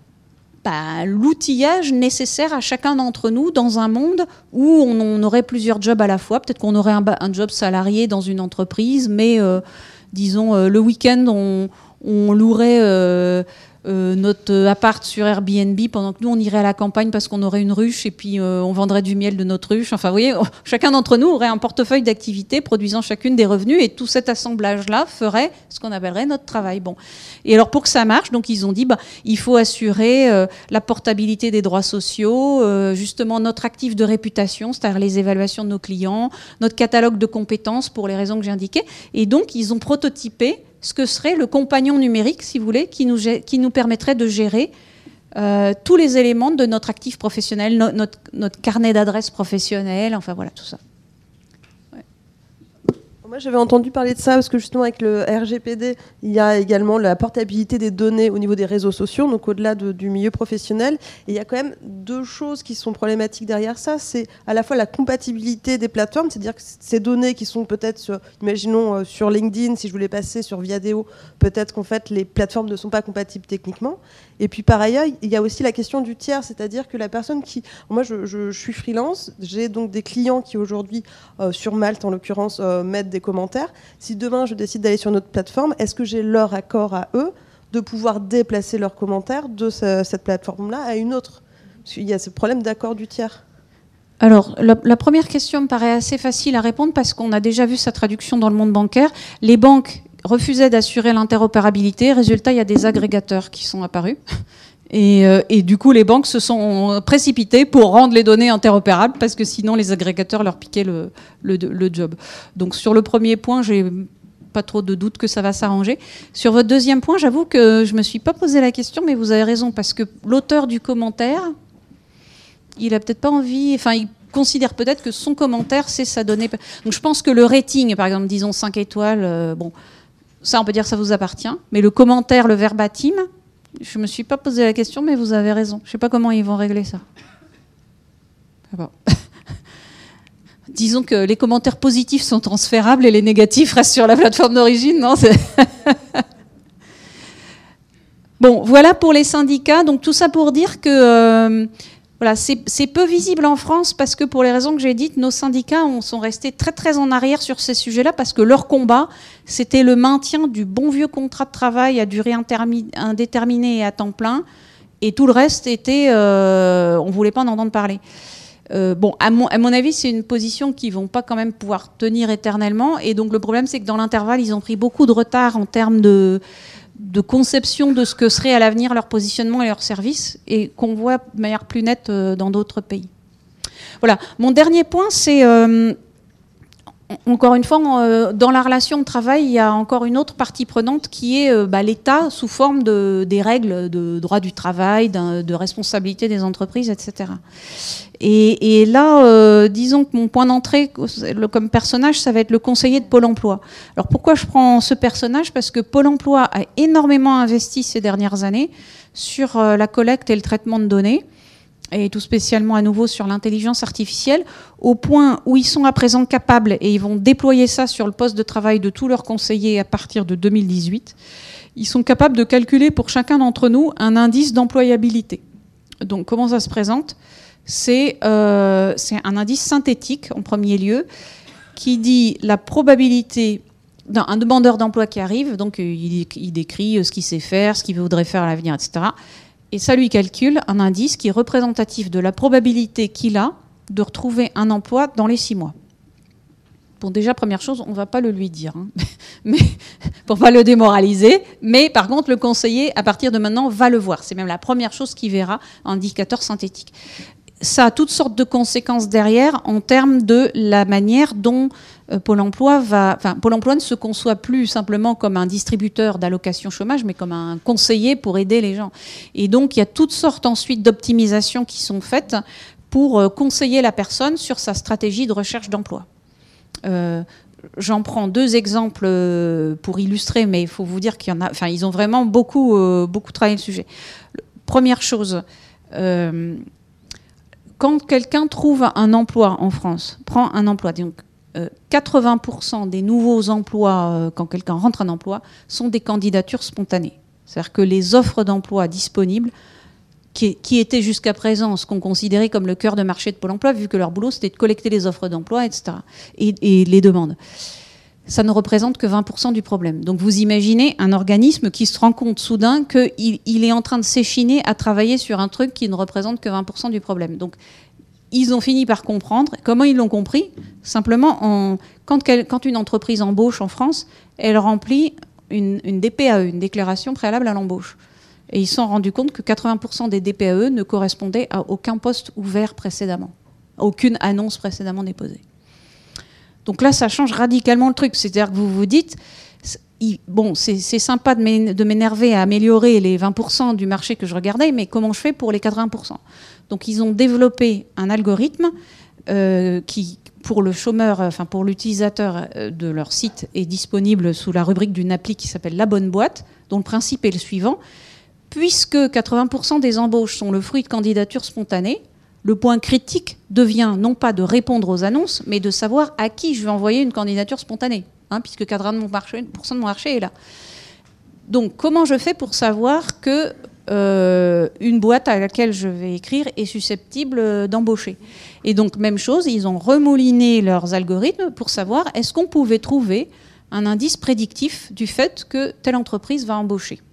l'outillage nécessaire à chacun d'entre nous dans un monde où on aurait plusieurs jobs à la fois. Peut-être qu'on aurait un job salarié dans une entreprise, mais disons, le week-end, on louerait notre appart sur Airbnb pendant que nous, on irait à la campagne parce qu'on aurait une ruche et puis on vendrait du miel de notre ruche. Enfin, vous voyez, chacun d'entre nous aurait un portefeuille d'activités produisant chacune des revenus et tout cet assemblage-là ferait ce qu'on appellerait notre travail. Bon. Et alors, pour que ça marche, donc ils ont dit, il faut assurer la portabilité des droits sociaux, justement notre actif de réputation, c'est-à-dire les évaluations de nos clients, notre catalogue de compétences pour les raisons que j'ai indiquées. Et donc, ils ont prototypé ce que serait le compagnon numérique, si vous voulez, qui nous permettrait de gérer tous les éléments de notre actif professionnel, notre carnet d'adresses professionnelles, enfin voilà, tout ça. Ouais. Moi, j'avais entendu parler de ça parce que justement, avec le RGPD, il y a également la portabilité des données au niveau des réseaux sociaux, donc au-delà du milieu professionnel. Et il y a quand même deux choses qui sont problématiques derrière ça. C'est à la fois la compatibilité des plateformes, c'est-à-dire que ces données qui sont peut-être, imaginons, sur LinkedIn, si je voulais passer sur Viadeo, peut-être qu'en fait, les plateformes ne sont pas compatibles techniquement. Et puis par ailleurs, il y a aussi la question du tiers, c'est-à-dire que la personne qui... Moi, je suis freelance, j'ai donc des clients qui aujourd'hui, sur Malte en l'occurrence, mettent des commentaires. Si demain je décide d'aller sur notre plateforme, est-ce que j'ai leur accord à eux de pouvoir déplacer leurs commentaires de cette plateforme-là à une autre? Parce qu'il y a ce problème d'accord du tiers. Alors, la première question me paraît assez facile à répondre parce qu'on a déjà vu sa traduction dans le monde bancaire. Les banques refusaient d'assurer l'interopérabilité. Résultat, il y a des agrégateurs qui sont apparus. Et du coup, les banques se sont précipitées pour rendre les données interopérables parce que sinon, les agrégateurs leur piquaient le job. Donc, sur le premier point, j'ai pas trop de doute que ça va s'arranger. Sur votre deuxième point, j'avoue que je me suis pas posé la question, mais vous avez raison, parce que l'auteur du commentaire, il a peut-être pas envie... Enfin, il considère peut-être que son commentaire, c'est sa donnée... Donc, je pense que le rating, par exemple, disons 5 étoiles, bon, ça, on peut dire que ça vous appartient. Mais le commentaire, le verbatim... Je ne me suis pas posé la question, mais vous avez raison. Je ne sais pas comment ils vont régler ça. Bon. Disons que les commentaires positifs sont transférables et les négatifs restent sur la plateforme d'origine, non? Bon, voilà pour les syndicats. Donc tout ça pour dire que voilà, c'est peu visible en France parce que pour les raisons que j'ai dites, nos syndicats sont restés très très en arrière sur ces sujets-là parce que leur combat, c'était le maintien du bon vieux contrat de travail à durée indéterminée et à temps plein. Et tout le reste était... on ne voulait pas en entendre parler. Bon, à mon avis, c'est une position qu'ils ne vont pas quand même pouvoir tenir éternellement. Et donc le problème, c'est que dans l'intervalle, ils ont pris beaucoup de retard en termes de conception de ce que serait à l'avenir leur positionnement et leur service, et qu'on voit de manière plus nette dans d'autres pays. Voilà. Mon dernier point, c'est... encore une fois, dans la relation de travail, il y a encore une autre partie prenante qui est l'État sous forme des règles de droit du travail, de responsabilité des entreprises, etc. Et là, disons que mon point d'entrée comme personnage, ça va être le conseiller de Pôle emploi. Alors pourquoi je prends ce personnage? Parce que Pôle emploi a énormément investi ces dernières années sur la collecte et le traitement de données, et tout spécialement à nouveau sur l'intelligence artificielle, au point où ils sont à présent capables, et ils vont déployer ça sur le poste de travail de tous leurs conseillers à partir de 2018, ils sont capables de calculer pour chacun d'entre nous un indice d'employabilité. Donc comment ça se présente? C'est un indice synthétique en premier lieu, qui dit la probabilité d'un demandeur d'emploi qui arrive, donc il décrit ce qu'il sait faire, ce qu'il voudrait faire à l'avenir, etc., et ça lui calcule un indice qui est représentatif de la probabilité qu'il a de retrouver un emploi dans les 6 mois. Bon, déjà, première chose, on ne va pas le lui dire, hein, mais, pour ne pas le démoraliser. Mais par contre, le conseiller, à partir de maintenant, va le voir. C'est même la première chose qu'il verra, indicateur synthétique. Ça a toutes sortes de conséquences derrière en termes de la manière dont Pôle emploi Pôle emploi ne se conçoit plus simplement comme un distributeur d'allocations chômage, mais comme un conseiller pour aider les gens. Et donc, il y a toutes sortes ensuite d'optimisations qui sont faites pour conseiller la personne sur sa stratégie de recherche d'emploi. J'en prends 2 exemples pour illustrer, mais il faut vous dire qu'il y en a. Enfin, ils ont vraiment beaucoup travaillé le sujet. Première chose. Quand quelqu'un trouve un emploi en France, prend un emploi, donc 80% des nouveaux emplois, quand quelqu'un rentre en emploi, sont des candidatures spontanées. C'est-à-dire que les offres d'emploi disponibles, qui étaient jusqu'à présent ce qu'on considérait comme le cœur de marché de Pôle emploi, vu que leur boulot c'était de collecter les offres d'emploi, etc., et les demandes, ça ne représente que 20% du problème. Donc vous imaginez un organisme qui se rend compte soudain qu'il est en train de s'échiner à travailler sur un truc qui ne représente que 20% du problème. Donc ils ont fini par comprendre. Comment ils l'ont compris? Simplement, quand une entreprise embauche en France, elle remplit une DPAE, une déclaration préalable à l'embauche. Et ils se sont rendus compte que 80% des DPAE ne correspondaient à aucun poste ouvert précédemment, aucune annonce précédemment déposée. Donc là, ça change radicalement le truc. C'est-à-dire que vous vous dites, bon, c'est sympa de m'énerver à améliorer les 20% du marché que je regardais, mais comment je fais pour les 80%? Donc ils ont développé un algorithme qui, pour le chômeur, enfin pour l'utilisateur de leur site, est disponible sous la rubrique d'une appli qui s'appelle La Bonne Boîte, dont le principe est le suivant. Puisque 80% des embauches sont le fruit de candidatures spontanées, le point critique devient non pas de répondre aux annonces, mais de savoir à qui je vais envoyer une candidature spontanée, puisque 80% de mon marché est là. Donc, comment je fais pour savoir que une boîte à laquelle je vais écrire est susceptible d'embaucher? Et donc, même chose, ils ont remouliné leurs algorithmes pour savoir est-ce qu'on pouvait trouver un indice prédictif du fait que telle entreprise va embaucher.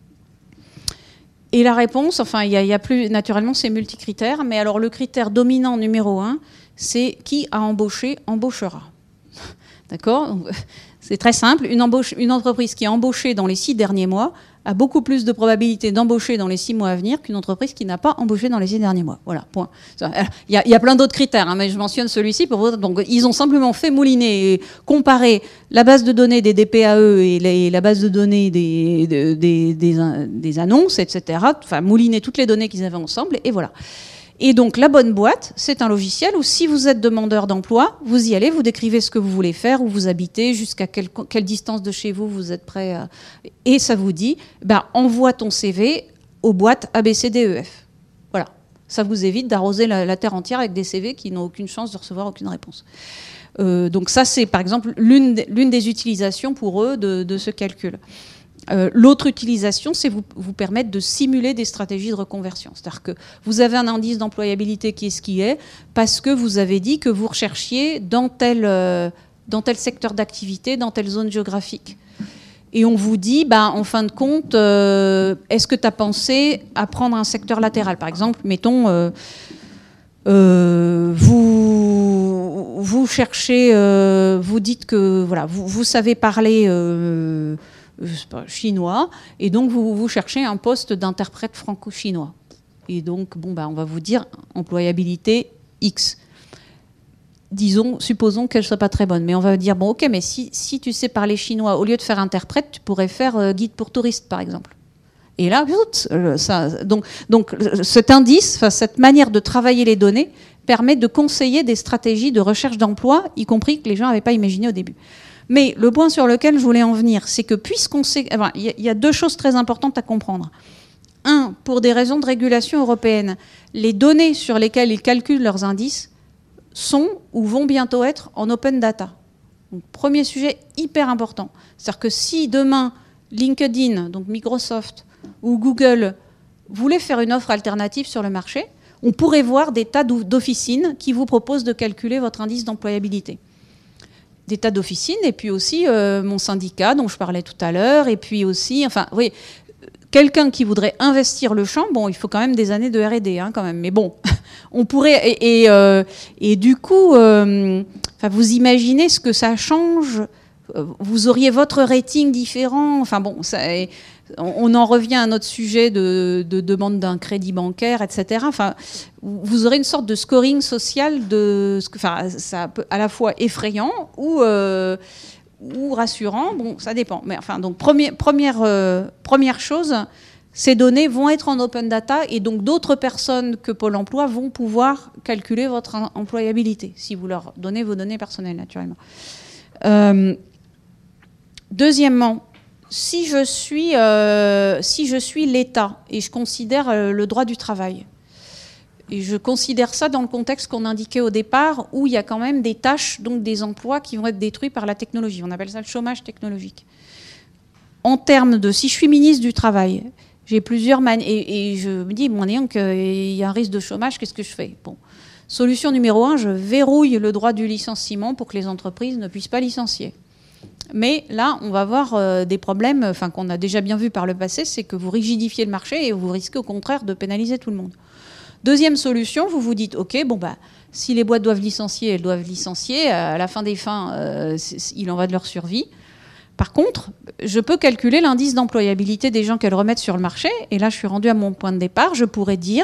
Et la réponse, enfin, il y a plus, naturellement, c'est multicritère, mais alors le critère dominant numéro 1, c'est qui a embauché, embauchera. D'accord? C'est très simple. Une entreprise qui a embauché dans les 6 derniers mois a beaucoup plus de probabilité d'embaucher dans les 6 mois à venir qu'une entreprise qui n'a pas embauché dans les 6 derniers mois. Voilà, point. Il y a plein d'autres critères, mais je mentionne celui-ci pour vous. Donc, ils ont simplement fait mouliner et comparer la base de données des DPAE et la base de données des annonces, etc. Enfin, mouliner toutes les données qu'ils avaient ensemble, et voilà. Et donc, La Bonne Boîte, c'est un logiciel où si vous êtes demandeur d'emploi, vous y allez, vous décrivez ce que vous voulez faire, où vous habitez, jusqu'à quelle distance de chez vous vous êtes prêt à... Et ça vous dit, envoie ton CV aux boîtes ABCDEF. Voilà. Ça vous évite d'arroser la terre entière avec des CV qui n'ont aucune chance de recevoir aucune réponse. Donc ça, c'est par exemple l'une des utilisations pour eux de ce calcul. L'autre utilisation, c'est vous permettre de simuler des stratégies de reconversion. C'est-à-dire que vous avez un indice d'employabilité qui est ce qui est, parce que vous avez dit que vous recherchiez dans tel secteur d'activité, dans telle zone géographique. Et on vous dit, en fin de compte, est-ce que tu as pensé à prendre un secteur latéral? Par exemple, mettons, vous cherchez, vous dites que voilà, vous savez parler chinois, et donc vous cherchez un poste d'interprète franco-chinois. Et donc, on va vous dire employabilité X. supposons qu'elle soit pas très bonne. Mais on va dire, bon, ok, mais si tu sais parler chinois, au lieu de faire interprète, tu pourrais faire guide pour touristes, par exemple. Et là, donc cet indice, cette manière de travailler les données, permet de conseiller des stratégies de recherche d'emploi, y compris que les gens n'avaient pas imaginé au début. Mais le point sur lequel je voulais en venir, c'est que puisqu'on sait... Il y a deux choses très importantes à comprendre. Un, pour des raisons de régulation européenne, les données sur lesquelles ils calculent leurs indices sont ou vont bientôt être en open data. Donc, premier sujet hyper important. C'est-à-dire que si demain, LinkedIn, donc Microsoft ou Google voulaient faire une offre alternative sur le marché, on pourrait voir des tas d'officines qui vous proposent de calculer votre indice d'employabilité. Des tas d'officines, et puis aussi mon syndicat dont je parlais tout à l'heure, et puis aussi, enfin, oui, quelqu'un qui voudrait investir le champ, bon, il faut quand même des années de R&D, hein, quand même, mais bon, on pourrait, et du coup, vous imaginez ce que ça change, vous auriez votre rating différent, enfin bon, on en revient à notre sujet de demande d'un crédit bancaire, etc. Enfin, vous aurez une sorte de scoring social ça peut à la fois effrayant ou rassurant. Bon, ça dépend. Mais enfin, donc première chose, ces données vont être en open data et donc d'autres personnes que Pôle Emploi vont pouvoir calculer votre employabilité si vous leur donnez vos données personnelles, naturellement. Deuxièmement, si je suis l'État et je considère le droit du travail, et je considère ça dans le contexte qu'on indiquait au départ, où il y a quand même des tâches, donc des emplois qui vont être détruits par la technologie. On appelle ça le chômage technologique. En termes de, si je suis ministre du Travail, j'ai plusieurs manières, et je me dis, bon, il y a un risque de chômage, qu'est-ce que je fais ? Bon, solution numéro 1, je verrouille le droit du licenciement pour que les entreprises ne puissent pas licencier. Mais là, on va avoir des problèmes, qu'on a déjà bien vu par le passé, c'est que vous rigidifiez le marché et vous risquez au contraire de pénaliser tout le monde. Deuxième solution, vous vous dites, ok, bon bah, si les boîtes doivent licencier, elles doivent licencier. À la fin des fins, il en va de leur survie. Par contre, je peux calculer l'indice d'employabilité des gens qu'elles remettent sur le marché. Et là, je suis rendue à mon point de départ. Je pourrais dire,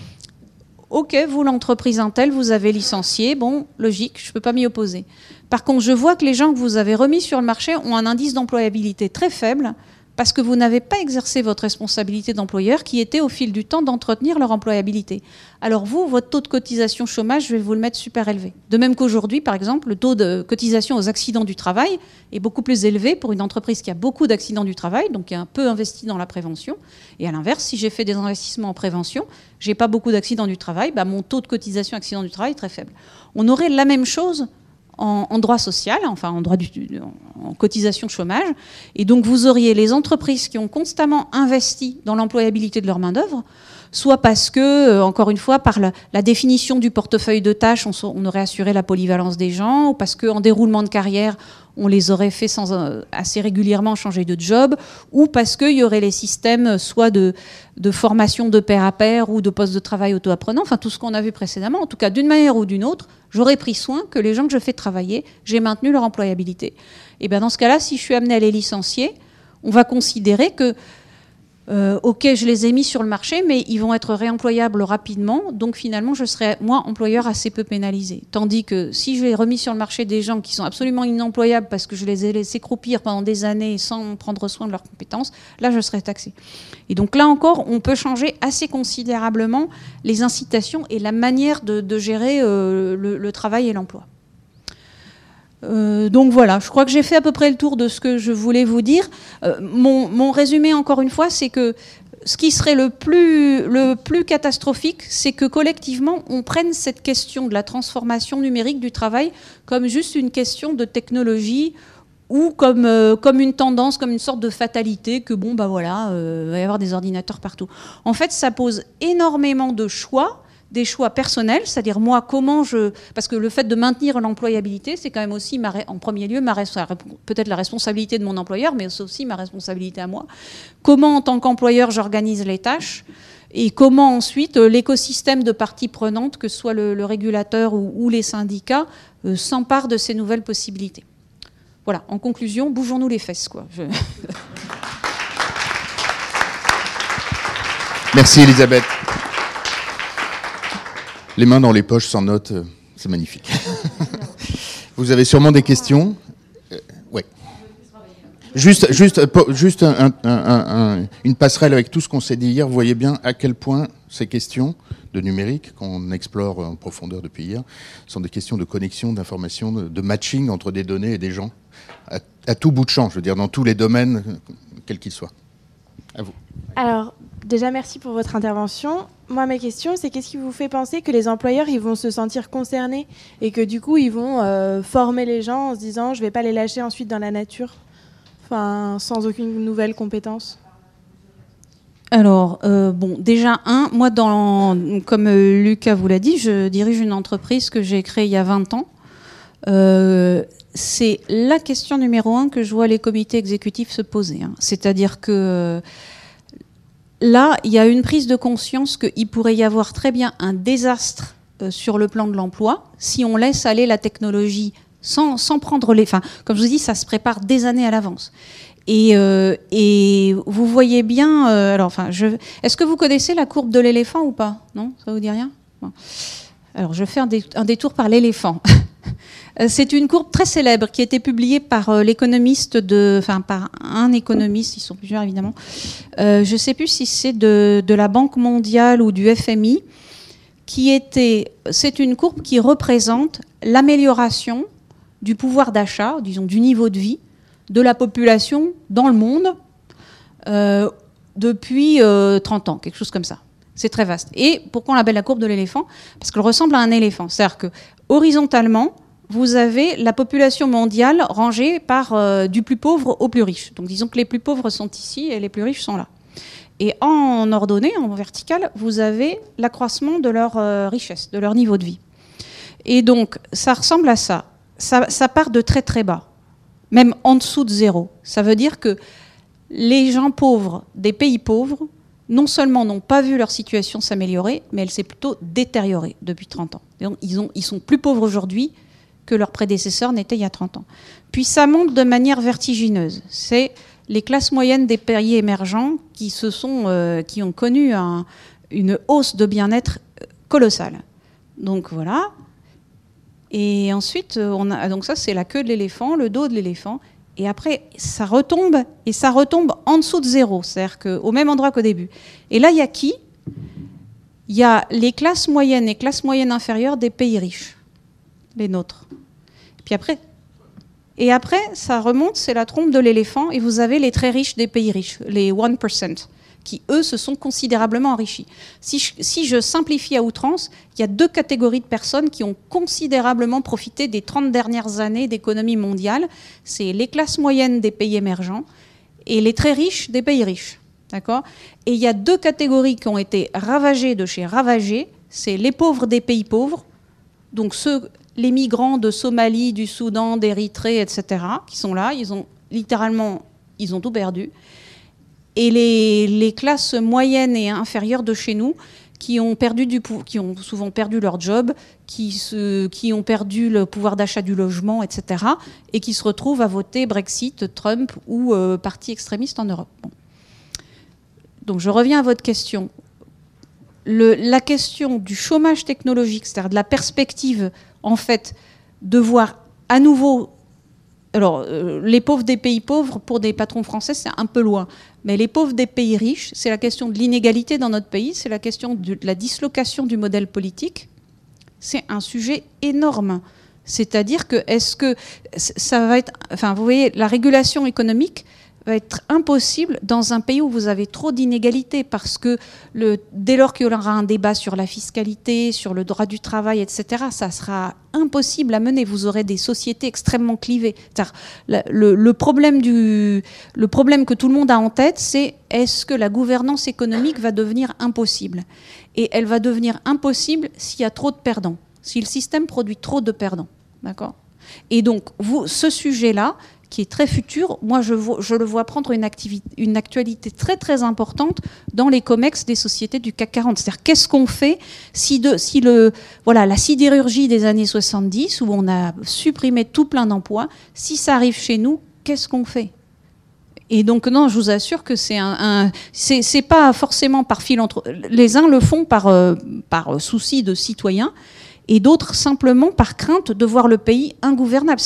ok, vous, l'entreprise Intel, vous avez licencié. Bon, logique, je ne peux pas m'y opposer. Par contre, je vois que les gens que vous avez remis sur le marché ont un indice d'employabilité très faible parce que vous n'avez pas exercé votre responsabilité d'employeur qui était au fil du temps d'entretenir leur employabilité. Alors vous, votre taux de cotisation chômage, je vais vous le mettre super élevé. De même qu'aujourd'hui, par exemple, le taux de cotisation aux accidents du travail est beaucoup plus élevé pour une entreprise qui a beaucoup d'accidents du travail, donc qui est un peu investie dans la prévention. Et à l'inverse, si j'ai fait des investissements en prévention, j'ai pas beaucoup d'accidents du travail, bah, mon taux de cotisation accident du travail est très faible. On aurait la même chose en droit social, enfin en cotisation chômage. Et donc vous auriez les entreprises qui ont constamment investi dans l'employabilité de leur main-d'œuvre, soit parce que, encore une fois, par la définition du portefeuille de tâches, on aurait assuré la polyvalence des gens, ou parce qu'en déroulement de carrière, on les aurait fait assez régulièrement changer de job, ou parce qu'il y aurait les systèmes soit de formation de pair à pair ou de poste de travail auto-apprenant, enfin tout ce qu'on a vu précédemment. En tout cas, d'une manière ou d'une autre, j'aurais pris soin que les gens que je fais travailler, j'ai maintenu leur employabilité. Et bien dans ce cas-là, si je suis amenée à les licencier, on va considérer que ok, je les ai mis sur le marché, mais ils vont être réemployables rapidement, donc finalement, je serai, moi, employeur, assez peu pénalisé. Tandis que si je l'ai remis sur le marché des gens qui sont absolument inemployables parce que je les ai laissés croupir pendant des années sans prendre soin de leurs compétences, là, je serai taxé. Et donc là encore, on peut changer assez considérablement les incitations et la manière de gérer le travail et l'emploi. Donc voilà, je crois que j'ai fait à peu près le tour de ce que je voulais vous dire. Mon résumé, encore une fois, c'est que ce qui serait le plus catastrophique, c'est que collectivement, on prenne cette question de la transformation numérique du travail comme juste une question de technologie ou comme une tendance, comme une sorte de fatalité que bon, bah voilà, va y avoir des ordinateurs partout. En fait, ça pose énormément de choix, des choix personnels, c'est-à-dire moi, parce que le fait de maintenir l'employabilité, c'est quand même aussi, en premier lieu, peut-être la responsabilité de mon employeur, mais c'est aussi ma responsabilité à moi. Comment, en tant qu'employeur, j'organise les tâches et comment ensuite l'écosystème de parties prenantes, que ce soit le régulateur ou les syndicats, s'emparent de ces nouvelles possibilités. Voilà, en conclusion, bougeons-nous les fesses, quoi. Merci Elisabeth. Les mains dans les poches sans notes, c'est magnifique. Vous avez sûrement des questions. Oui. Juste une passerelle avec tout ce qu'on s'est dit hier. Vous voyez bien à quel point ces questions de numérique, qu'on explore en profondeur depuis hier, sont des questions de connexion, d'information, de matching entre des données et des gens, à tout bout de champ, je veux dire, dans tous les domaines, quels qu'ils soient. À vous. Alors, déjà, merci pour votre intervention. Moi, ma question, c'est qu'est-ce qui vous fait penser que les employeurs, ils vont se sentir concernés et que du coup, ils vont former les gens en se disant, je ne vais pas les lâcher ensuite dans la nature, enfin, sans aucune nouvelle compétence? Alors, bon, déjà, moi, comme Lucas vous l'a dit, je dirige une entreprise que j'ai créée il y a 20 ans. C'est la question numéro 1 que je vois les comités exécutifs se poser. C'est-à-dire que là, il y a une prise de conscience qu'il pourrait y avoir très bien un désastre sur le plan de l'emploi si on laisse aller la technologie sans prendre les... Enfin, comme je vous dis, ça se prépare des années à l'avance. Et vous voyez bien... est-ce que vous connaissez la courbe de l'éléphant ou pas? Non? Ça vous dit rien? Bon. Alors, je fais un détour par l'éléphant. C'est une courbe très célèbre qui a été publiée par l'économiste par un économiste, ils sont plusieurs évidemment. Je ne sais plus si c'est de la Banque mondiale ou du FMI, c'est une courbe qui représente l'amélioration du pouvoir d'achat, disons du niveau de vie, de la population dans le monde depuis 30 ans, quelque chose comme ça. C'est très vaste. Et pourquoi on l'appelle la courbe de l'éléphant? Parce qu'elle ressemble à un éléphant. C'est-à-dire que horizontalement, vous avez la population mondiale rangée par du plus pauvre au plus riche. Donc disons que les plus pauvres sont ici et les plus riches sont là. Et en ordonnée, en vertical, vous avez l'accroissement de leur richesse, de leur niveau de vie. Et donc, ça ressemble à ça. Ça part de très très bas, même en dessous de zéro. Ça veut dire que les gens pauvres des pays pauvres, non seulement n'ont pas vu leur situation s'améliorer, mais elle s'est plutôt détériorée depuis 30 ans. Et donc, ils sont plus pauvres aujourd'hui que leurs prédécesseurs n'étaient il y a 30 ans. Puis ça monte de manière vertigineuse. C'est les classes moyennes des pays émergents qui ont connu une hausse de bien-être colossale. Donc voilà. Et ensuite, donc ça c'est la queue de l'éléphant, le dos de l'éléphant. Et après, ça retombe, et ça retombe en dessous de zéro, c'est-à-dire qu'au même endroit qu'au début. Et là, il y a qui? Il y a les classes moyennes et classes moyennes inférieures des pays riches, les nôtres. Et après, ça remonte, c'est la trompe de l'éléphant, et vous avez les très riches des pays riches, les 1%, qui, eux, se sont considérablement enrichis. Si je simplifie à outrance, il y a 2 catégories de personnes qui ont considérablement profité des 30 dernières années d'économie mondiale. C'est les classes moyennes des pays émergents et les très riches des pays riches. D'accord ? Et il y a 2 catégories qui ont été ravagées de chez ravagées. C'est les pauvres des pays pauvres, donc les migrants de Somalie, du Soudan, d'Érythrée, etc., qui sont là. Ils ont tout perdu. Et les classes moyennes et inférieures de chez nous qui ont souvent perdu leur job, qui ont perdu le pouvoir d'achat du logement, etc., et qui se retrouvent à voter Brexit, Trump ou parti extrémiste en Europe. Bon. Donc je reviens à votre question. La question du chômage technologique, c'est-à-dire de la perspective, en fait, de voir à nouveau... Alors, les pauvres des pays pauvres, pour des patrons français, c'est un peu loin. Mais les pauvres des pays riches, c'est la question de l'inégalité dans notre pays, c'est la question de la dislocation du modèle politique. C'est un sujet énorme. C'est-à-dire que, est-ce que ça va être... Enfin, vous voyez, la régulation économique va être impossible dans un pays où vous avez trop d'inégalités, parce que dès lors qu'il y aura un débat sur la fiscalité, sur le droit du travail, etc., ça sera impossible à mener. Vous aurez des sociétés extrêmement clivées. Le problème que tout le monde a en tête, c'est est-ce que la gouvernance économique va devenir impossible? Et elle va devenir impossible s'il y a trop de perdants, si le système produit trop de perdants. D'accord ? Et donc, ce sujet-là, qui est très futur, moi je le vois prendre une actualité très très importante dans les COMEX des sociétés du CAC 40. C'est-à-dire qu'est-ce qu'on fait si la sidérurgie des années 70, où on a supprimé tout plein d'emplois, si ça arrive chez nous, qu'est-ce qu'on fait? Et donc non, je vous assure que c'est pas forcément par philanthropie. Les uns le font par souci de citoyens. et d'autres simplement par crainte de voir le pays ingouvernable.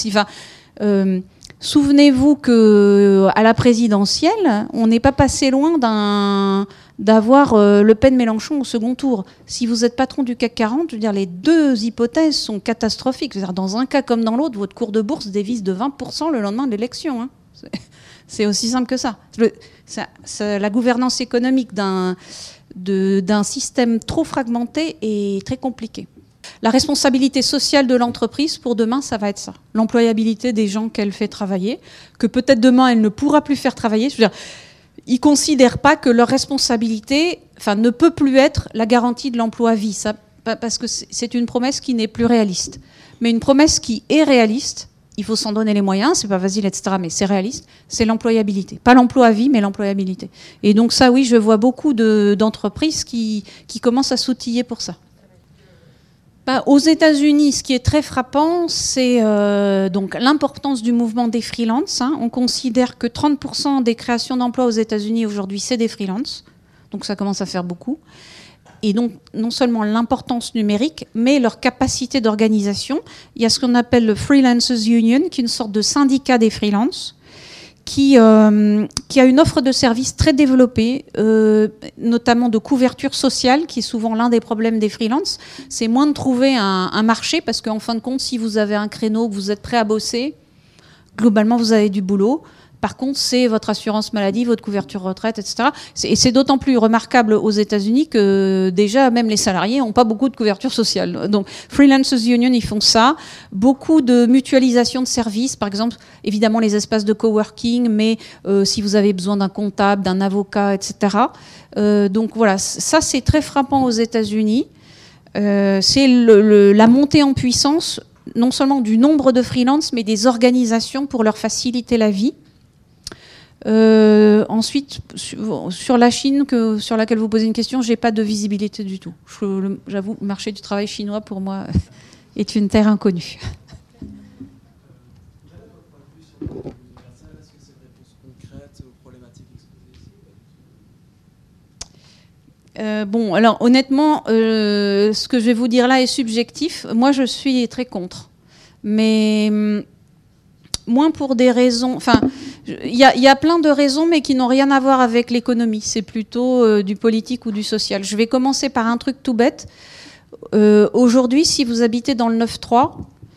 Souvenez-vous qu'à la présidentielle, on n'est pas passé loin d'avoir Le Pen-Mélenchon au second tour. Si vous êtes patron du CAC 40, je veux dire, les deux hypothèses sont catastrophiques. C'est-à-dire, dans un cas comme dans l'autre, votre cours de bourse dévisse de 20% le lendemain de l'élection. Hein. C'est aussi simple que ça. La gouvernance économique d'un système trop fragmenté est très compliquée. La responsabilité sociale de l'entreprise, pour demain, ça va être ça. L'employabilité des gens qu'elle fait travailler, que peut-être demain, elle ne pourra plus faire travailler. Je veux dire, ils ne considèrent pas que leur responsabilité ne peut plus être la garantie de l'emploi à vie. Ça, parce que c'est une promesse qui n'est plus réaliste. Mais une promesse qui est réaliste, il faut s'en donner les moyens, c'est pas facile, etc., mais c'est réaliste, c'est l'employabilité. Pas l'emploi à vie, mais l'employabilité. Et donc ça, oui, je vois beaucoup d'entreprises qui commencent à s'outiller pour ça. Aux États-Unis, ce qui est très frappant, c'est donc l'importance du mouvement des freelances. Hein. On considère que 30% des créations d'emplois aux États-Unis aujourd'hui, c'est des freelances. Donc ça commence à faire beaucoup. Et donc, non seulement l'importance numérique, mais leur capacité d'organisation. Il y a ce qu'on appelle le Freelancers Union, qui est une sorte de syndicat des freelances, qui a une offre de services très développée, notamment de couverture sociale, qui est souvent l'un des problèmes des freelances. C'est moins de trouver un marché, parce qu'en fin de compte, si vous avez un créneau, que vous êtes prêt à bosser, globalement, vous avez du boulot. Par contre, c'est votre assurance maladie, votre couverture retraite, etc. Et c'est d'autant plus remarquable aux États-Unis que déjà, même les salariés n'ont pas beaucoup de couverture sociale. Donc, Freelancers Union, ils font ça. Beaucoup de mutualisation de services, par exemple, évidemment les espaces de coworking, mais si vous avez besoin d'un comptable, d'un avocat, etc. Donc voilà, ça c'est très frappant aux États-Unis. C'est la montée en puissance, non seulement du nombre de freelances, mais des organisations pour leur faciliter la vie. Ensuite, sur la Chine, sur laquelle vous posez une question, j'ai pas de visibilité du tout. J'avoue, le marché du travail chinois, pour moi, est une terre inconnue. Bon, alors honnêtement, ce que je vais vous dire là est subjectif. Moi, je suis très contre. Mais moins pour des raisons... Enfin, il y a plein de raisons, mais qui n'ont rien à voir avec l'économie. C'est plutôt du politique ou du social. Je vais commencer par un truc tout bête. Aujourd'hui, si vous habitez dans le 9-3,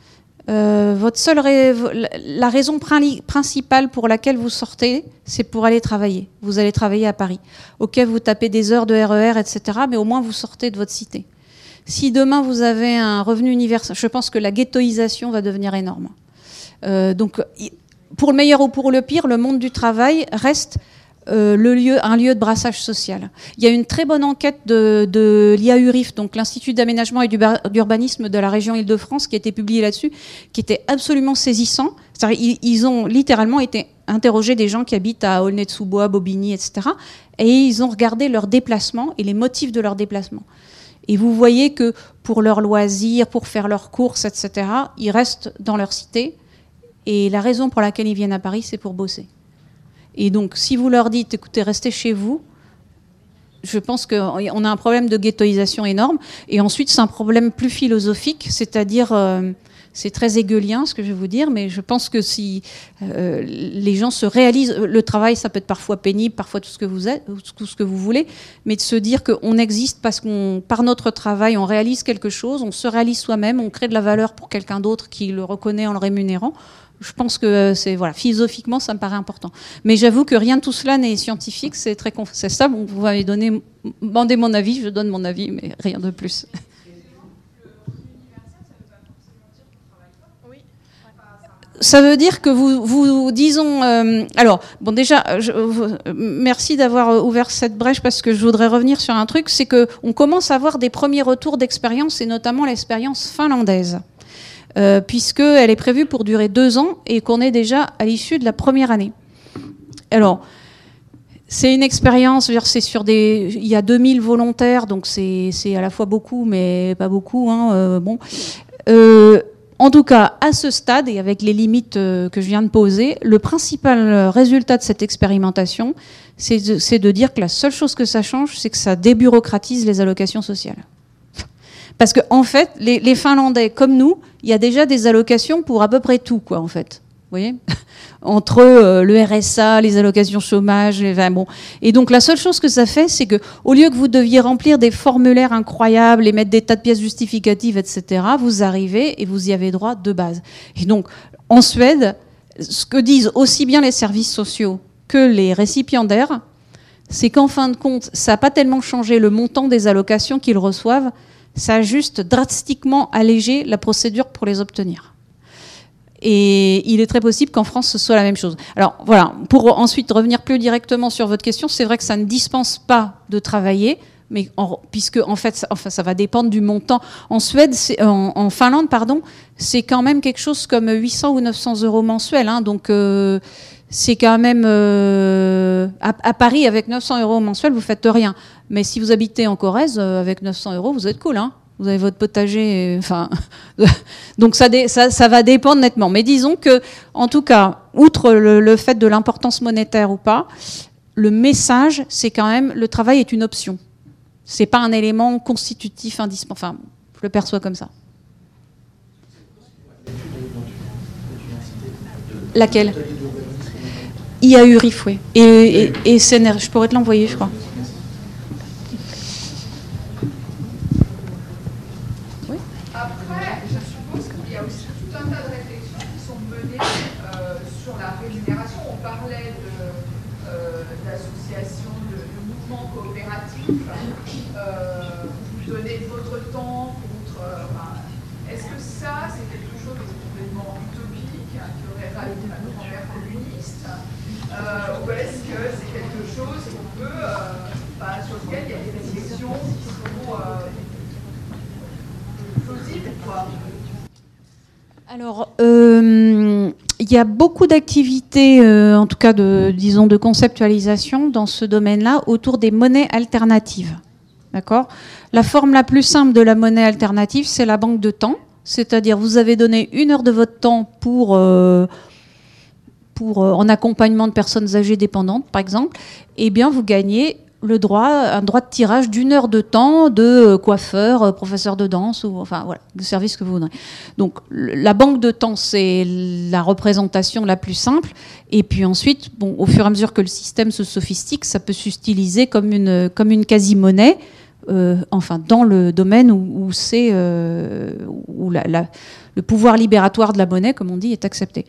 la raison principale pour laquelle vous sortez, c'est pour aller travailler. Vous allez travailler à Paris. Ok, vous tapez des heures de RER, etc., mais au moins vous sortez de votre cité. Si demain vous avez un revenu universel, je pense que la ghettoisation va devenir énorme. Donc, pour le meilleur ou pour le pire, le monde du travail reste un lieu de brassage social. Il y a une très bonne enquête de l'IAURIF, donc l'Institut d'aménagement et d'urbanisme de la région Île-de-France, qui a été publiée là-dessus, qui était absolument saisissant. Ils ont littéralement été interrogés des gens qui habitent à Aulnay-sous-Bois, Bobigny, etc. Et ils ont regardé leurs déplacements et les motifs de leurs déplacements. Et vous voyez que pour leurs loisirs, pour faire leurs courses, etc., ils restent dans leur cité. Et la raison pour laquelle ils viennent à Paris, c'est pour bosser. Et donc, si vous leur dites, écoutez, restez chez vous, je pense qu'on a un problème de ghettoisation énorme. Et ensuite, c'est un problème plus philosophique, c'est-à-dire, c'est très hegelien ce que je vais vous dire, mais je pense que si les gens se réalisent, le travail, ça peut être parfois pénible, parfois tout ce que vous êtes, tout ce que vous voulez, mais de se dire qu'on existe parce qu'on, par notre travail, on réalise quelque chose, on se réalise soi-même, on crée de la valeur pour quelqu'un d'autre qui le reconnaît en le rémunérant. Je pense que philosophiquement, ça me paraît important. Mais j'avoue que rien de tout cela n'est scientifique, c'est très ça. Bon, vous m'avez demandé mon avis, je donne mon avis, mais rien de plus. Ça veut dire que vous disons... alors, bon, déjà, merci d'avoir ouvert cette brèche parce que je voudrais revenir sur un truc, c'est qu'on commence à avoir des premiers retours d'expérience, et notamment l'expérience finlandaise. Puisqu'elle est prévue pour durer 2 ans et qu'on est déjà à l'issue de la première année. Alors, c'est une expérience, c'est sur il y a 2000 volontaires, donc c'est à la fois beaucoup, mais pas beaucoup. Hein, bon. En tout cas, à ce stade, et avec les limites que je viens de poser, le principal résultat de cette expérimentation, c'est de dire que la seule chose que ça change, c'est que ça débureaucratise les allocations sociales. Parce que en fait, les Finlandais, comme nous, il y a déjà des allocations pour à peu près tout, quoi, en fait. Vous voyez, entre le RSA, les allocations chômage, bon. Et donc la seule chose que ça fait, c'est que au lieu que vous deviez remplir des formulaires incroyables et mettre des tas de pièces justificatives, etc., vous arrivez et vous y avez droit de base. Et donc en Suède, ce que disent aussi bien les services sociaux que les récipiendaires, c'est qu'en fin de compte, ça n'a pas tellement changé le montant des allocations qu'ils reçoivent, ça a juste drastiquement allégé la procédure pour les obtenir. Et il est très possible qu'en France, ce soit la même chose. Alors voilà, pour ensuite revenir plus directement sur votre question, c'est vrai que ça ne dispense pas de travailler, mais puisque en fait, ça va dépendre du montant. En Suède, en Finlande, pardon, c'est quand même quelque chose comme 800 ou 900 euros mensuels. Hein, donc c'est quand même à Paris avec 900 euros mensuels, vous faites rien. Mais si vous habitez en Corrèze, avec 900 euros, vous êtes cool, hein. Vous avez votre potager, enfin, donc ça va dépendre nettement. Mais disons que, en tout cas, outre le fait de l'importance monétaire ou pas, le message, c'est quand même le travail est une option. C'est pas un élément constitutif indispensable. Enfin, je le perçois comme ça. Laquelle? IAU-RIF, oui. Et CNR, je pourrais te l'envoyer, je crois. Vous donnez de votre temps contre. Est-ce que ça, c'est quelque chose de complètement utopique qui aurait ravi la grand-mère communiste ou est-ce que c'est quelque chose qu'on peut, sur lequel il y a des réflexions qui sont plausibles ou pas? Alors, il y a beaucoup d'activités, en tout cas disons de conceptualisation dans ce domaine-là, autour des monnaies alternatives. D'accord ? La forme la plus simple de la monnaie alternative, c'est la banque de temps. C'est-à-dire, vous avez donné 1 heure de votre temps pour en accompagnement de personnes âgées dépendantes, par exemple. Eh bien, vous gagnez un droit de tirage d'1 heure de temps de coiffeur, professeur de danse, ou enfin voilà, le service que vous voudrez. Donc la banque de temps, c'est la représentation la plus simple. Et puis ensuite, bon, au fur et à mesure que le système se sophistique, ça peut s'utiliser comme une quasi-monnaie, enfin dans le domaine où le pouvoir libératoire de la monnaie, comme on dit, est accepté.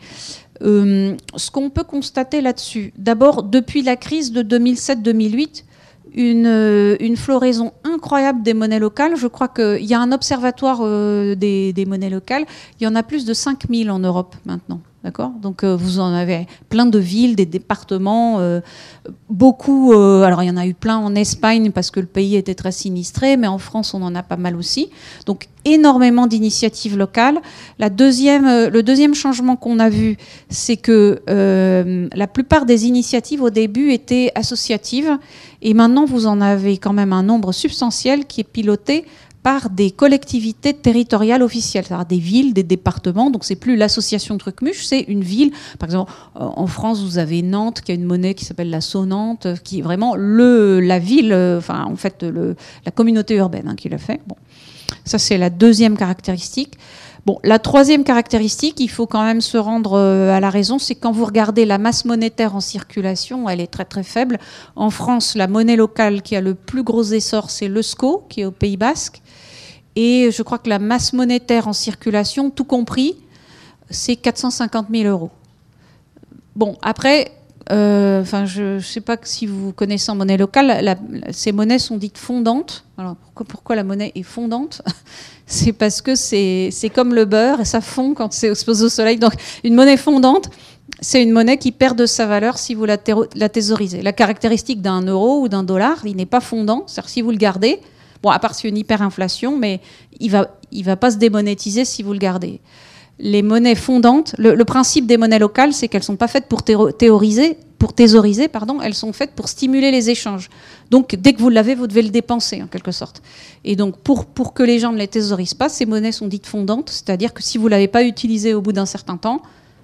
Ce qu'on peut constater là-dessus, d'abord, depuis la crise de 2007-2008, une floraison incroyable des monnaies locales. Je crois qu'il y a un observatoire des monnaies locales. Il y en a plus de 5000 en Europe maintenant. D'accord ? Donc vous en avez plein de villes, des départements, beaucoup. Alors il y en a eu plein en Espagne parce que le pays était très sinistré, mais en France on en a pas mal aussi. Donc énormément d'initiatives locales. Le deuxième changement qu'on a vu, c'est que la plupart des initiatives au début étaient associatives, et maintenant vous en avez quand même un nombre substantiel qui est piloté par des collectivités territoriales officielles, c'est-à-dire des villes, des départements. Donc c'est plus l'association Trucmuche, c'est une ville. Par exemple, en France, vous avez Nantes qui a une monnaie qui s'appelle la Sonnante, qui est vraiment la ville, enfin en fait la communauté urbaine qui l'a fait. Bon, ça c'est la deuxième caractéristique. Bon, la troisième caractéristique, il faut quand même se rendre à la raison, c'est quand vous regardez la masse monétaire en circulation, elle est très très faible. En France, la monnaie locale qui a le plus gros essor, c'est l'Eusco, qui est au Pays Basque. Et je crois que la masse monétaire en circulation, tout compris, c'est 450 000 euros. Bon, après, je ne sais pas si vous connaissez en monnaie locale, ces monnaies sont dites fondantes. Alors, pourquoi la monnaie est fondante ? C'est parce que c'est comme le beurre et ça fond quand c'est exposé au soleil. Donc, une monnaie fondante, c'est une monnaie qui perd de sa valeur si vous la thésaurisez. La caractéristique d'un euro ou d'un dollar, il n'est pas fondant. C'est-à-dire si vous le gardez, bon, à part s'il y a une hyperinflation, mais il va pas se démonétiser si vous le gardez. Les monnaies fondantes, le principe des monnaies locales, c'est qu'elles ne sont pas faites pour thésauriser, elles sont faites pour stimuler les échanges. Donc, dès que vous l'avez, vous devez le dépenser, en quelque sorte. Et donc, pour que les gens ne les thésaurisent pas, ces monnaies sont dites fondantes, c'est-à-dire que si vous ne l'avez pas utilisé au bout d'un certain temps,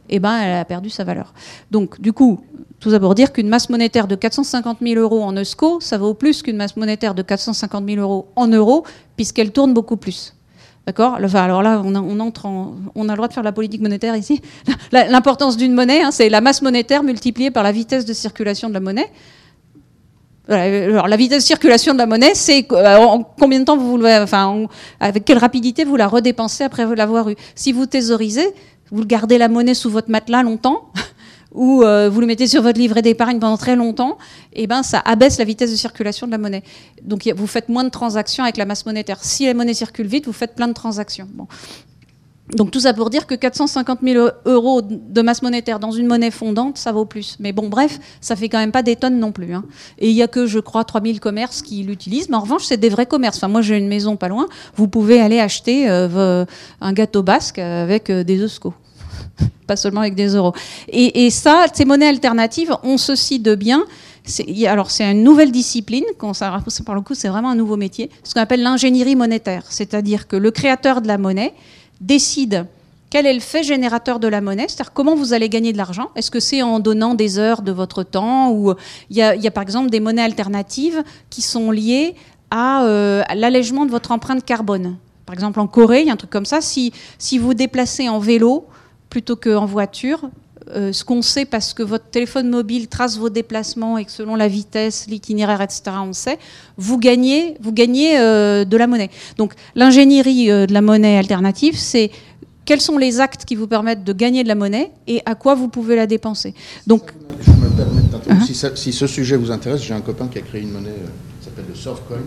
eh ben, elle a perdu sa valeur. Donc, du coup, tout d'abord dire qu'une masse monétaire de 450 000 euros en ESCO, ça vaut plus qu'une masse monétaire de 450 000 euros en euros, puisqu'elle tourne beaucoup plus. D'accord ? Enfin, alors là, on a le droit de faire de la politique monétaire ici. L'importance d'une monnaie, hein, c'est la masse monétaire multipliée par la vitesse de circulation de la monnaie. Alors, la vitesse de circulation de la monnaie, c'est en combien de temps avec quelle rapidité vous la redépensez après l'avoir eue. Si vous thésaurisez, vous gardez la monnaie sous votre matelas longtemps, ou vous le mettez sur votre livret d'épargne pendant très longtemps, et ben ça abaisse la vitesse de circulation de la monnaie. Donc vous faites moins de transactions avec la masse monétaire. Si la monnaie circule vite, vous faites plein de transactions. Bon. Donc tout ça pour dire que 450 000 euros de masse monétaire dans une monnaie fondante, ça vaut plus. Mais bon, bref, ça fait quand même pas des tonnes non plus. Hein. Et il y a que, je crois, 3000 commerces qui l'utilisent. Mais en revanche, c'est des vrais commerces. Enfin, moi, j'ai une maison pas loin. Vous pouvez aller acheter un gâteau basque avec des euskos. Pas seulement avec des euros. Et ça, ces monnaies alternatives ont ceci de bien. Alors, c'est une nouvelle discipline. Par le coup, c'est vraiment un nouveau métier. Ce qu'on appelle l'ingénierie monétaire. C'est-à-dire que le créateur de la monnaie décide quel est le fait générateur de la monnaie, c'est-à-dire comment vous allez gagner de l'argent. Est-ce que c'est en donnant des heures de votre temps, ou il y a par exemple des monnaies alternatives qui sont liées à l'allègement de votre empreinte carbone. Par exemple, en Corée, il y a un truc comme ça. Si vous déplacez en vélo plutôt qu'en voiture, ce qu'on sait parce que votre téléphone mobile trace vos déplacements et que selon la vitesse, l'itinéraire, etc., on sait, vous gagnez de la monnaie. Donc l'ingénierie de la monnaie alternative, c'est quels sont les actes qui vous permettent de gagner de la monnaie et à quoi vous pouvez la dépenser. Donc, je me permets d'interrompre. Si ce sujet vous intéresse, j'ai un copain qui a créé une monnaie qui s'appelle le Softcoin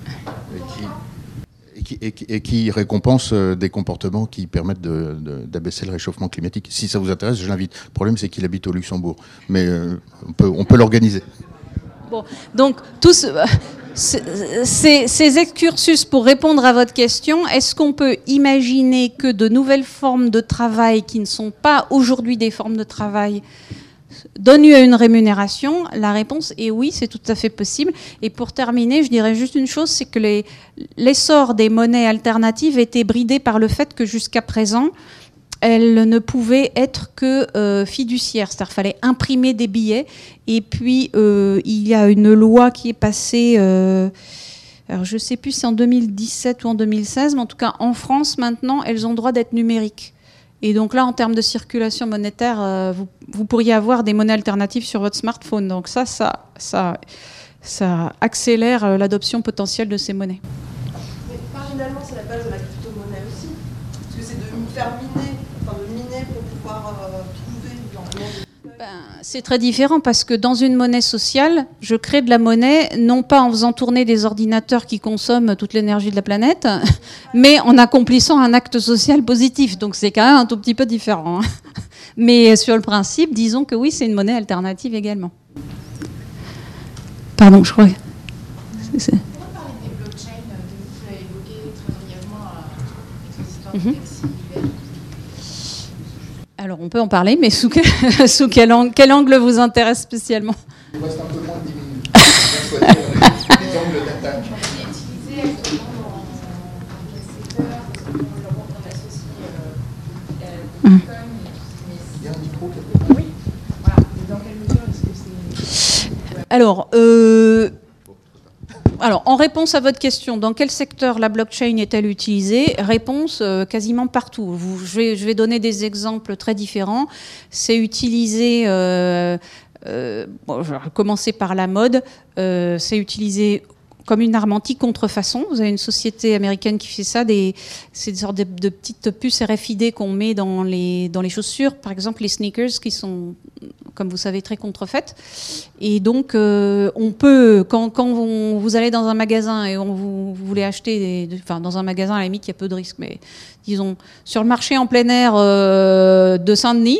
et qui récompense des comportements qui permettent d'abaisser le réchauffement climatique. Si ça vous intéresse, je l'invite. Le problème, c'est qu'il habite au Luxembourg. Mais on peut l'organiser. Bon, donc, ces excursus pour répondre à votre question, est-ce qu'on peut imaginer que de nouvelles formes de travail qui ne sont pas aujourd'hui des formes de travail donne lieu à une rémunération? La réponse est oui, c'est tout à fait possible. Et pour terminer, je dirais juste une chose, c'est que l'essor des monnaies alternatives était bridé par le fait que jusqu'à présent, elles ne pouvaient être que fiduciaires, c'est-à-dire qu'il fallait imprimer des billets. Et puis, il y a une loi qui est passée, alors je ne sais plus si c'est en 2017 ou en 2016, mais en tout cas, en France, maintenant, elles ont le droit d'être numériques. Et donc là, en termes de circulation monétaire, vous pourriez avoir des monnaies alternatives sur votre smartphone. Donc ça accélère l'adoption potentielle de ces monnaies. Mais marginalement, c'est la base de la crypto-monnaie aussi. Parce que c'est de miner pour pouvoir trouver normalement des... C'est très différent parce que dans une monnaie sociale, je crée de la monnaie non pas en faisant tourner des ordinateurs qui consomment toute l'énergie de la planète, mais en accomplissant un acte social positif. Donc c'est quand même un tout petit peu différent. Hein. Mais sur le principe, disons que oui, c'est une monnaie alternative également. Pardon, je crois. On pourrait parler des blockchains, vous l'avez évoqué très brièvement avec les histoires de taxis. Alors, on peut en parler, mais sous quel angle vous intéresse spécialement? Il reste un peu moins de 10 minutes. On va choisir les angles d'attaque. Qui est utilisé actuellement dans quel secteur? Parce qu'on associe Bitcoin. Il y a un micro quelque part. Oui, voilà. Et dans quelle mesure est-ce que c'est... Alors, en réponse à votre question, dans quel secteur la blockchain est-elle utilisée? Réponse, quasiment partout. Je vais donner des exemples très différents. C'est utilisé, je vais commencer par la mode, c'est utilisé comme une arme anti-contrefaçon. Vous avez une société américaine qui fait ça, c'est des sortes de petites puces RFID qu'on met dans les chaussures, par exemple les sneakers, qui sont, comme vous savez, très contrefaites. Et donc, on peut, quand vous allez dans un magasin et vous voulez acheter, dans un magasin à la limite, il y a peu de risques, mais disons, sur le marché en plein air de Saint-Denis,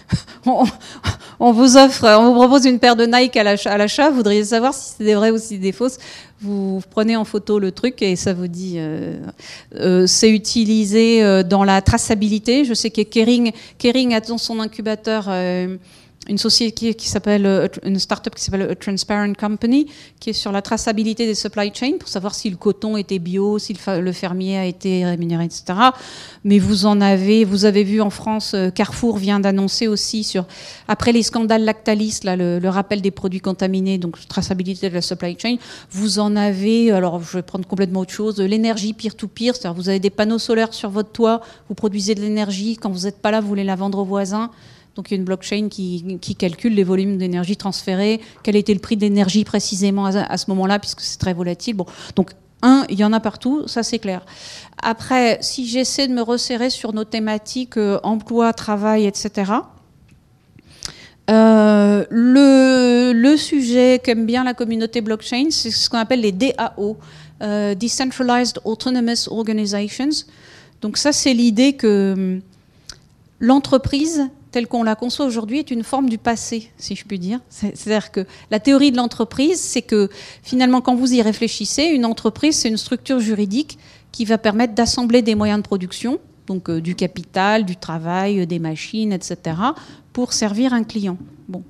on vous propose une paire de Nike à l'achat, vous voudriez savoir si c'est des vraies ou si c'est des fausses. Vous prenez en photo le truc et ça vous dit... c'est utilisé dans la traçabilité. Je sais que Kering a dans son incubateur une société qui s'appelle, une start-up qui s'appelle A Transparent Company, qui est sur la traçabilité des supply chains pour savoir si le coton était bio, si le fermier a été rémunéré, etc. Mais vous avez vu en France, Carrefour vient d'annoncer aussi après les scandales Lactalis, là, le rappel des produits contaminés, donc traçabilité de la supply chain, vous en avez, alors je vais prendre complètement autre chose, l'énergie peer-to-peer, c'est-à-dire vous avez des panneaux solaires sur votre toit, vous produisez de l'énergie, quand vous n'êtes pas là, vous voulez la vendre aux voisins. Donc il y a une blockchain qui calcule les volumes d'énergie transférés, quel était le prix de l'énergie précisément à ce moment-là, puisque c'est très volatile. Bon, donc il y en a partout, ça c'est clair. Après, si j'essaie de me resserrer sur nos thématiques emploi, travail, etc., le sujet qu'aime bien la communauté blockchain, c'est ce qu'on appelle les DAO, Decentralized Autonomous Organizations. Donc ça, c'est l'idée que l'entreprise telle qu'on la conçoit aujourd'hui est une forme du passé, si je puis dire. C'est-à-dire que la théorie de l'entreprise, c'est que finalement, quand vous y réfléchissez, une entreprise, c'est une structure juridique qui va permettre d'assembler des moyens de production, donc du capital, du travail, des machines, etc., pour servir un client. Bon.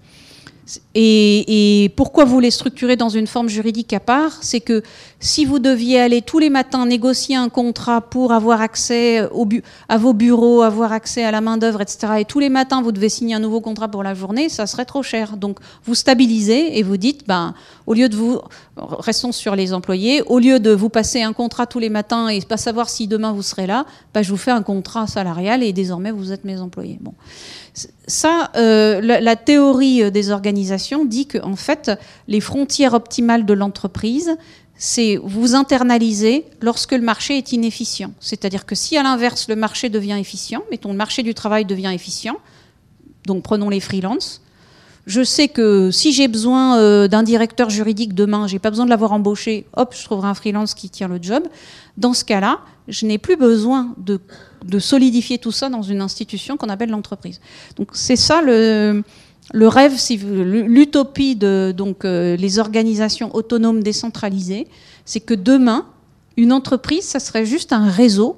Et pourquoi vous les structurez dans une forme juridique à part? C'est que si vous deviez aller tous les matins négocier un contrat pour avoir accès à vos bureaux, avoir accès à la main-d'œuvre, etc., et tous les matins vous devez signer un nouveau contrat pour la journée, ça serait trop cher. Donc vous stabilisez et vous dites, au lieu de restons sur les employés, au lieu de vous passer un contrat tous les matins et pas savoir si demain vous serez là, je vous fais un contrat salarial et désormais vous êtes mes employés. Bon. Ça, la théorie des organisations dit que en fait, les frontières optimales de l'entreprise, c'est vous internaliser lorsque le marché est inefficient. C'est-à-dire que si à l'inverse le marché devient efficient, mettons le marché du travail devient efficient, donc prenons les freelances, je sais que si j'ai besoin d'un directeur juridique demain, j'ai pas besoin de l'avoir embauché, hop, je trouverai un freelance qui tient le job. Dans ce cas-là, je n'ai plus besoin de solidifier tout ça dans une institution qu'on appelle l'entreprise. Donc c'est ça le rêve, l'utopie de les organisations autonomes décentralisées, c'est que demain, une entreprise, ça serait juste un réseau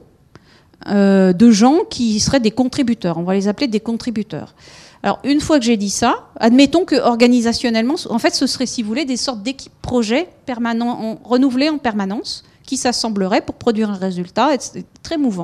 de gens qui seraient des contributeurs. On va les appeler des contributeurs. Alors, une fois que j'ai dit ça, admettons que organisationnellement, en fait, ce serait, si vous voulez, des sortes d'équipes projets renouvelées en permanence, qui s'assembleraient pour produire un résultat. C'est très mouvant.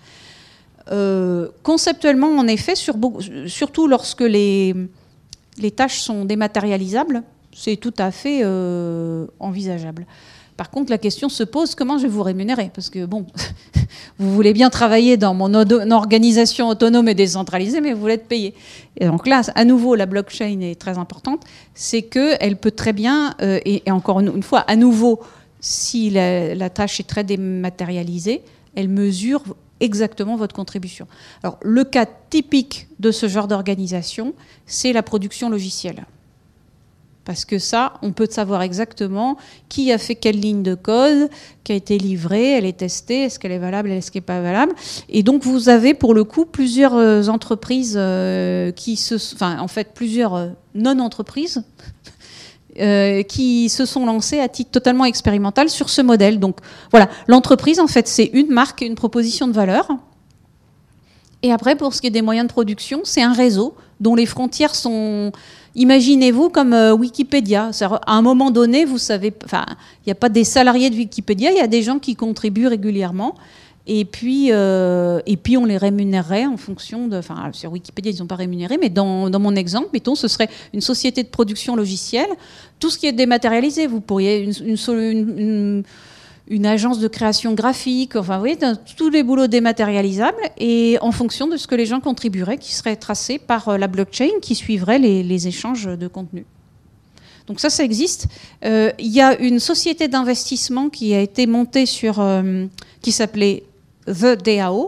Conceptuellement, en effet, surtout lorsque les tâches sont dématérialisables, c'est tout à fait envisageable. Par contre, la question se pose, comment je vais vous rémunérer? Parce que, bon, vous voulez bien travailler dans mon organisation autonome et décentralisée, mais vous voulez être payé. Et donc là, à nouveau, la blockchain est très importante. C'est qu'elle peut très bien, et encore une fois, à nouveau, si la tâche est très dématérialisée, elle mesure exactement votre contribution. Alors, le cas typique de ce genre d'organisation, c'est la production logicielle. Parce que ça, on peut savoir exactement qui a fait quelle ligne de code, qui a été livrée, elle est testée, est-ce qu'elle est valable, est-ce qu'elle n'est pas valable. Et donc, vous avez pour le coup plusieurs entreprises plusieurs non-entreprises qui se sont lancées à titre totalement expérimental sur ce modèle. Donc, voilà, l'entreprise, en fait, c'est une marque et une proposition de valeur. Et après, pour ce qui est des moyens de production, c'est un réseau dont les frontières sont... Imaginez-vous comme Wikipédia. À un moment donné, vous savez, il n'y a pas des salariés de Wikipédia, il y a des gens qui contribuent régulièrement. Et puis on les rémunérerait en fonction de... sur Wikipédia, ils ne sont pas rémunérés, mais dans mon exemple, mettons, ce serait une société de production logicielle. Tout ce qui est dématérialisé, vous pourriez une agence de création graphique, vous voyez, tous les boulots dématérialisables, et en fonction de ce que les gens contribueraient, qui serait tracé par la blockchain, qui suivrait les échanges de contenu. Donc ça existe. Il y a une société d'investissement qui a été montée qui s'appelait The DAO,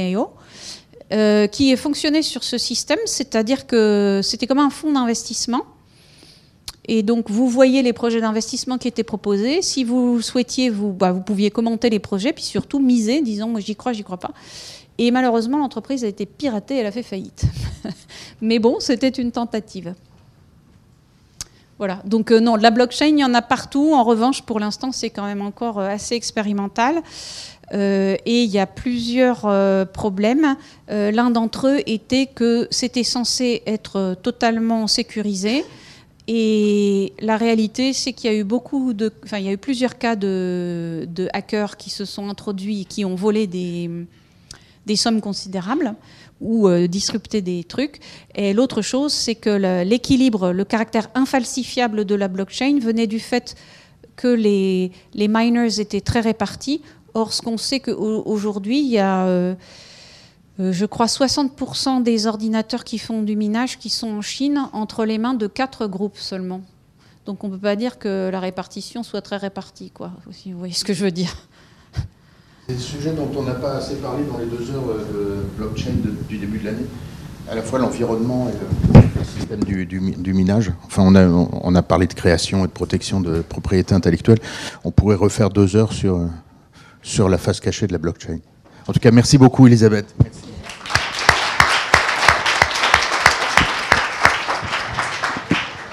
qui fonctionnait sur ce système, c'est-à-dire que c'était comme un fonds d'investissement. Et donc, vous voyez les projets d'investissement qui étaient proposés. Si vous souhaitiez, vous pouviez commenter les projets, puis surtout miser, disant, moi, j'y crois pas. Et malheureusement, l'entreprise a été piratée, elle a fait faillite. Mais bon, c'était une tentative. Voilà, donc non, la blockchain, il y en a partout. En revanche, pour l'instant, c'est quand même encore assez expérimental. Et il y a plusieurs problèmes. L'un d'entre eux était que c'était censé être totalement sécurisé. Et la réalité, c'est qu'il y a eu il y a eu plusieurs cas de hackers qui se sont introduits et qui ont volé des sommes considérables ou disrupté des trucs. Et l'autre chose, c'est que l'équilibre, le caractère infalsifiable de la blockchain venait du fait que les miners étaient très répartis. Or, ce qu'on sait qu'aujourd'hui, il y a, je crois, 60% des ordinateurs qui font du minage qui sont en Chine entre les mains de 4 groupes seulement. Donc, on ne peut pas dire que la répartition soit très répartie, quoi. Si vous voyez ce que je veux dire. C'est le sujet dont on n'a pas assez parlé dans les 2 heures de blockchain du début de l'année. À la fois l'environnement et le système du minage. Enfin, on a parlé de création et de protection de propriété intellectuelle. On pourrait refaire 2 heures sur la face cachée de la blockchain. En tout cas, merci beaucoup, Elisabeth. Merci.